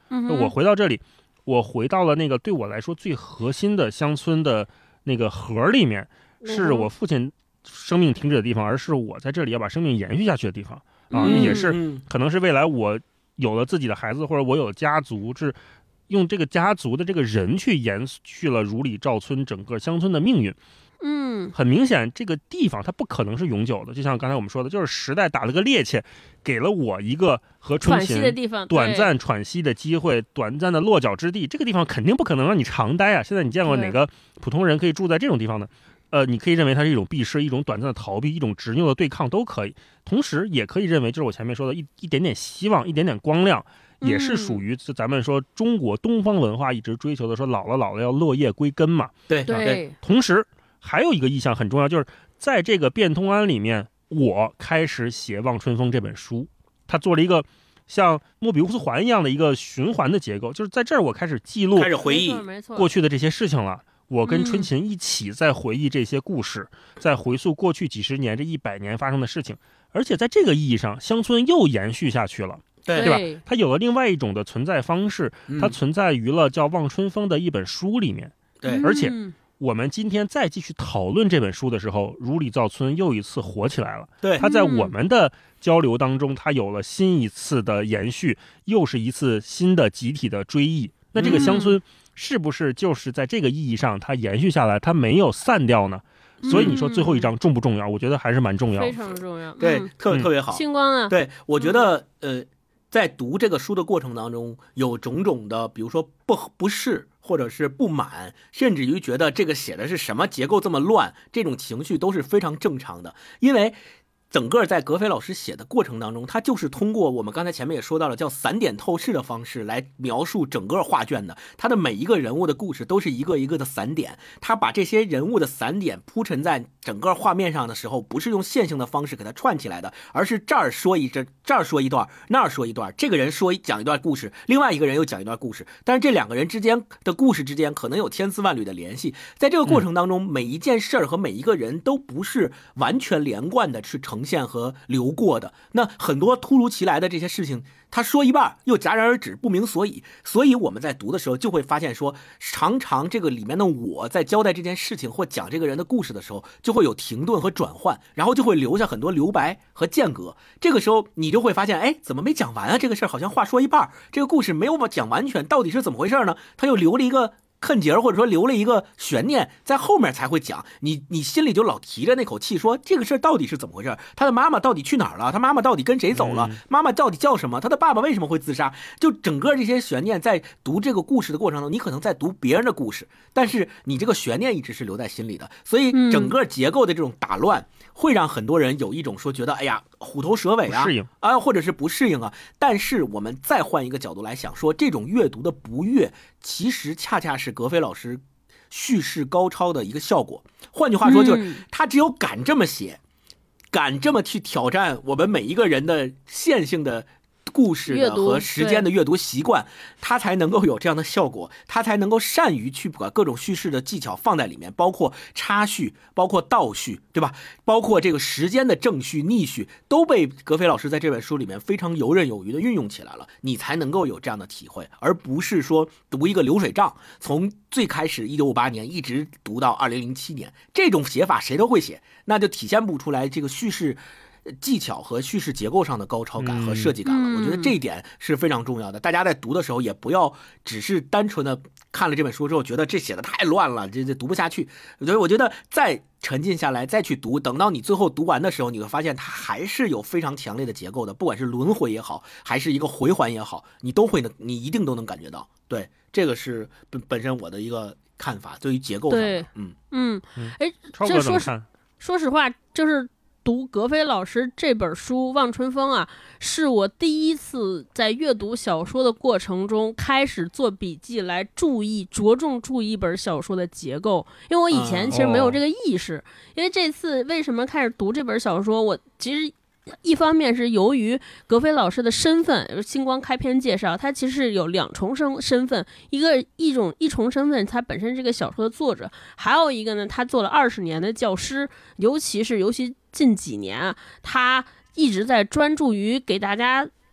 嗯、 我回到这里，我回到了那个对我来说最核心的乡村的那个核里面，是我父亲生命停止的地方，而是我在这里要把生命延续下去的地方啊， 嗯、 也是可能是未来我有了自己的孩子，或者我有家族，是用这个家族的这个人去延续了如里赵村整个乡村的命运。 嗯， 很明显这个地方它不可能是永久的，就像刚才我们说的，就是时代打了个趔趄，给了我一个和春琴的地方短暂喘息的机会，短暂的落脚之地。这个地方肯定不可能让你长待啊！现在你见过哪个普通人可以住在这种地方呢？呃，你可以认为它是一种避世，一种短暂的逃避，一种执拗的对抗都可以，同时也可以认为就是我前面说的一一点点希望，一点点光亮，也是属于咱们说中国东方文化一直追求的，说老了老了要落叶归根嘛。 对对， 同时还有一个意象很重要，就是在这个变通庵里面，我开始写《望春风》这本书，它做了一个像莫比乌斯环一样的一个循环的结构，就是在这儿我开始记录， 开始回忆过去的这些事情了。我跟春琴一起在回忆这些故事，嗯、在回溯过去几十年、这一百年发生的事情，而且在这个意义上，乡村又延续下去了。 对对吧？它有了另外一种的存在方式，它存在于了叫《望春风》的一本书里面。 对， 而且我们今天再继续讨论这本书的时候，如里赵村又一次火起来了。 对， 它在我们的交流当中，它有了新一次的延续，又是一次新的集体的追忆。那这个乡村是不是就是在这个意义上它延续下来，它没有散掉呢？所以你说最后一章重不重要？我觉得还是蛮重要的， 非常重要。 对， 嗯、 特别特别好。 星光啊， 对，我觉得呃。在读这个书的过程当中，有种种的，比如说不不适，或者是不满，甚至于觉得这个写的是什么结构这么乱，这种情绪都是非常正常的。因为整个在格非老师写的过程当中，他就是通过我们刚才前面也说到了叫散点透视的方式来描述整个画卷的。他的每一个人物的故事都是一个一个的散点，他把这些人物的散点铺陈在整个画面上的时候，不是用线性的方式给它串起来的，而是这儿说一这这儿说一段，那儿说一段，这个人说讲一段故事，另外一个人又讲一段故事，但是这两个人之间的故事之间可能有千丝万缕的联系。在这个过程当中，每一件事儿和每一个人都不是完全连贯的去呈现和流过的，那很多突如其来的这些事情，他说一半又戛然而止，不明所以。所以我们在读的时候就会发现说，常常这个里面的我在交代这件事情或讲这个人的故事的时候，就会有停顿和转换，然后就会留下很多留白和间隔。这个时候你就会发现，哎，怎么没讲完啊？这个事儿好像话说一半，这个故事没有讲完全，到底是怎么回事呢？他又留了一个坑节，或者说留了一个悬念，在后面才会讲。你你心里就老提着那口气，说这个事儿到底是怎么回事？他的妈妈到底去哪儿了？他妈妈到底跟谁走了？妈妈到底叫什么？他的爸爸为什么会自杀？就整个这些悬念，在读这个故事的过程中，你可能在读别人的故事，但是你这个悬念一直是留在心里的。所以整个结构的这种打乱，会让很多人有一种说觉得，哎呀，虎头蛇尾啊，啊，或者是不适应啊。但是我们再换一个角度来想，说这种阅读的不悦，其实恰恰是格非老师叙事高超的一个效果。换句话说，就是他只有敢这么写，敢这么去挑战我们每一个人的线性的故事的和时间的阅读习惯，他才能够有这样的效果，他才能够善于去把各种叙事的技巧放在里面，包括插叙，包括倒叙，对吧？包括这个时间的正叙、逆叙，都被格非老师在这本书里面非常游刃有余的运用起来了，你才能够有这样的体会，而不是说读一个流水账，从最开始一九五八年一直读到二零零七年，这种写法谁都会写，那就体现不出来这个叙事技巧和叙事结构上的高超感和设计感了。我觉得这一点是非常重要的。大家在读的时候也不要只是单纯的看了这本书之后觉得这写的太乱了，这这读不下去。所以我觉得再沉浸下来再去读，等到你最后读完的时候，你会发现它还是有非常强烈的结构的，不管是轮回也好，还是一个回环也好，你都会能，你一定都能感觉到。对，这个是本本身我的一个看法，对于结构上的。 对， 嗯嗯，哎，这说实说实话，就是读格非老师这本书《望春风》啊，是我第一次在阅读小说的过程中开始做笔记，来注意着重注意一本小说的结构。因为我以前其实没有这个意识，嗯哦、因为这次为什么开始读这本小说，我其实一方面是由于格非老师的身份，星光开篇介绍他其实有两重身身份，一个一种一重身份，他本身这个小说的作者，还有一个呢，他做了二十年的教师，尤其是尤其近几年啊，他一直在专注于给大家就是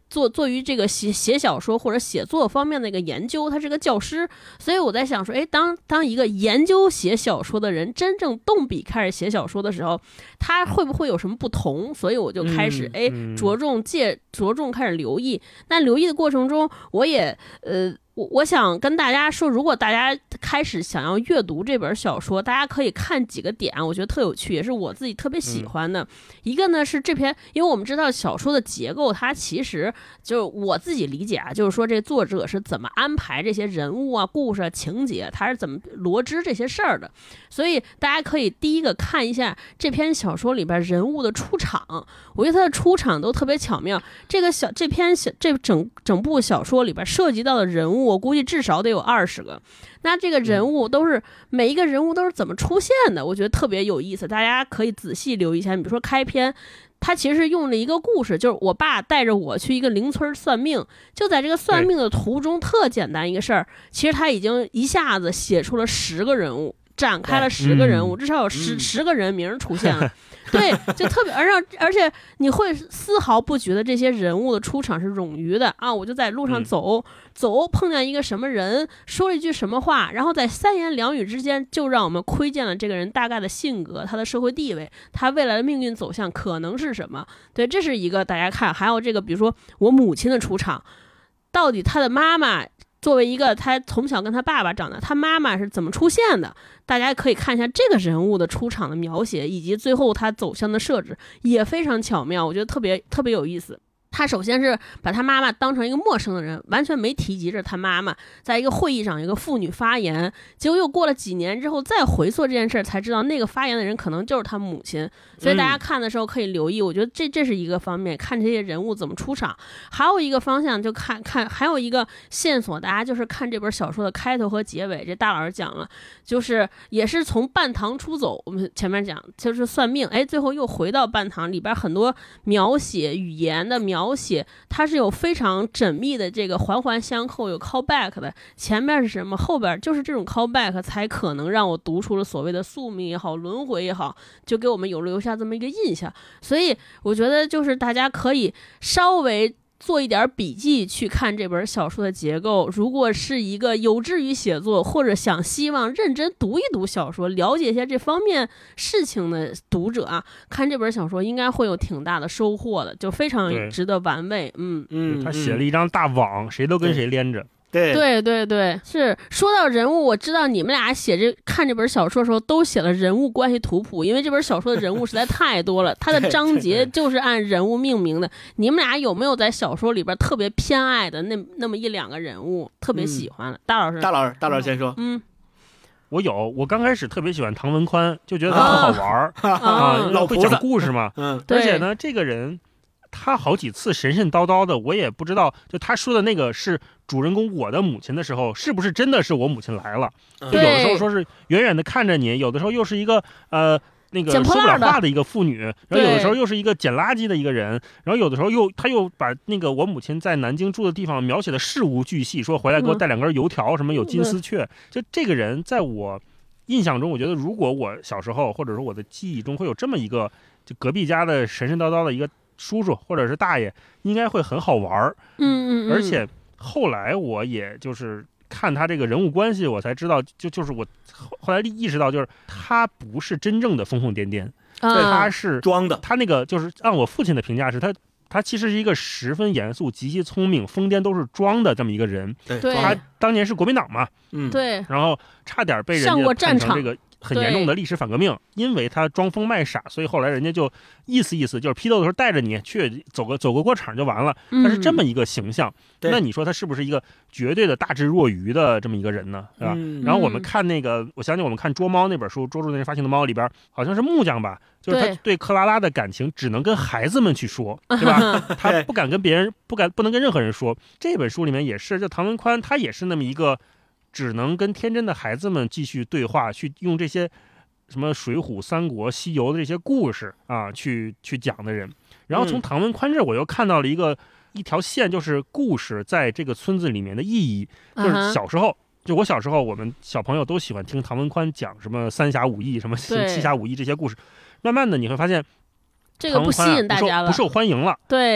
做做于这个写写小说或者写作方面的一个研究，他是个教师，所以我在想说，哎，当当一个研究写小说的人真正动笔开始写小说的时候，他会不会有什么不同？所以我就开始哎、 嗯、 着重借着重开始留意。那留意的过程中，我也呃。我我想跟大家说，如果大家开始想要阅读这本小说，大家可以看几个点，我觉得特有趣，也是我自己特别喜欢的。嗯、一个呢是这篇，因为我们知道小说的结构，它其实就是我自己理解啊，就是说这作者是怎么安排这些人物啊、故事啊、情节，他是怎么罗织这些事儿的。所以大家可以第一个看一下这篇小说里边人物的出场，我觉得他的出场都特别巧妙。这个小这篇小这整整部小说里边涉及到的人物，我估计至少得有二十个。那这个人物都是、嗯、每一个人物都是怎么出现的，我觉得特别有意思，大家可以仔细留意一下。比如说开篇，他其实用了一个故事，就是我爸带着我去一个邻村算命，就在这个算命的途中，特简单一个事儿，其实他已经一下子写出了十个人物，展开了十个人物，嗯、至少有十、嗯、十个人名出现了。对，就特别，而让而且你会丝毫不觉得这些人物的出场是冗余的啊！我就在路上走、嗯、走，碰见一个什么人，说了一句什么话，然后在三言两语之间就让我们窥见了这个人大概的性格、他的社会地位、他未来的命运走向可能是什么。对，这是一个大家看。还有这个，比如说我母亲的出场，到底他的妈妈作为一个他从小跟他爸爸长大，他妈妈是怎么出现的？大家可以看一下这个人物的出场的描写，以及最后他走向的设置也非常巧妙，我觉得特别特别有意思。他首先是把他妈妈当成一个陌生的人，完全没提及着他妈妈。在一个会议上，一个妇女发言，结果又过了几年之后再回溯这件事，才知道那个发言的人可能就是他母亲。所以大家看的时候可以留意，我觉得这这是一个方面，看这些人物怎么出场。还有一个方向就看看，还有一个线索，大家就是看这本小说的开头和结尾。这大老师讲了，就是也是从半堂出走，我们前面讲就是算命，哎，最后又回到半堂里边，很多描写语言的描写，它是有非常缜密的这个环环相扣，有 callback 的。前面是什么，后边就是这种 callback 才可能让我读出了所谓的宿命也好，轮回也好，就给我们有留下这么一个印象。所以我觉得就是大家可以稍微做一点笔记去看这本小说的结构。如果是一个有志于写作或者想希望认真读一读小说，了解一下这方面事情的读者啊，看这本小说应该会有挺大的收获的，就非常值得玩味。嗯嗯，他写了一张大网，谁都跟谁连着。 对对对对，是说到人物，我知道你们俩写这看这本小说的时候都写了人物关系图谱，因为这本小说的人物实在太多了，它的章节就是按人物命名的。你们俩有没有在小说里边特别偏爱的那那么一两个人物，特别喜欢的？嗯、大老师， 大老师，大老师先说。 嗯， 我有，我刚开始特别喜欢唐文宽，就觉得他很好玩啊，啊老会讲故事嘛。 嗯， 而且呢，这个人。他好几次神神叨叨的，我也不知道，就他说的那个是主人公我的母亲的时候，是不是真的是我母亲来了？就有的时候说是远远的看着你，有的时候又是一个呃那个说不了话的一个妇女，然后有的时候又是一个捡垃圾的一个人，然后有的时候又他又把那个我母亲在南京住的地方描写的事无巨细，说回来给我带两根油条，什么有金丝雀，就这个人在我印象中，我觉得如果我小时候或者说我的记忆中会有这么一个就隔壁家的神神叨叨的一个叔叔或者是大爷，应该会很好玩。 嗯嗯嗯。 而且后来我也就是看他这个人物关系，我才知道，就就是我后来意识到，就是他不是真正的疯疯癫癫， 啊、 他是装的。 他那个就是按我父亲的评价是，他他其实是一个十分严肃、极其聪明、疯癫都是装的这么一个人。 对， 他当年是国民党嘛， 嗯， 对， 然后差点被人家判成这个很严重的历史反革命，因为他装疯卖傻，所以后来人家就意思意思，就是批斗的时候带着你去走个走个过场就完了。他是这么一个形象， 嗯、 那你说他是不是一个绝对的大智若愚的这么一个人呢？对吧？ 嗯、 然后我们看那个，我想起我们看《捉猫》那本书，捉住那只发情的猫里边，好像是木匠吧，就是他对克拉拉的感情只能跟孩子们去说，对吧？他不敢跟别人，不敢不能跟任何人说。这本书里面也是，就唐文宽他也是那么一个。只能跟天真的孩子们继续对话，去用这些什么水浒、三国、西游的这些故事啊，去去讲的人。然后从唐文宽这我又看到了一个、嗯、一条线，就是故事在这个村子里面的意义。就是小时候，就我小时候，我们小朋友都喜欢听唐文宽讲什么三侠五义、什么七侠五义这些故事。慢慢的你会发现， 这个不吸引大家了， 不受欢迎了。 对。 对，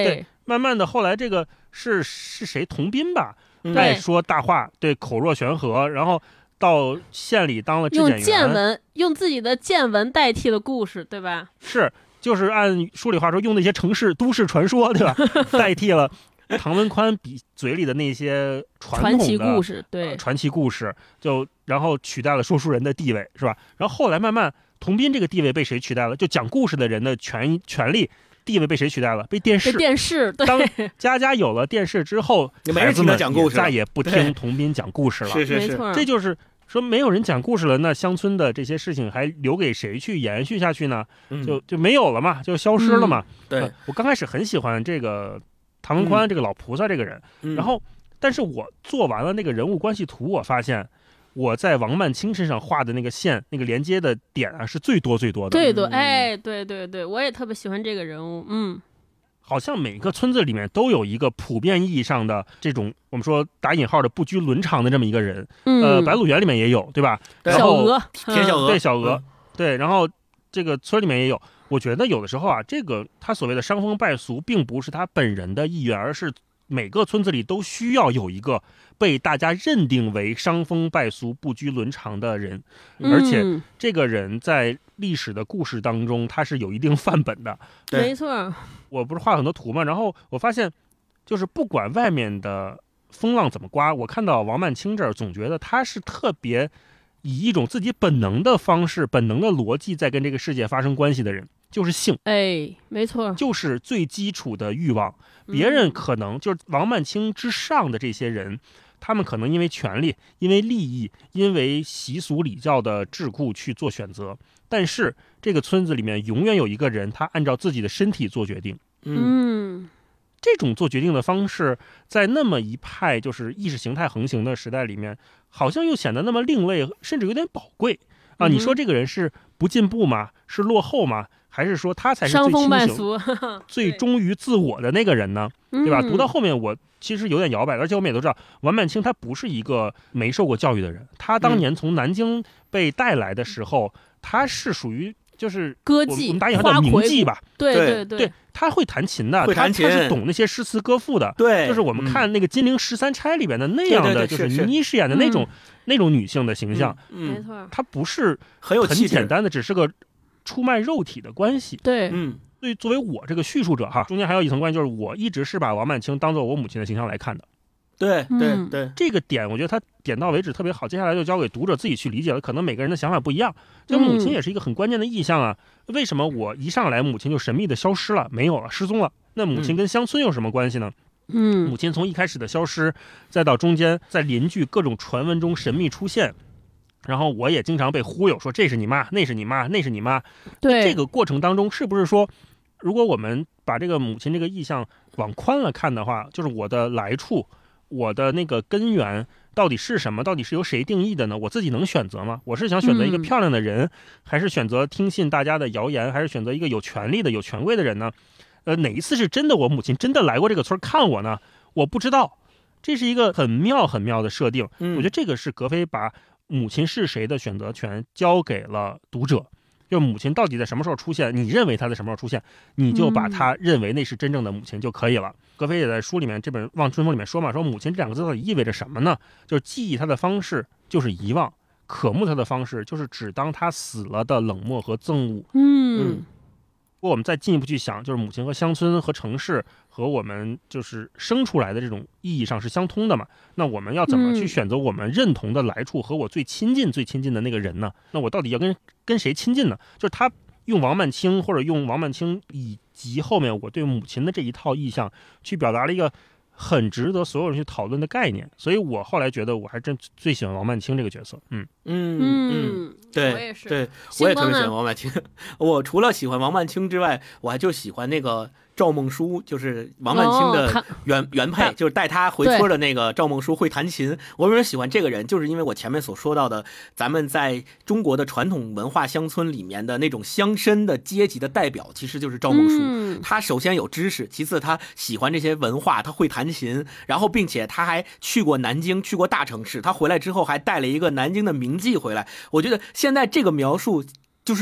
慢慢的后来这个是是谁童斌吧， 嗯在说大话，对，口若悬河，然后到县里当了质检员， 用见闻，用自己的见闻代替了故事，对吧？ 是，就是按书里话说，用那些城市都市传说，对吧？代替了唐文宽笔嘴里的那些传统的传奇故事，对， 呃、传奇故事，就然后取代了说书人的地位，是吧？然后后来慢慢，童斌这个地位被谁取代了？就讲故事的人的权权利。地位被谁取代了？被电视。 被电视。对， 当家家有了电视之后，孩子们讲故事再也不听童斌讲故事了。 是是是， 这就是说没有人讲故事了，那乡村的这些事情还留给谁去延续下去呢？ 嗯、 就就没有了嘛，就消失了嘛。 嗯、对、 呃，我刚开始很喜欢这个唐文宽、嗯、这个老菩萨这个人， 嗯、 然后但是我做完了那个人物关系图，我发现。我在王曼青身上画的那个线，那个连接的点啊，是最多最多的。 对对，哎，对对对，我也特别喜欢这个人物。嗯， 好像每个村子里面都有一个普遍意义上的这种我们说打引号的不拘伦常的这么一个人。 嗯、 呃，白鹿原里面也有，对吧？ 小鹅， 田小鹅， 对小鹅， 嗯、 对，然后这个村里面也有。我觉得有的时候啊，这个他所谓的伤风败俗，并不是他本人的意愿，而是每个村子里都需要有一个被大家认定为伤风败俗、不拘伦常的人， 嗯、 而且这个人在历史的故事当中，他是有一定范本的。 没错， 我不是画很多图嘛，然后我发现，就是不管外面的风浪怎么刮，我看到王曼青这儿，总觉得他是特别以一种自己本能的方式、本能的逻辑在跟这个世界发生关系的人。就是性， 哎，没错， 就是最基础的欲望。别人可能就是王曼青之上的这些人，他们可能因为权力、因为利益、因为习俗礼教的桎梏去做选择，但是这个村子里面永远有一个人，他按照自己的身体做决定。 嗯， 这种做决定的方式，在那么一派就是意识形态横行的时代里面，好像又显得那么另类，甚至有点宝贵啊！你说这个人是不进步吗？是落后吗？还是说他才是最清醒、最忠于自我的那个人呢？对吧？ 嗯、 读到后面，我其实有点摇摆，而且我们也都知道，王曼青他不是一个没受过教育的人。他当年从南京被带来的时候，嗯、他是属于就是歌妓， 我们打引号叫名妓吧？ 对对对，对他会弹琴的， 会弹琴， 他他是懂那些诗词歌赋的。 对， 就是我们看那个《金陵十三钗》里边的那样的，就是倪氏演的那种、 嗯、 那种女性的形象。 嗯，没错， 她不是很有很简单的，只是个。出卖肉体的关系， 对， 嗯， 所以作为我这个叙述者哈，中间还有一层关系，就是我一直是把王曼青当做我母亲的形象来看的， 对对嗯、 对， 这个点我觉得他点到为止特别好，接下来就交给读者自己去理解了，可能每个人的想法不一样。就母亲也是一个很关键的意象啊，嗯、为什么我一上来母亲就神秘的消失了，没有了，失踪了？那母亲跟乡村有什么关系呢？ 嗯， 母亲从一开始的消失，再到中间在邻居各种传闻中神秘出现。然后我也经常被忽悠说这是你妈，那是你妈，那是你妈。 对， 这个过程当中，是不是说，如果我们把这个母亲这个意象往宽了看的话，就是我的来处，我的那个根源到底是什么？到底是由谁定义的呢？我自己能选择吗？我是想选择一个漂亮的人，嗯、还是选择听信大家的谣言，还是选择一个有权力的、有权威的人呢？呃，哪一次是真的我母亲真的来过这个村看我呢？我不知道。这是一个很妙很妙的设定。 嗯、 我觉得这个是格非把母亲是谁的选择权交给了读者，就母亲到底在什么时候出现，你认为她在什么时候出现，你就把她认为那是真正的母亲就可以了。嗯、格非也在书里面这本《望春风》里面说嘛，说母亲这两个字到底意味着什么呢？就是记忆她的方式就是遗忘，渴慕她的方式就是只当她死了的冷漠和憎恶。 嗯。 嗯如果我们再进一步去想，就是母亲和乡村和城市和我们就是生出来的这种意义上是相通的嘛？那我们要怎么去选择我们认同的来处和我最亲近、最亲近的那个人呢？那我到底要跟跟谁亲近呢？就是他用王曼青，或者用王曼青以及后面我对母亲的这一套意象，去表达了一个很值得所有人去讨论的概念。所以我后来觉得，我还真最喜欢王曼青这个角色。嗯嗯嗯， 对， 我也是， 对，我也特别喜欢王曼青。我除了喜欢王曼青之外，我还就喜欢那个赵梦书，就是王曼青的原、哦、原配，就是带他回村的那个赵梦书会弹琴。我为什么喜欢这个人，就是因为我前面所说到的，咱们在中国的传统文化乡村里面的那种乡绅的阶级的代表，其实就是赵梦书。 嗯、 他首先有知识，其次他喜欢这些文化，他会弹琴，然后并且他还去过南京，去过大城市。他回来之后还带了一个南京的名妓回来。我觉得现在这个描述就是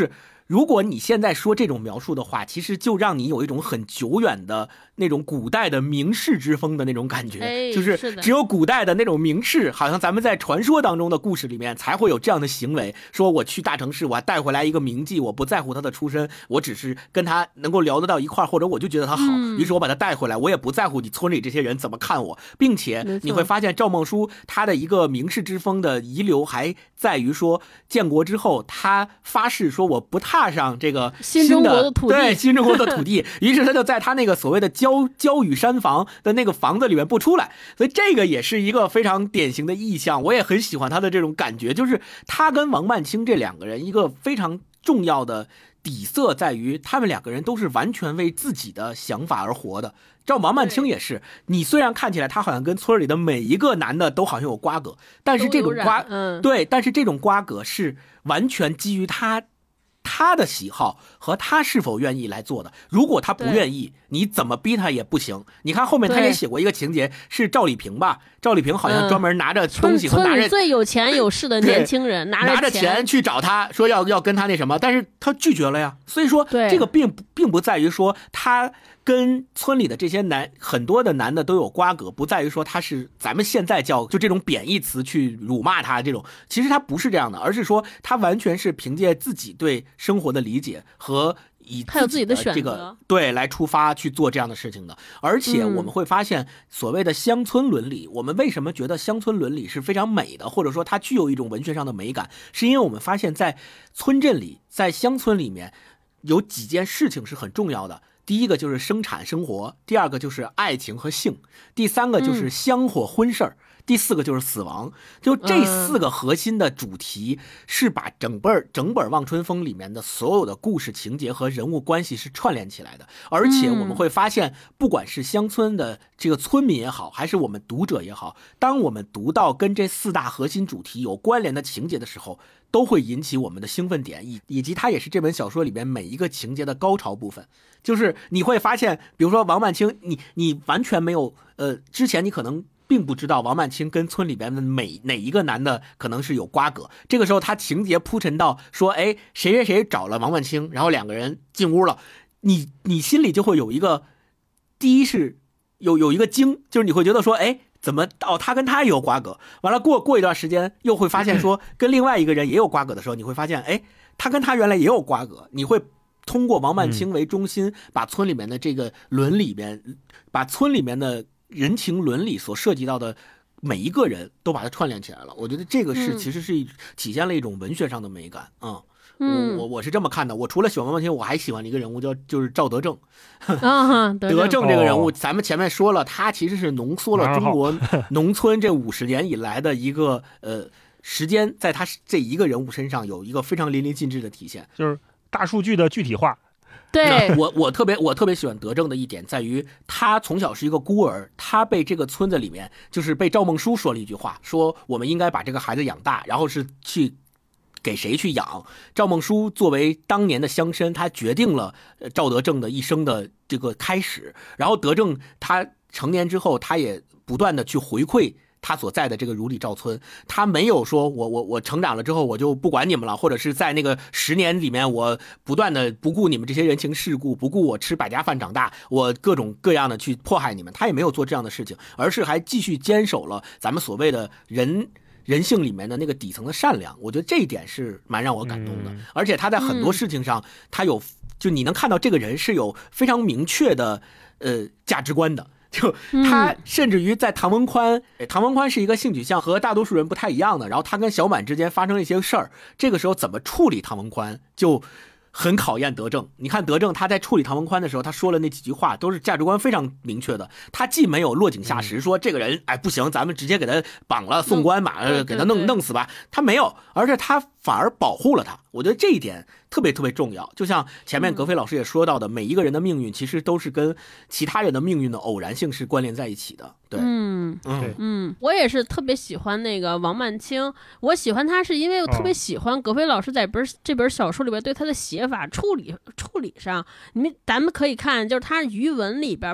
如果你现在说这种描述的话，其实就让你有一种很久远的那种古代的名士之风的那种感觉， 哎、 就是只有古代的那种名士，好像咱们在传说当中的故事里面才会有这样的行为，说我去大城市，我还带回来一个名妓，我不在乎他的出身，我只是跟他能够聊得到一块，或者我就觉得他好、嗯、于是我把他带回来，我也不在乎你村里这些人怎么看我，并且你会发现赵孟骢他的一个名士之风的遗留还在于说，建国之后他发誓说我不踏上这个新的新中国的土地， 对新中国的土地，于是他就在他那个所谓的焦焦雨山房的那个房子里面不出来，所以这个也是一个非常典型的意象，我也很喜欢他的这种感觉，就是他跟王曼清这两个人一个非常重要的底色在于，他们两个人都是完全为自己的想法而活的。照王曼清也是，你虽然看起来他好像跟村里的每一个男的都好像有瓜葛，但是这种瓜、 嗯、 对，但是这种瓜葛是完全基于他他的喜好和他是否愿意来做的。如果他不愿意，你怎么逼他也不行。你看后面他也写过一个情节，是赵丽萍吧？赵丽萍好像专门拿着东西和拿着、 嗯、最有钱有势的年轻人拿着 钱, 拿着钱去找他，说要要跟他那什么，但是他拒绝了呀。所以说这个并并不在于说他跟村里的这些男很多的男的都有瓜葛，不在于说他是咱们现在叫就这种贬义词去辱骂他这种，其实他不是这样的，而是说他完全是凭借自己对生活的理解和以自己的这个对来出发去做这样的事情的。而且我们会发现所谓的乡村伦理、嗯、我们为什么觉得乡村伦理是非常美的，或者说它具有一种文学上的美感，是因为我们发现在村镇里在乡村里面有几件事情是很重要的。第一个就是生产生活，第二个就是爱情和性，第三个就是香火婚事儿、嗯，第四个就是死亡。就这四个核心的主题是把整本整本《望春风》里面的所有的故事情节和人物关系是串联起来的。而且我们会发现，不管是乡村的这个村民也好，还是我们读者也好，当我们读到跟这四大核心主题有关联的情节的时候，都会引起我们的兴奋点，以以及它也是这本小说里边每一个情节的高潮部分。就是你会发现，比如说王曼清，你你完全没有呃，之前你可能并不知道王曼清跟村里边的每哪一个男的可能是有瓜葛。这个时候他情节铺陈到说，哎，谁谁谁找了王曼清，然后两个人进屋了，你你心里就会有一个，第一是有有一个惊，就是你会觉得说，哎。怎么哦？他跟他也有瓜葛，完了过过一段时间又会发现说跟另外一个人也有瓜葛的时候，你会发现，哎，他跟他原来也有瓜葛。你会通过王曼清为中心，把村里面的这个伦里面，把村里面的人情伦理所涉及到的每一个人都把它串联起来了。我觉得这个是其实是体现了一种文学上的美感啊。嗯，我我我是这么看的。我除了喜欢王曼清，我还喜欢一个人物叫就是赵德正。 啊， 德正这个人物，咱们前面说了，他其实是浓缩了中国农村这五十年以来的一个呃时间，在他这一个人物身上有一个非常淋漓尽致的体现， 就是大数据的具体化。 对， 我我特别我特别喜欢德正的一点在于，他从小是一个孤儿，他被这个村子里面就是被赵孟骢说了一句话，说我们应该把这个孩子养大，然后是去。给谁去养？赵孟骢作为当年的乡绅，他决定了赵德正的一生的这个开始。然后德正他成年之后，他也不断的去回馈他所在的这个如里赵村，他没有说我我我成长了之后我就不管你们了，或者是在那个十年里面我不断的不顾你们这些人情世故，不顾我吃百家饭长大，我各种各样的去迫害你们，他也没有做这样的事情，而是还继续坚守了咱们所谓的人。人性里面的那个底层的善良，我觉得这一点是蛮让我感动的。而且他在很多事情上，他有就你能看到这个人是有非常明确的呃价值观的。就他甚至于在唐文宽，唐文宽是一个性取向和大多数人不太一样的，然后他跟小满之间发生了一些事儿，这个时候怎么处理唐文宽就很考验德正。你看德正他在处理唐文宽的时候，他说了那几句话都是价值观非常明确的，他既没有落井下石说这个人哎不行咱们直接给他绑了送官马给他弄弄死吧，他没有，而且他反而保护了他。我觉得这一点特别特别重要，就像前面格飞老师也说到的，每一个人的命运其实都是跟其他人的命运的偶然性是关联在一起的。对， 嗯嗯嗯，我也是特别喜欢那个王曼清，我喜欢他是因为我特别喜欢格飞老师在本这本小说里边对他的写法处理处理上，你们咱们可以看就是他余文里边包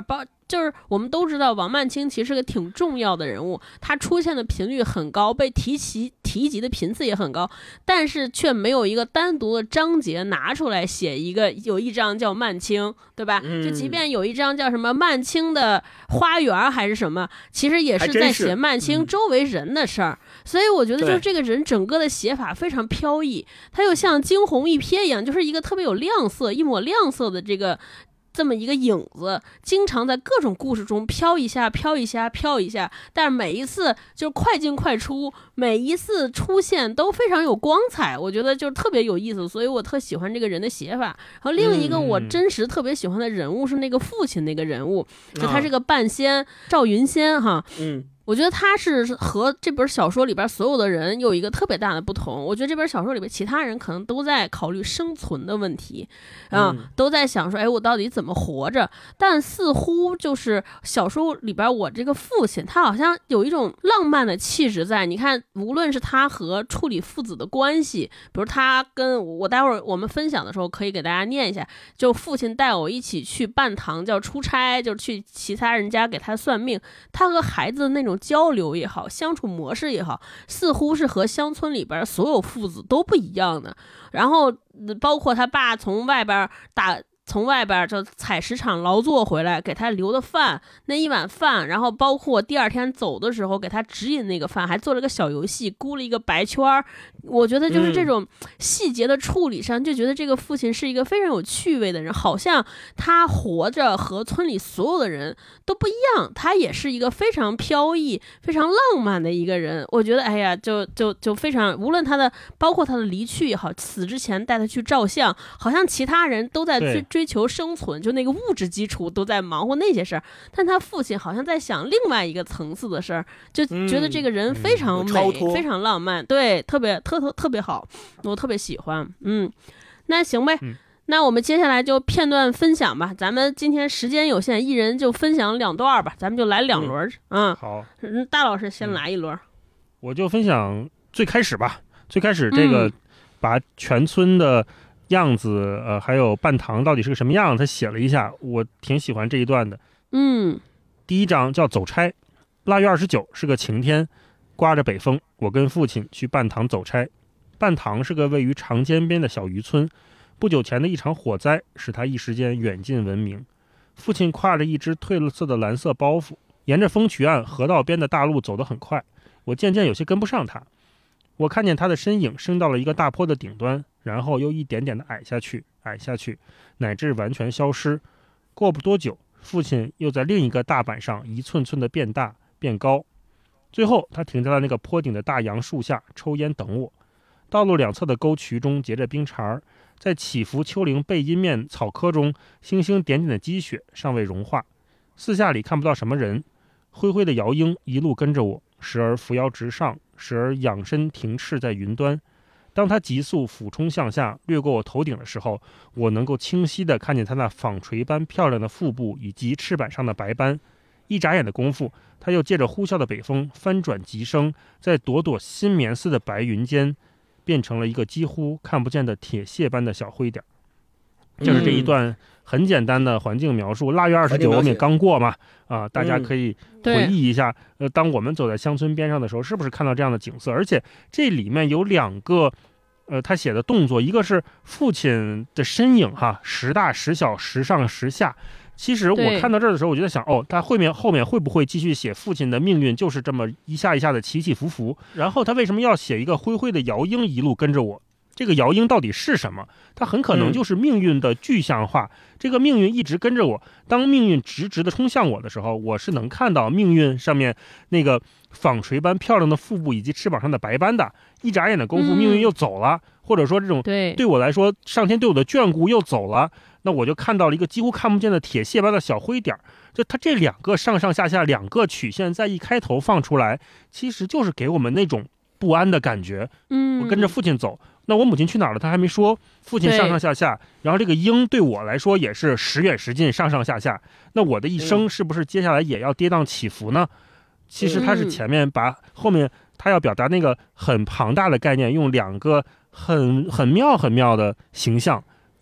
就是我们都知道王曼青其实是个挺重要的人物，他出现的频率很高，被提及提及的频次也很高，但是却没有一个单独的章节拿出来写一个，有一章叫曼青，对吧？ 嗯、 就即便有一章叫什么曼青的花园还是什么，其实也是在写曼青周围人的事儿。嗯、所以我觉得就是这个人整个的写法非常飘逸，他又像惊鸿一瞥一样，就是一个特别有亮色、一抹亮色的这个。这么一个影子，经常在各种故事中飘一下飘一下飘一下，但是每一次就是快进快出，每一次出现都非常有光彩，我觉得就特别有意思，所以我特喜欢这个人的写法。然后另一个我真实特别喜欢的人物是那个父亲那个人物，嗯、就他是个半仙赵云仙哈，嗯。我觉得他是和这本小说里边所有的人有一个特别大的不同。我觉得这本小说里边其他人可能都在考虑生存的问题啊、嗯，都在想说，哎，我到底怎么活着？但似乎就是小说里边我这个父亲，他好像有一种浪漫的气质在。你看，无论是他和处理父子的关系，比如他跟我待会儿我们分享的时候可以给大家念一下，就父亲带我一起去办堂叫出差，就是去其他人家给他算命，他和孩子的那种交流也好，相处模式也好，似乎是和乡村里边所有父子都不一样的。然后包括他爸从外边打从外边就采石场劳作回来给他留的饭，那一碗饭，然后包括第二天走的时候给他指引那个饭，还做了个小游戏，箍了一个白圈。我觉得就是这种细节的处理上，就觉得这个父亲是一个非常有趣味的人，好像他活着和村里所有的人都不一样，他也是一个非常飘逸非常浪漫的一个人。我觉得哎呀就就就非常，无论他的包括他的离去也好，死之前带他去照相，好像其他人都在追追求生存，就那个物质基础都在忙活那些事儿，但他父亲好像在想另外一个层次的事儿，就觉得这个人非常美、嗯、非常浪漫，对，特别特特特别好，我特别喜欢。嗯，那行呗、嗯，那我们接下来就片段分享吧，咱们今天时间有限，一人就分享两段吧，咱们就来两轮。嗯，嗯好， 大老师先来一轮、嗯、 我就分享最开始吧，最开始这个把全村的样子，呃，还有半堂到底是个什么样，他写了一下，我挺喜欢这一段的。 嗯， 第一章叫走差。腊月二十九是个晴天，刮着北风，我跟父亲去半堂走差。半堂是个位于长间边的小渔村，不久前的一场火灾使他一时间远近闻名。父亲挎着一只褪了色的蓝色包袱，沿着风渠岸河道边的大路走得很快，我渐渐有些跟不上他。我看见他的身影升到了一个大坡的顶端，然后又一点点的矮下去，矮下去，乃至完全消失。过不多久，父亲又在另一个大板上一寸寸的变大变高，最后他停在了那个坡顶的大杨树下抽烟等我。道路两侧的沟渠中结着冰碴，在起伏丘陵背阴面草棵中，星星点点的积雪尚未融化。四下里看不到什么人，灰灰的摇鹰一路跟着我，时而扶摇直上，时而仰身停翅在云端。当他急速俯冲向下掠过我头顶的时候，我能够清晰地看见他那纺锤般漂亮的腹部以及翅膀上的白斑。一眨眼的功夫，他又借着呼啸的北风翻转急升，在朵朵新棉似的白云间变成了一个几乎看不见的铁屑般的小灰点。就是这一段很简单的环境描述。腊月二十九我们也刚过嘛，啊，大家可以回忆一下，呃，当我们走在乡村边上的时候，是不是看到这样的景色？而且这里面有两个，呃，他写的动作，一个是父亲的身影哈，时大时小，时上时下。其实我看到这儿的时候，我就在想，哦，他后面后面会不会继续写父亲的命运就是这么一下一下的起起伏伏？然后他为什么要写一个灰灰的摇鹰一路跟着我？这个摇鹰到底是什么？它很可能就是命运的具象化、嗯、这个命运一直跟着我，当命运直直的冲向我的时候，我是能看到命运上面那个纺锤般漂亮的腹部以及翅膀上的白斑的。一眨眼的功夫，命运又走了、嗯、或者说这种对对我来说上天对我的眷顾又走了，那我就看到了一个几乎看不见的铁屑般的小灰点。就它这两个上上下下两个曲线在一开头放出来，其实就是给我们那种不安的感觉。嗯，我跟着父亲走，那我母亲去哪儿了？他还没说。父亲上上下下，然后这个鹰对我来说也是时远时近，上上下下。那我的一生是不是接下来也要跌宕起伏呢？其实他是前面把后面他要表达那个很庞大的概念，用两个很很妙很妙的形象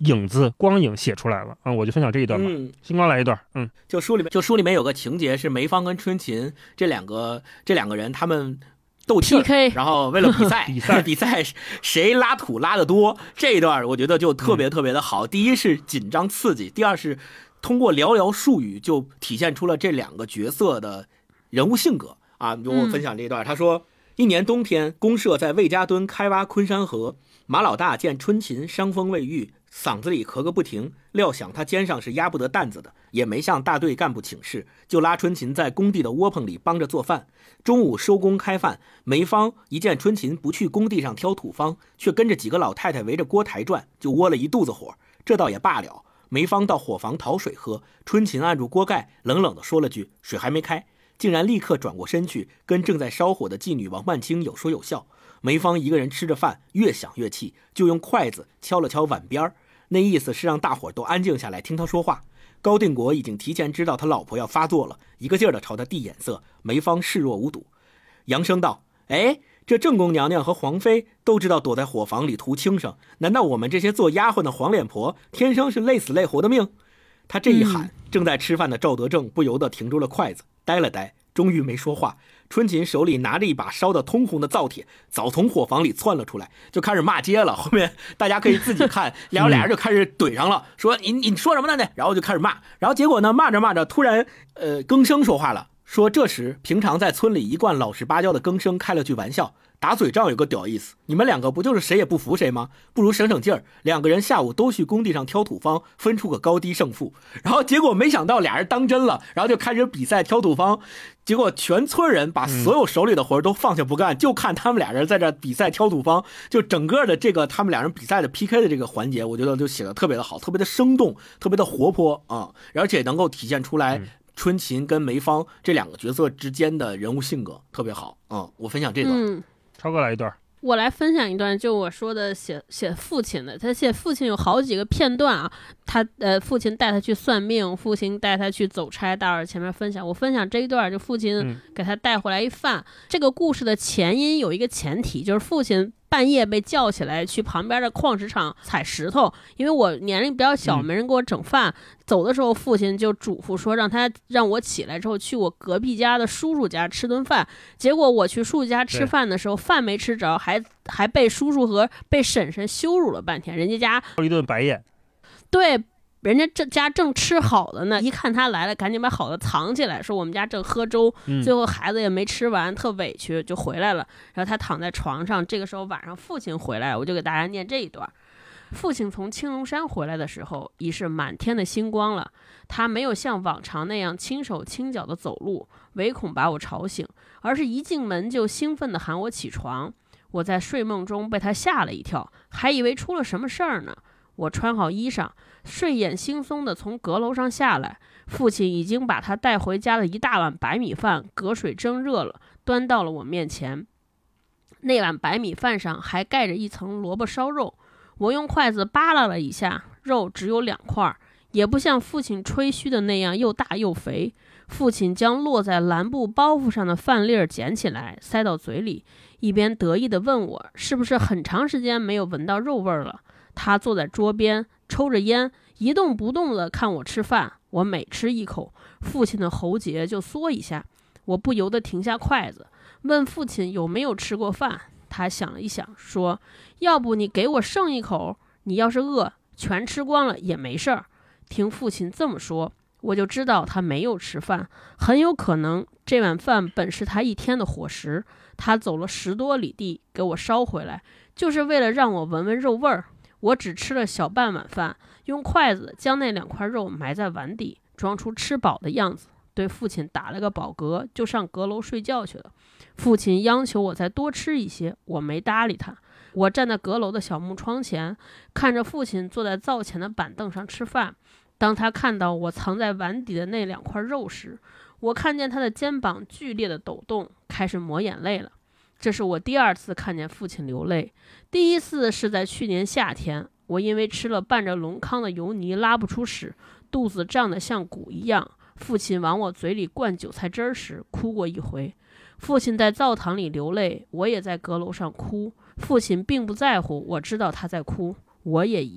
影子光影写出来了啊！我就分享这一段吧。 嗯， 星光来一段。嗯， 就书里面，就书里面有个情节是梅芳跟春琴这两个这两个人他们斗气 P K， 然后为了比赛比赛比赛谁拉土拉得多，这一段我觉得就特别特别的好。嗯、第一是紧张刺激，第二是通过寥寥数语就体现出了这两个角色的人物性格啊。就我分享这一段，嗯、他说。一年冬天，公社在魏家墩开挖昆山河。马老大见春琴伤风未愈，嗓子里咳个不停，料想他肩上是压不得担子的，也没向大队干部请示，就拉春琴在工地的窝棚里帮着做饭。中午收工开饭，梅芳一见春琴不去工地上挑土方，却跟着几个老太太围着锅台转，就窝了一肚子火。这倒也罢了，梅芳到火房讨水喝，春琴按住锅盖，冷冷地说了句：“水还没开。”竟然立刻转过身去，跟正在烧火的妓女王万清有说有笑。梅芳一个人吃着饭，越想越气，就用筷子敲了敲碗边，那意思是让大伙都安静下来听他说话。高定国已经提前知道他老婆要发作了，一个劲儿的朝他递眼色，梅芳视若无睹。扬声道：“哎，这正宫娘娘和皇妃都知道躲在火房里图轻生，难道我们这些做丫鬟的黄脸婆天生是累死累活的命？”他这一喊，嗯、正在吃饭的赵德正不由得停住了筷子，呆了呆，终于没说话。春琴手里拿着一把烧得通红的灶铁，早从火房里窜了出来，就开始骂街了。后面大家可以自己看，然后俩人就开始怼上了，说你你说什么呢？然后就开始骂，然后结果呢，骂着骂着，突然呃更生说话了，说这时平常在村里一贯老实巴交的更生开了句玩笑。打嘴仗有个屌意思，你们两个不就是谁也不服谁吗？不如省省劲儿，两个人下午都去工地上挑土方，分出个高低胜负。然后结果没想到俩人当真了，然后就开始比赛挑土方。结果全村人把所有手里的活都放下不干，嗯、就看他们俩人在这比赛挑土方。就整个的这个他们俩人比赛的 P K 的这个环节，我觉得就写的特别的好，特别的生动，特别的活泼啊，而且能够体现出来。嗯春琴跟梅芳这两个角色之间的人物性格特别好啊、嗯！我分享这段， 嗯， 超哥来一段， 我来分享一段，就我说的写写父亲的，他写父亲有好几个片段啊，他呃父亲带他去算命，父亲带他去走差，大伙前面分享，我分享这一段，就父亲给他带回来一饭。嗯、这个故事的前因有一个前提，就是父亲半夜被叫起来去旁边的矿石场采石头，因为我年龄比较小，没人给我整饭。嗯、走的时候，父亲就嘱咐说，让他让我起来之后去我隔壁家的叔叔家吃顿饭。结果我去叔叔家吃饭的时候，饭没吃着，还还被叔叔和被婶婶羞辱了半天。人家家一顿白眼， 对。人家这家正吃好的呢，一看他来了，赶紧把好的藏起来，说我们家正喝粥， 嗯、 最后孩子也没吃完，特委屈就回来了。然后他躺在床上，这个时候晚上父亲回来，我就给大家念这一段。父亲从青龙山回来的时候，已是满天的星光了。他没有像往常那样轻手轻脚的走路，唯恐把我吵醒，而是一进门就兴奋地喊我起床。我在睡梦中被他吓了一跳，还以为出了什么事儿呢。我穿好衣裳，睡眼惺忪地从阁楼上下来，父亲已经把他带回家的一大碗白米饭隔水蒸热了，端到了我面前。那碗白米饭上还盖着一层萝卜烧肉，我用筷子扒拉了一下，肉只有两块，也不像父亲吹嘘的那样又大又肥。父亲将落在蓝布包袱上的饭粒儿捡起来塞到嘴里，一边得意地问我是不是很长时间没有闻到肉味了。他坐在桌边抽着烟，一动不动地看我吃饭。我每吃一口，父亲的喉结就缩一下，我不由得停下筷子，问父亲有没有吃过饭。他想了一想，说要不你给我剩一口，你要是饿全吃光了也没事儿。听父亲这么说，我就知道他没有吃饭，很有可能这碗饭本是他一天的伙食，他走了十多里地给我捎回来，就是为了让我闻闻肉味儿。我只吃了小半碗饭，用筷子将那两块肉埋在碗底，装出吃饱的样子，对父亲打了个饱嗝，就上阁楼睡觉去了。父亲央求我再多吃一些，我没搭理他。我站在阁楼的小木窗前，看着父亲坐在灶前的板凳上吃饭。当他看到我藏在碗底的那两块肉时，我看见他的肩膀剧烈的抖动，开始抹眼泪了。这是我第二次看见父亲流泪，第一次是在去年夏天，我因为吃了拌着龙糠的油泥拉不出屎，肚子胀得像鼓一样，父亲往我嘴里灌韭菜汁时哭过一回。父亲在灶堂里流泪，我也在阁楼上哭，父亲并不在乎，我知道他在哭，我也一样。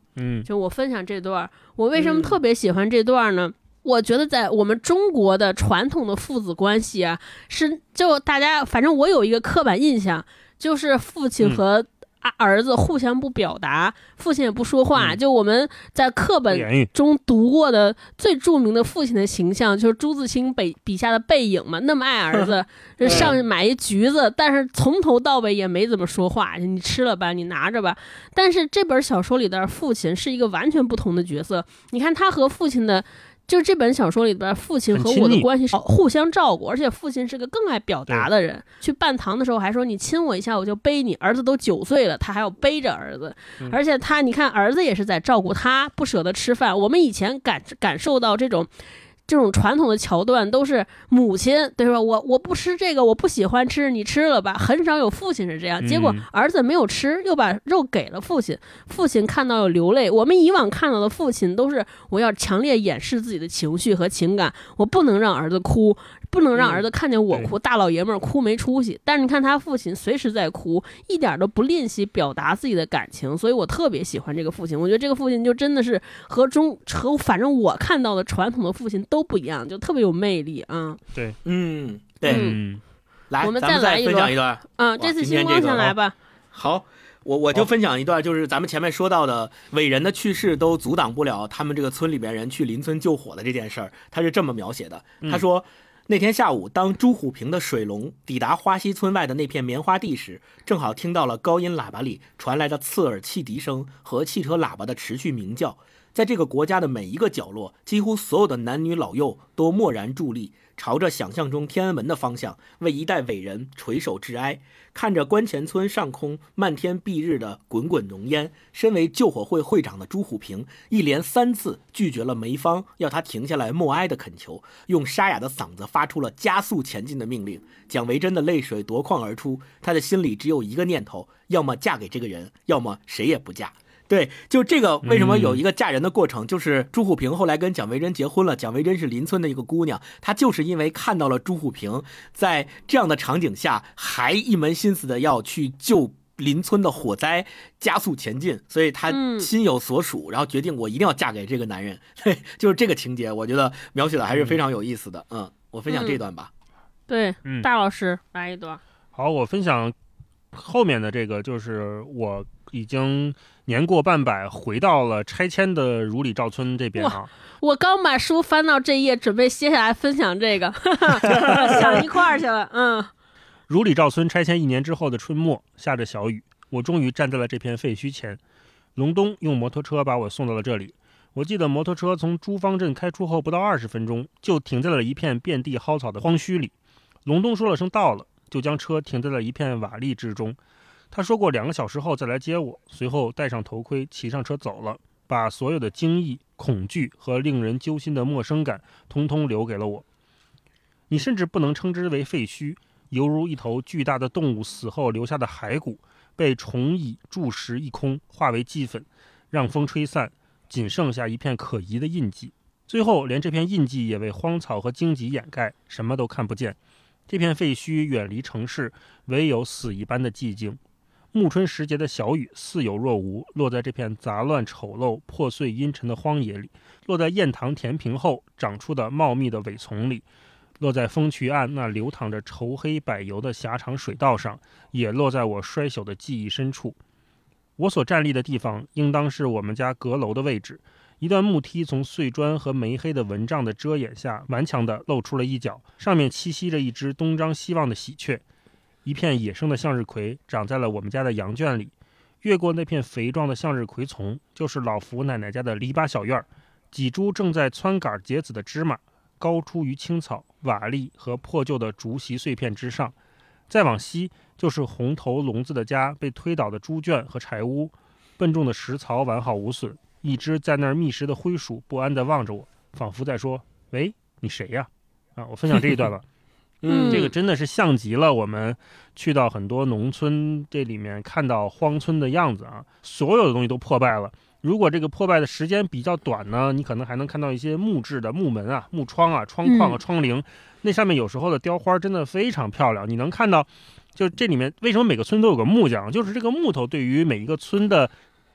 嗯， 就我分享这段，我为什么特别喜欢这段呢？嗯，我觉得在我们中国的传统的父子关系啊，是就大家反正我有一个刻板印象，就是父亲和儿子互相不表达，嗯，父亲也不说话，嗯，就我们在课本中读过的最著名的父亲的形象就是朱自清笔笔下的背影嘛，那么爱儿子上去买一橘子，但是从头到尾也没怎么说话，你吃了吧，你拿着吧。但是这本小说里的父亲是一个完全不同的角色，你看他和父亲的就这本小说里边，父亲和我的关系是互相照顾，而且父亲是个更爱表达的人。去办堂的时候还说你亲我一下我就背你，儿子都九岁了，他还要背着儿子，嗯，而且他你看儿子也是在照顾他，不舍得吃饭。我们以前感感受到这种。这种传统的桥段都是母亲对吧？我我不吃这个，我不喜欢吃，你吃了吧。很少有父亲是这样，结果儿子没有吃，又把肉给了父亲。父亲看到有流泪。我们以往看到的父亲都是我要强烈掩饰自己的情绪和情感，我不能让儿子哭，不能让儿子看见我哭，嗯，大老爷们儿哭没出息。但是你看他父亲随时在哭，一点都不吝惜表达自己的感情，所以我特别喜欢这个父亲。我觉得这个父亲就真的是和中和反正我看到的传统的父亲都不一样，就特别有魅力啊。 对， 嗯，对， 嗯， 来， 我们再来一分享一段。 嗯，这次星光先来吧。 好。我我就分享一段，就是咱们前面说到的伟人的去世都阻挡不了他们这个村里边人去邻村救火的这件事儿。他是这么描写的，他说，嗯，那天下午，当朱虎平的水龙抵达花溪村外的那片棉花地时，正好听到了高音喇叭里传来的刺耳汽笛声和汽车喇叭的持续鸣叫。在这个国家的每一个角落，几乎所有的男女老幼都默然伫立，朝着想象中天安门的方向为一代伟人垂首致哀。看着关前村上空漫天蔽日的滚滚浓烟，身为救火会会长的朱虎平一连三次拒绝了梅芳要他停下来默哀的恳求，用沙哑的嗓子发出了加速前进的命令。蒋维珍的泪水夺眶而出，他的心里只有一个念头，要么嫁给这个人，要么谁也不嫁。对，就这个为什么有一个嫁人的过程，嗯，就是朱虎平后来跟蒋维珍结婚了，蒋维珍是邻村的一个姑娘，她就是因为看到了朱虎平在这样的场景下还一门心思的要去救邻村的火灾，加速前进，所以她心有所属，嗯，然后决定我一定要嫁给这个男人。对，就是这个情节我觉得描写的还是非常有意思的。嗯，我分享这段吧。 嗯，对，嗯，大老师来一段。 好，我分享后面的这个，就是我已经年过半百，回到了拆迁的如里赵村这边啊。 我刚把书翻到这页，准备接下来分享这个，想一块儿去了。嗯， 如里赵村拆迁一年之后的春末，下着小雨，我终于站在了这片废墟前。隆冬用摩托车把我送到了这里。我记得摩托车从朱芳镇开出后不到二十分钟，就停在了一片遍地蒿草的荒墟里。隆冬说了声到了，就将车停在了一片瓦砾之中。他说过两个小时后再来接我，随后戴上头盔骑上车走了，把所有的惊异、恐惧和令人揪心的陌生感通通留给了我。你甚至不能称之为废墟，犹如一头巨大的动物死后留下的骸骨，被虫蚁蛀食一空，化为齑粉，让风吹散，仅剩下一片可疑的印记。最后连这片印记也为荒草和荆棘掩盖，什么都看不见。这片废墟远离城市，唯有死一般的寂静。暮春时节的小雨似有若无，落在这片杂乱丑陋破碎阴沉的荒野里，落在雁塘填平后长出的茂密的苇丛里，落在风渠岸那流淌着稠黑柏油的狭长水道上，也落在我衰朽的记忆深处。我所站立的地方应当是我们家阁楼的位置，一段木梯从碎砖和煤黑的蚊帐的遮掩下顽强地露出了一角，上面栖息着一只东张西望的喜鹊。一片野生的向日葵长在了我们家的羊圈里，越过那片肥壮的向日葵丛，就是老福奶奶家的篱笆小院。几株正在蹿杆结籽的芝麻高出于青草、瓦砾和破旧的竹席碎片之上。再往西，就是红头笼子的家被推倒的猪圈和柴屋，笨重的石槽完好无损。一只在那儿觅食的灰鼠不安地望着我，仿佛在说：“喂，你谁呀？”啊，我分享这一段吧。嗯，这个真的是像极了我们去到很多农村这里面看到荒村的样子啊，所有的东西都破败了。如果这个破败的时间比较短呢，你可能还能看到一些木质的木门啊、木窗啊、窗框啊、窗棂，那上面有时候的雕花真的非常漂亮。你能看到，就这里面为什么每个村都有个木匠，就是这个木头对于每一个村的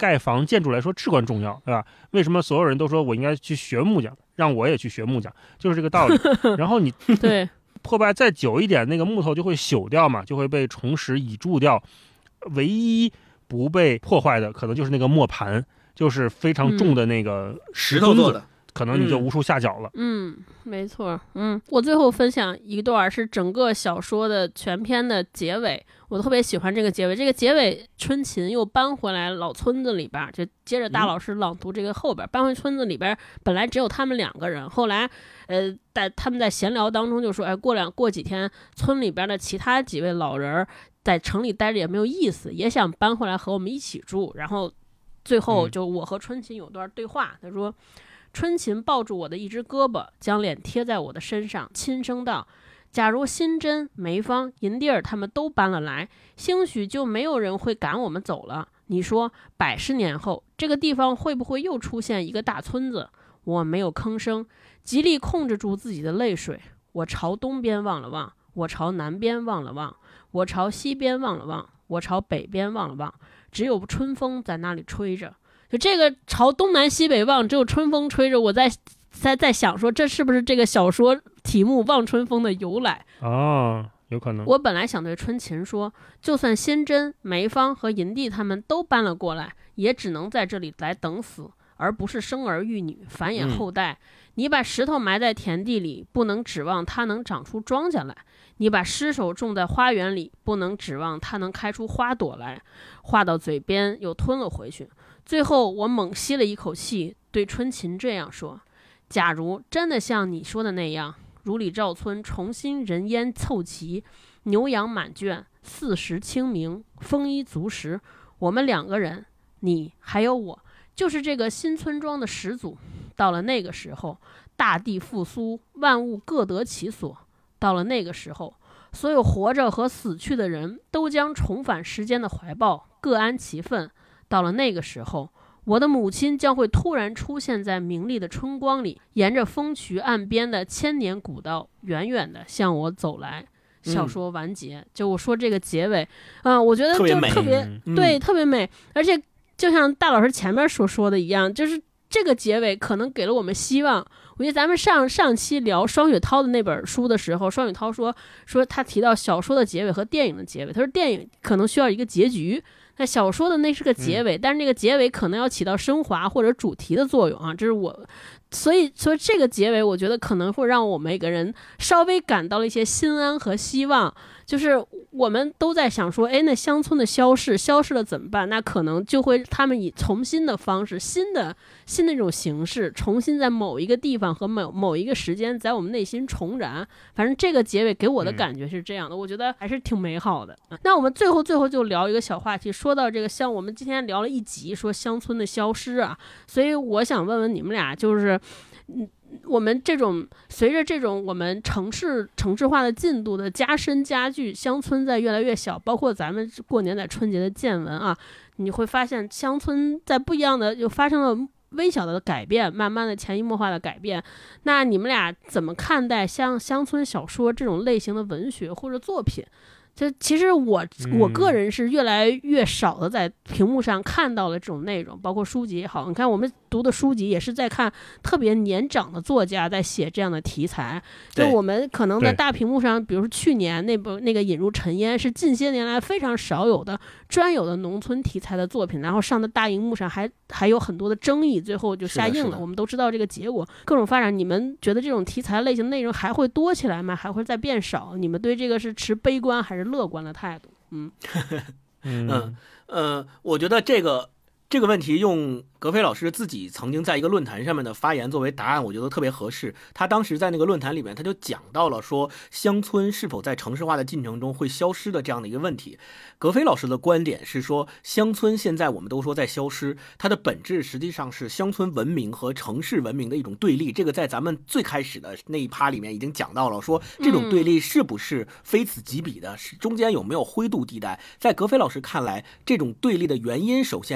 盖房建筑来说至关重要，对吧？为什么所有人都说我应该去学木匠，让我也去学木匠，就是这个道理。然后你对破败再久一点，那个木头就会朽掉嘛，就会被虫食蚁蛀掉。唯一不被破坏的可能就是那个磨盘，就是非常重的那个石头做的。嗯， 可能你就无处下脚了。 嗯，没错。嗯，我最后分享一段是整个小说的全篇的结尾，我特别喜欢这个结尾。这个结尾，春琴又搬回来老村子里边，就接着大老师朗读这个后边，嗯、搬回村子里边，本来只有他们两个人，后来，呃，在他们在闲聊当中就说，哎，过两过几天，村里边的其他几位老人在城里待着也没有意思，也想搬回来和我们一起住。然后最后就我和春琴有段对话，他说。春琴抱住我的一只胳膊，将脸贴在我的身上，轻声道：假如新珍、梅芳、银地儿他们都搬了来，兴许就没有人会赶我们走了。你说百十年后这个地方会不会又出现一个大村子？我没有吭声，极力控制住自己的泪水。我朝东边望了望，我朝南边望了望，我朝西边望了望，我朝北边望了望，只有春风在那里吹着。就这个朝东南西北望，只有春风吹着，我在在在想说，这是不是这个小说题目《望春风》的由来？ 哦，有可能。 我本来想对春琴说，就算仙珍、梅芳和银地他们都搬了过来，也只能在这里来等死，而不是生儿育女、繁衍后代。嗯、你把石头埋在田地里，不能指望它能长出庄稼来；你把尸首种在花园里，不能指望它能开出花朵来。话到嘴边，又吞了回去。最后我猛吸了一口气，对春琴这样说：假如真的像你说的那样，如里赵村重新人烟凑齐，牛羊满圈，四时清明，丰衣足食，我们两个人，你还有我，就是这个新村庄的始祖。到了那个时候，大地复苏，万物各得其所。到了那个时候，所有活着和死去的人都将重返时间的怀抱，各安其分。到了那个时候，我的母亲将会突然出现在明丽的春光里，沿着风渠岸边的千年古道，远远地向我走来。小说完结，嗯、就我说这个结尾，啊、呃，我觉得就特别、 嗯、 对，特别美。而且就像大老师前面所说的一样，就是这个结尾可能给了我们希望。我觉得咱们上上期聊双雪涛的那本书的时候，双雪涛说说他提到小说的结尾和电影的结尾，他说电影可能需要一个结局。那小说的那是个结尾、嗯、但是那个结尾可能要起到升华或者主题的作用啊，这是我，所以所以这个结尾我觉得可能会让我们每个人稍微感到了一些心安和希望，就是我们都在想说，哎，那乡村的消逝消失了怎么办？那可能就会他们以重新的方式，新的新的一种形式，重新在某一个地方和某某一个时间在我们内心重燃。反正这个结尾给我的感觉是这样的、嗯、我觉得还是挺美好的。那我们最后最后就聊一个小话题，说到这个像我们今天聊了一集说乡村的消失啊，所以我想问问你们俩，就是嗯，我们这种随着这种我们城市城市化的进度的加深加剧，乡村在越来越小，包括咱们过年在春节的见闻啊，你会发现乡村在不一样的又发生了微小的改变，慢慢的潜移默化的改变。那你们俩怎么看待像乡村小说这种类型的文学或者作品？就其实我我个人是越来越少的在屏幕上看到了这种内容，包括书籍也好，你看我们读的书籍也是在看特别年长的作家在写这样的题材。就我们可能在大屏幕上，比如说去年那部那个引入尘烟是近些年来非常少有的专有的农村题材的作品，然后上的大荧幕上还还有很多的争议，最后就下映了。我们都知道这个结果，各种发展。你们觉得这种题材类型内容还会多起来吗？还会再变少？你们对这个是持悲观还是乐观的态度？嗯嗯呃，我觉得这个这个问题用格飞老师自己曾经在一个论坛上面的发言作为答案，我觉得特别合适。他当时在那个论坛里面，他就讲到了说乡村是否在城市化的进程中会消失的这样的一个问题。格飞老师的观点是说，乡村现在我们都说在消失，它的本质实际上是乡村文明和城市文明的一种对立。这个在咱们最开始的那一趴里面已经讲到了，说这种对立是不是非此即彼的，是中间有没有灰度地带。在格飞老师看来，这种对立的原因首先导致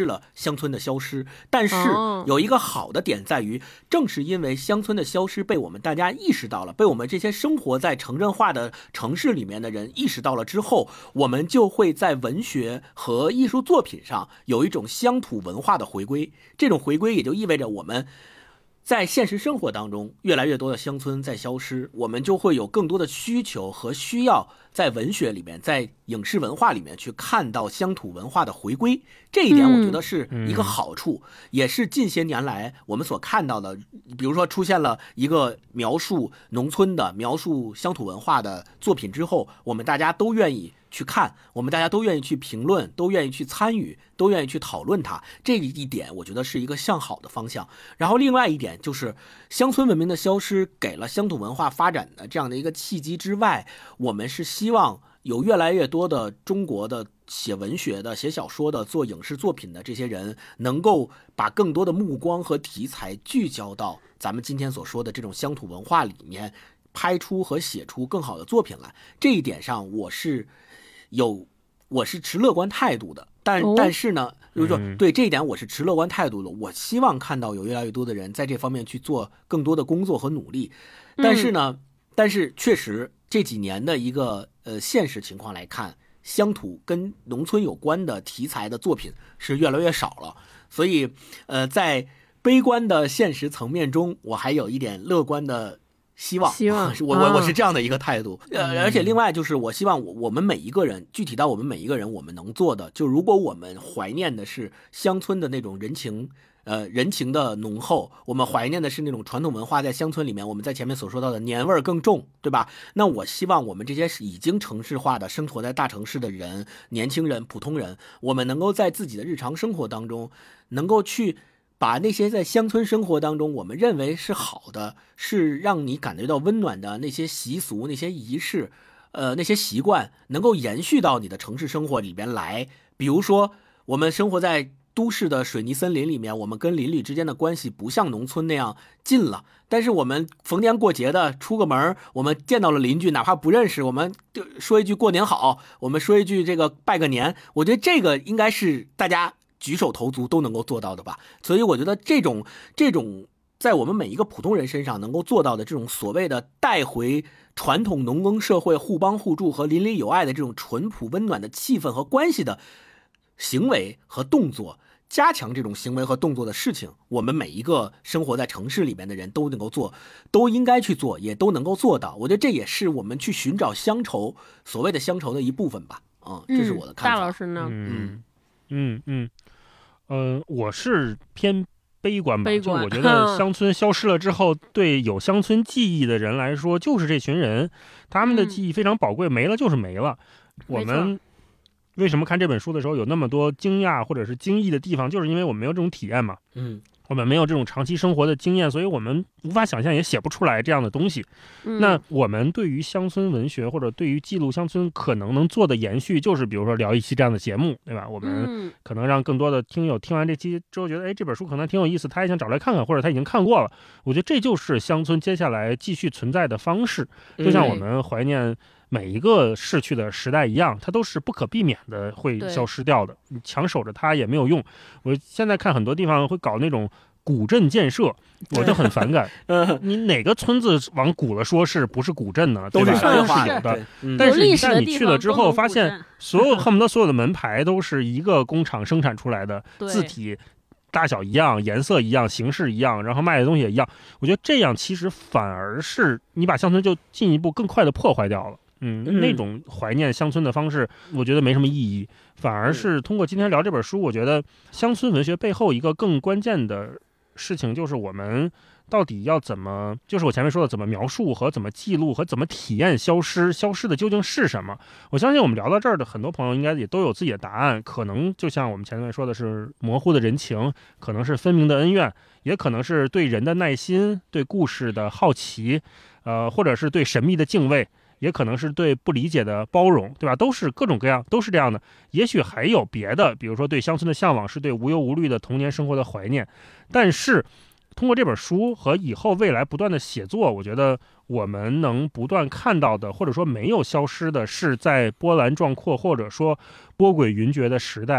制了乡村的消失。但是有一个好的点在于，正是因为乡村的消失被我们大家意识到了，被我们这些生活在城镇化的城市里面的人意识到了之后，我们就会在文学和艺术作品上有一种乡土文化的回归。这种回归也就意味着我们在现实生活当中，越来越多的乡村在消失，我们就会有更多的需求和需要在文学里面，在影视文化里面去看到乡土文化的回归。这一点我觉得是一个好处，嗯、也是近些年来我们所看到的，比如说出现了一个描述农村的、描述乡土文化的作品之后，我们大家都愿意去看，我们大家都愿意去评论，都愿意去参与，都愿意去讨论它。这一点我觉得是一个向好的方向。然后另外一点就是乡村文明的消失给了乡土文化发展的这样的一个契机之外，我们是希望有越来越多的中国的写文学的、写小说的、做影视作品的这些人，能够把更多的目光和题材聚焦到咱们今天所说的这种乡土文化里面，拍出和写出更好的作品来。这一点上我是有我是持乐观态度的，但、哦、但是呢，就是说对这一点我是持乐观态度的。我希望看到有越来越多的人在这方面去做更多的工作和努力。但是呢，嗯、但是确实这几年的一个呃现实情况来看，乡土跟农村有关的题材的作品是越来越少了。所以呃，在悲观的现实层面中，我还有一点乐观的希望， 希望我我我是这样的一个态度，呃，而且另外就是我希望我我们每一个人，具体到我们每一个人，我们能做的，就如果我们怀念的是乡村的那种人情，呃，人情的浓厚，我们怀念的是那种传统文化在乡村里面，我们在前面所说到的年味儿更重，对吧？那我希望我们这些已经城市化的生活在大城市的人，年轻人、普通人，我们能够在自己的日常生活当中，能够去把那些在乡村生活当中我们认为是好的，是让你感觉到温暖的那些习俗、那些仪式，呃，那些习惯，能够延续到你的城市生活里边来。比如说，我们生活在都市的水泥森林里面，我们跟邻里之间的关系不像农村那样近了，但是我们逢年过节的出个门，我们见到了邻居，哪怕不认识，我们就说一句过年好，我们说一句这个拜个年，我觉得这个应该是大家举手投足都能够做到的吧。所以我觉得这种这种在我们每一个普通人身上能够做到的这种所谓的带回传统农耕社会互帮互助和邻里友爱的这种淳朴温暖的气氛和关系的行为和动作，加强这种行为和动作的事情，我们每一个生活在城市里面的人都能够做，都应该去做，也都能够做到。我觉得这也是我们去寻找乡愁，所谓的乡愁的一部分吧。嗯，这是我的看法。 大老师呢？ 嗯嗯嗯，呃，我是偏悲观吧。就我觉得乡村消失了之后，对有乡村记忆的人来说，就是这群人，他们的记忆非常宝贵，没了就是没了。我们为什么看这本书的时候有那么多惊讶或者是惊异的地方，就是因为我们没有这种体验嘛。 嗯， 我们没有这种长期生活的经验，所以我们无法想象，也写不出来这样的东西。 嗯、 那我们对于乡村文学或者对于记录乡村可能能做的延续，就是比如说聊一期这样的节目，对吧？我们可能让更多的听友听完这期之后觉得，哎，这本书可能挺有意思，他也想找来看看，或者他已经看过了。我觉得这就是乡村接下来继续存在的方式，就像我们怀念每一个逝去的时代一样，它都是不可避免的会消失掉的，你强守着它也没有用。我现在看很多地方会搞那种古镇建设，我就很反感。你哪个村子往古了说是不是古镇呢？ 都是商业化有的，但是一旦你去了之后，发现所有恨不得所有的门牌都是一个工厂生产出来的，字体大小一样，颜色一样，形式一样，然后卖的东西也一样。我觉得这样其实反而是你把乡村就进一步更快的破坏掉了。嗯，那种怀念乡村的方式，我觉得没什么意义。反而是通过今天聊这本书，我觉得乡村文学背后一个更关键的事情，就是我们到底要怎么，就是我前面说的怎么描述和怎么记录和怎么体验消失，消失的究竟是什么？我相信我们聊到这儿的很多朋友应该也都有自己的答案，可能就像我们前面说的是模糊的人情，可能是分明的恩怨，也可能是对人的耐心，对故事的好奇，呃，或者是对神秘的敬畏，也可能是对不理解的包容，对吧？都是各种各样，都是这样的。也许还有别的，比如说对乡村的向往，是对无忧无虑的童年生活的怀念。但是通过这本书和以后未来不断的写作，我觉得我们能不断看到的，或者说没有消失的，是在波澜壮阔或者说波诡云谲的时代，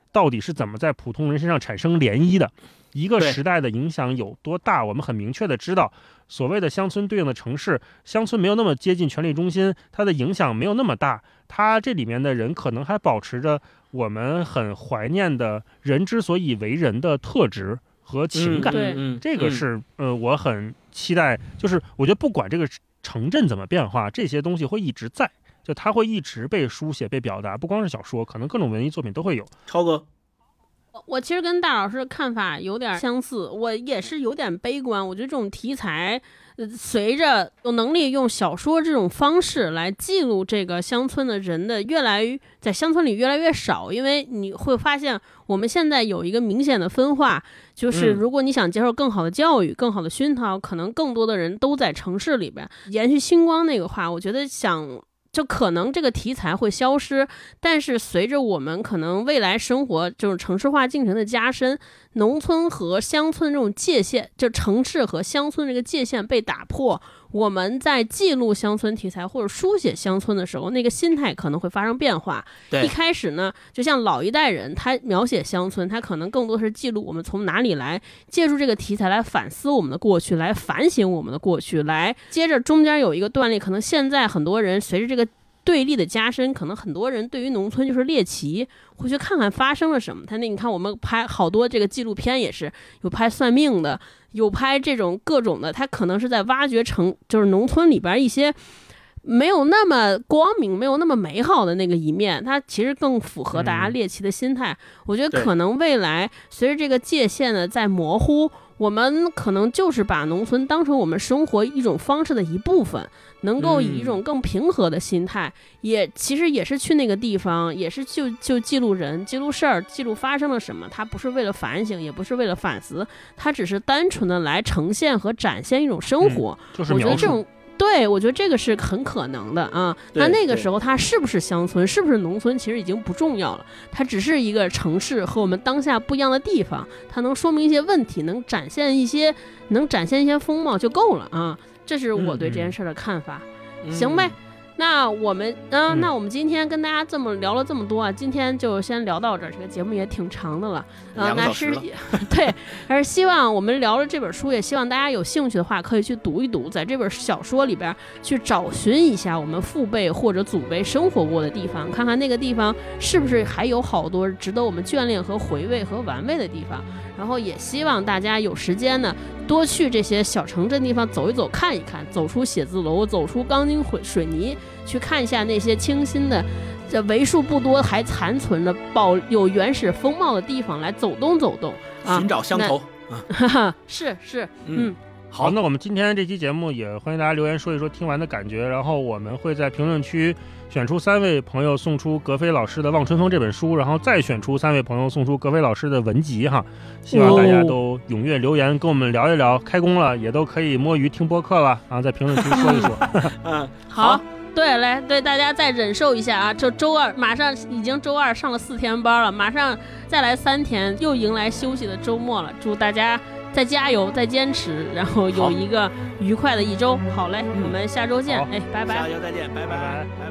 到底是怎么在普通人身上产生涟漪的。一个时代的影响有多大，我们很明确的知道，所谓的乡村对应的城市，乡村没有那么接近权力中心，它的影响没有那么大，它这里面的人可能还保持着我们很怀念的人之所以为人的特质和情感。 嗯、 这个是呃，我很期待，就是我觉得不管这个城镇怎么变化，这些东西会一直在，就它会一直被书写被表达，不光是小说，可能各种文艺作品都会有。 超哥， 我其实跟大老师的看法有点相似，我也是有点悲观。我觉得这种题材，呃，随着有能力用小说这种方式来记录这个乡村的人的越来越在乡村里越来越少，因为你会发现我们现在有一个明显的分化，就是如果你想接受更好的教育、嗯、更好的熏陶，可能更多的人都在城市里边。延续星光那个话，我觉得想。就可能这个题材会消失，但是随着我们可能未来生活就是城市化进程的加深，农村和乡村这种界限，就城市和乡村这个界限被打破，我们在记录乡村题材或者书写乡村的时候，那个心态可能会发生变化。一开始呢，就像老一代人他描写乡村，他可能更多是记录我们从哪里来，借助这个题材来反思我们的过去，来反省我们的过去，来接着中间有一个断裂。可能现在很多人随着这个对立的加深，可能很多人对于农村就是猎奇，会去看看发生了什么。他那你看我们拍好多这个纪录片也是有拍算命的，有拍这种各种的，他可能是在挖掘城就是农村里边一些没有那么光明没有那么美好的那个一面，它其实更符合大家猎奇的心态、嗯、我觉得可能未来随着这个界限的在模糊，我们可能就是把农村当成我们生活一种方式的一部分，能够以一种更平和的心态、嗯、也其实也是去那个地方，也是就就记录人记录事儿，记录发生了什么，它不是为了反省也不是为了反思，它只是单纯的来呈现和展现一种生活、 嗯、就是我觉得这种对，我觉得这个是很可能的啊。那那个时候它是不是乡村是不是农村其实已经不重要了，它只是一个城市和我们当下不一样的地方，它能说明一些问题，能展现一些能展现一些风貌就够了啊。这是我对这件事的看法、嗯、行呗。那我们嗯、呃，那我们今天跟大家这么聊了这么多啊，今天就先聊到这儿，这个节目也挺长的了，呃，那是对，还是希望我们聊了这本书，也希望大家有兴趣的话可以去读一读，在这本小说里边去找寻一下我们父辈或者祖辈生活过的地方，看看那个地方是不是还有好多值得我们眷恋和回味和玩味的地方。然后也希望大家有时间呢，多去这些小城镇地方走一走看一看，走出写字楼，走出钢筋水泥，去看一下那些清新的这为数不多还残存的保有原始风貌的地方来走动走动、啊、 寻找乡头、 嗯、是是嗯, 嗯好，那我们今天这期节目也欢迎大家留言说一说听完的感觉，然后我们会在评论区选出三位朋友送出格飞老师的《望春风》这本书，然后再选出三位朋友送出格飞老师的文集哈。希望大家都踊跃留言跟我们聊一聊，开工了也都可以摸鱼听播客了，然后在评论区说一说。 嗯，好。对，来对大家再忍受一下啊！这周二马上已经周二上了四天班了，马上再来三天，又迎来休息的周末了。祝大家再加油，再坚持，然后有一个愉快的一周。好嘞，我们下周见，哎，拜拜。 下周再见，拜拜。拜拜。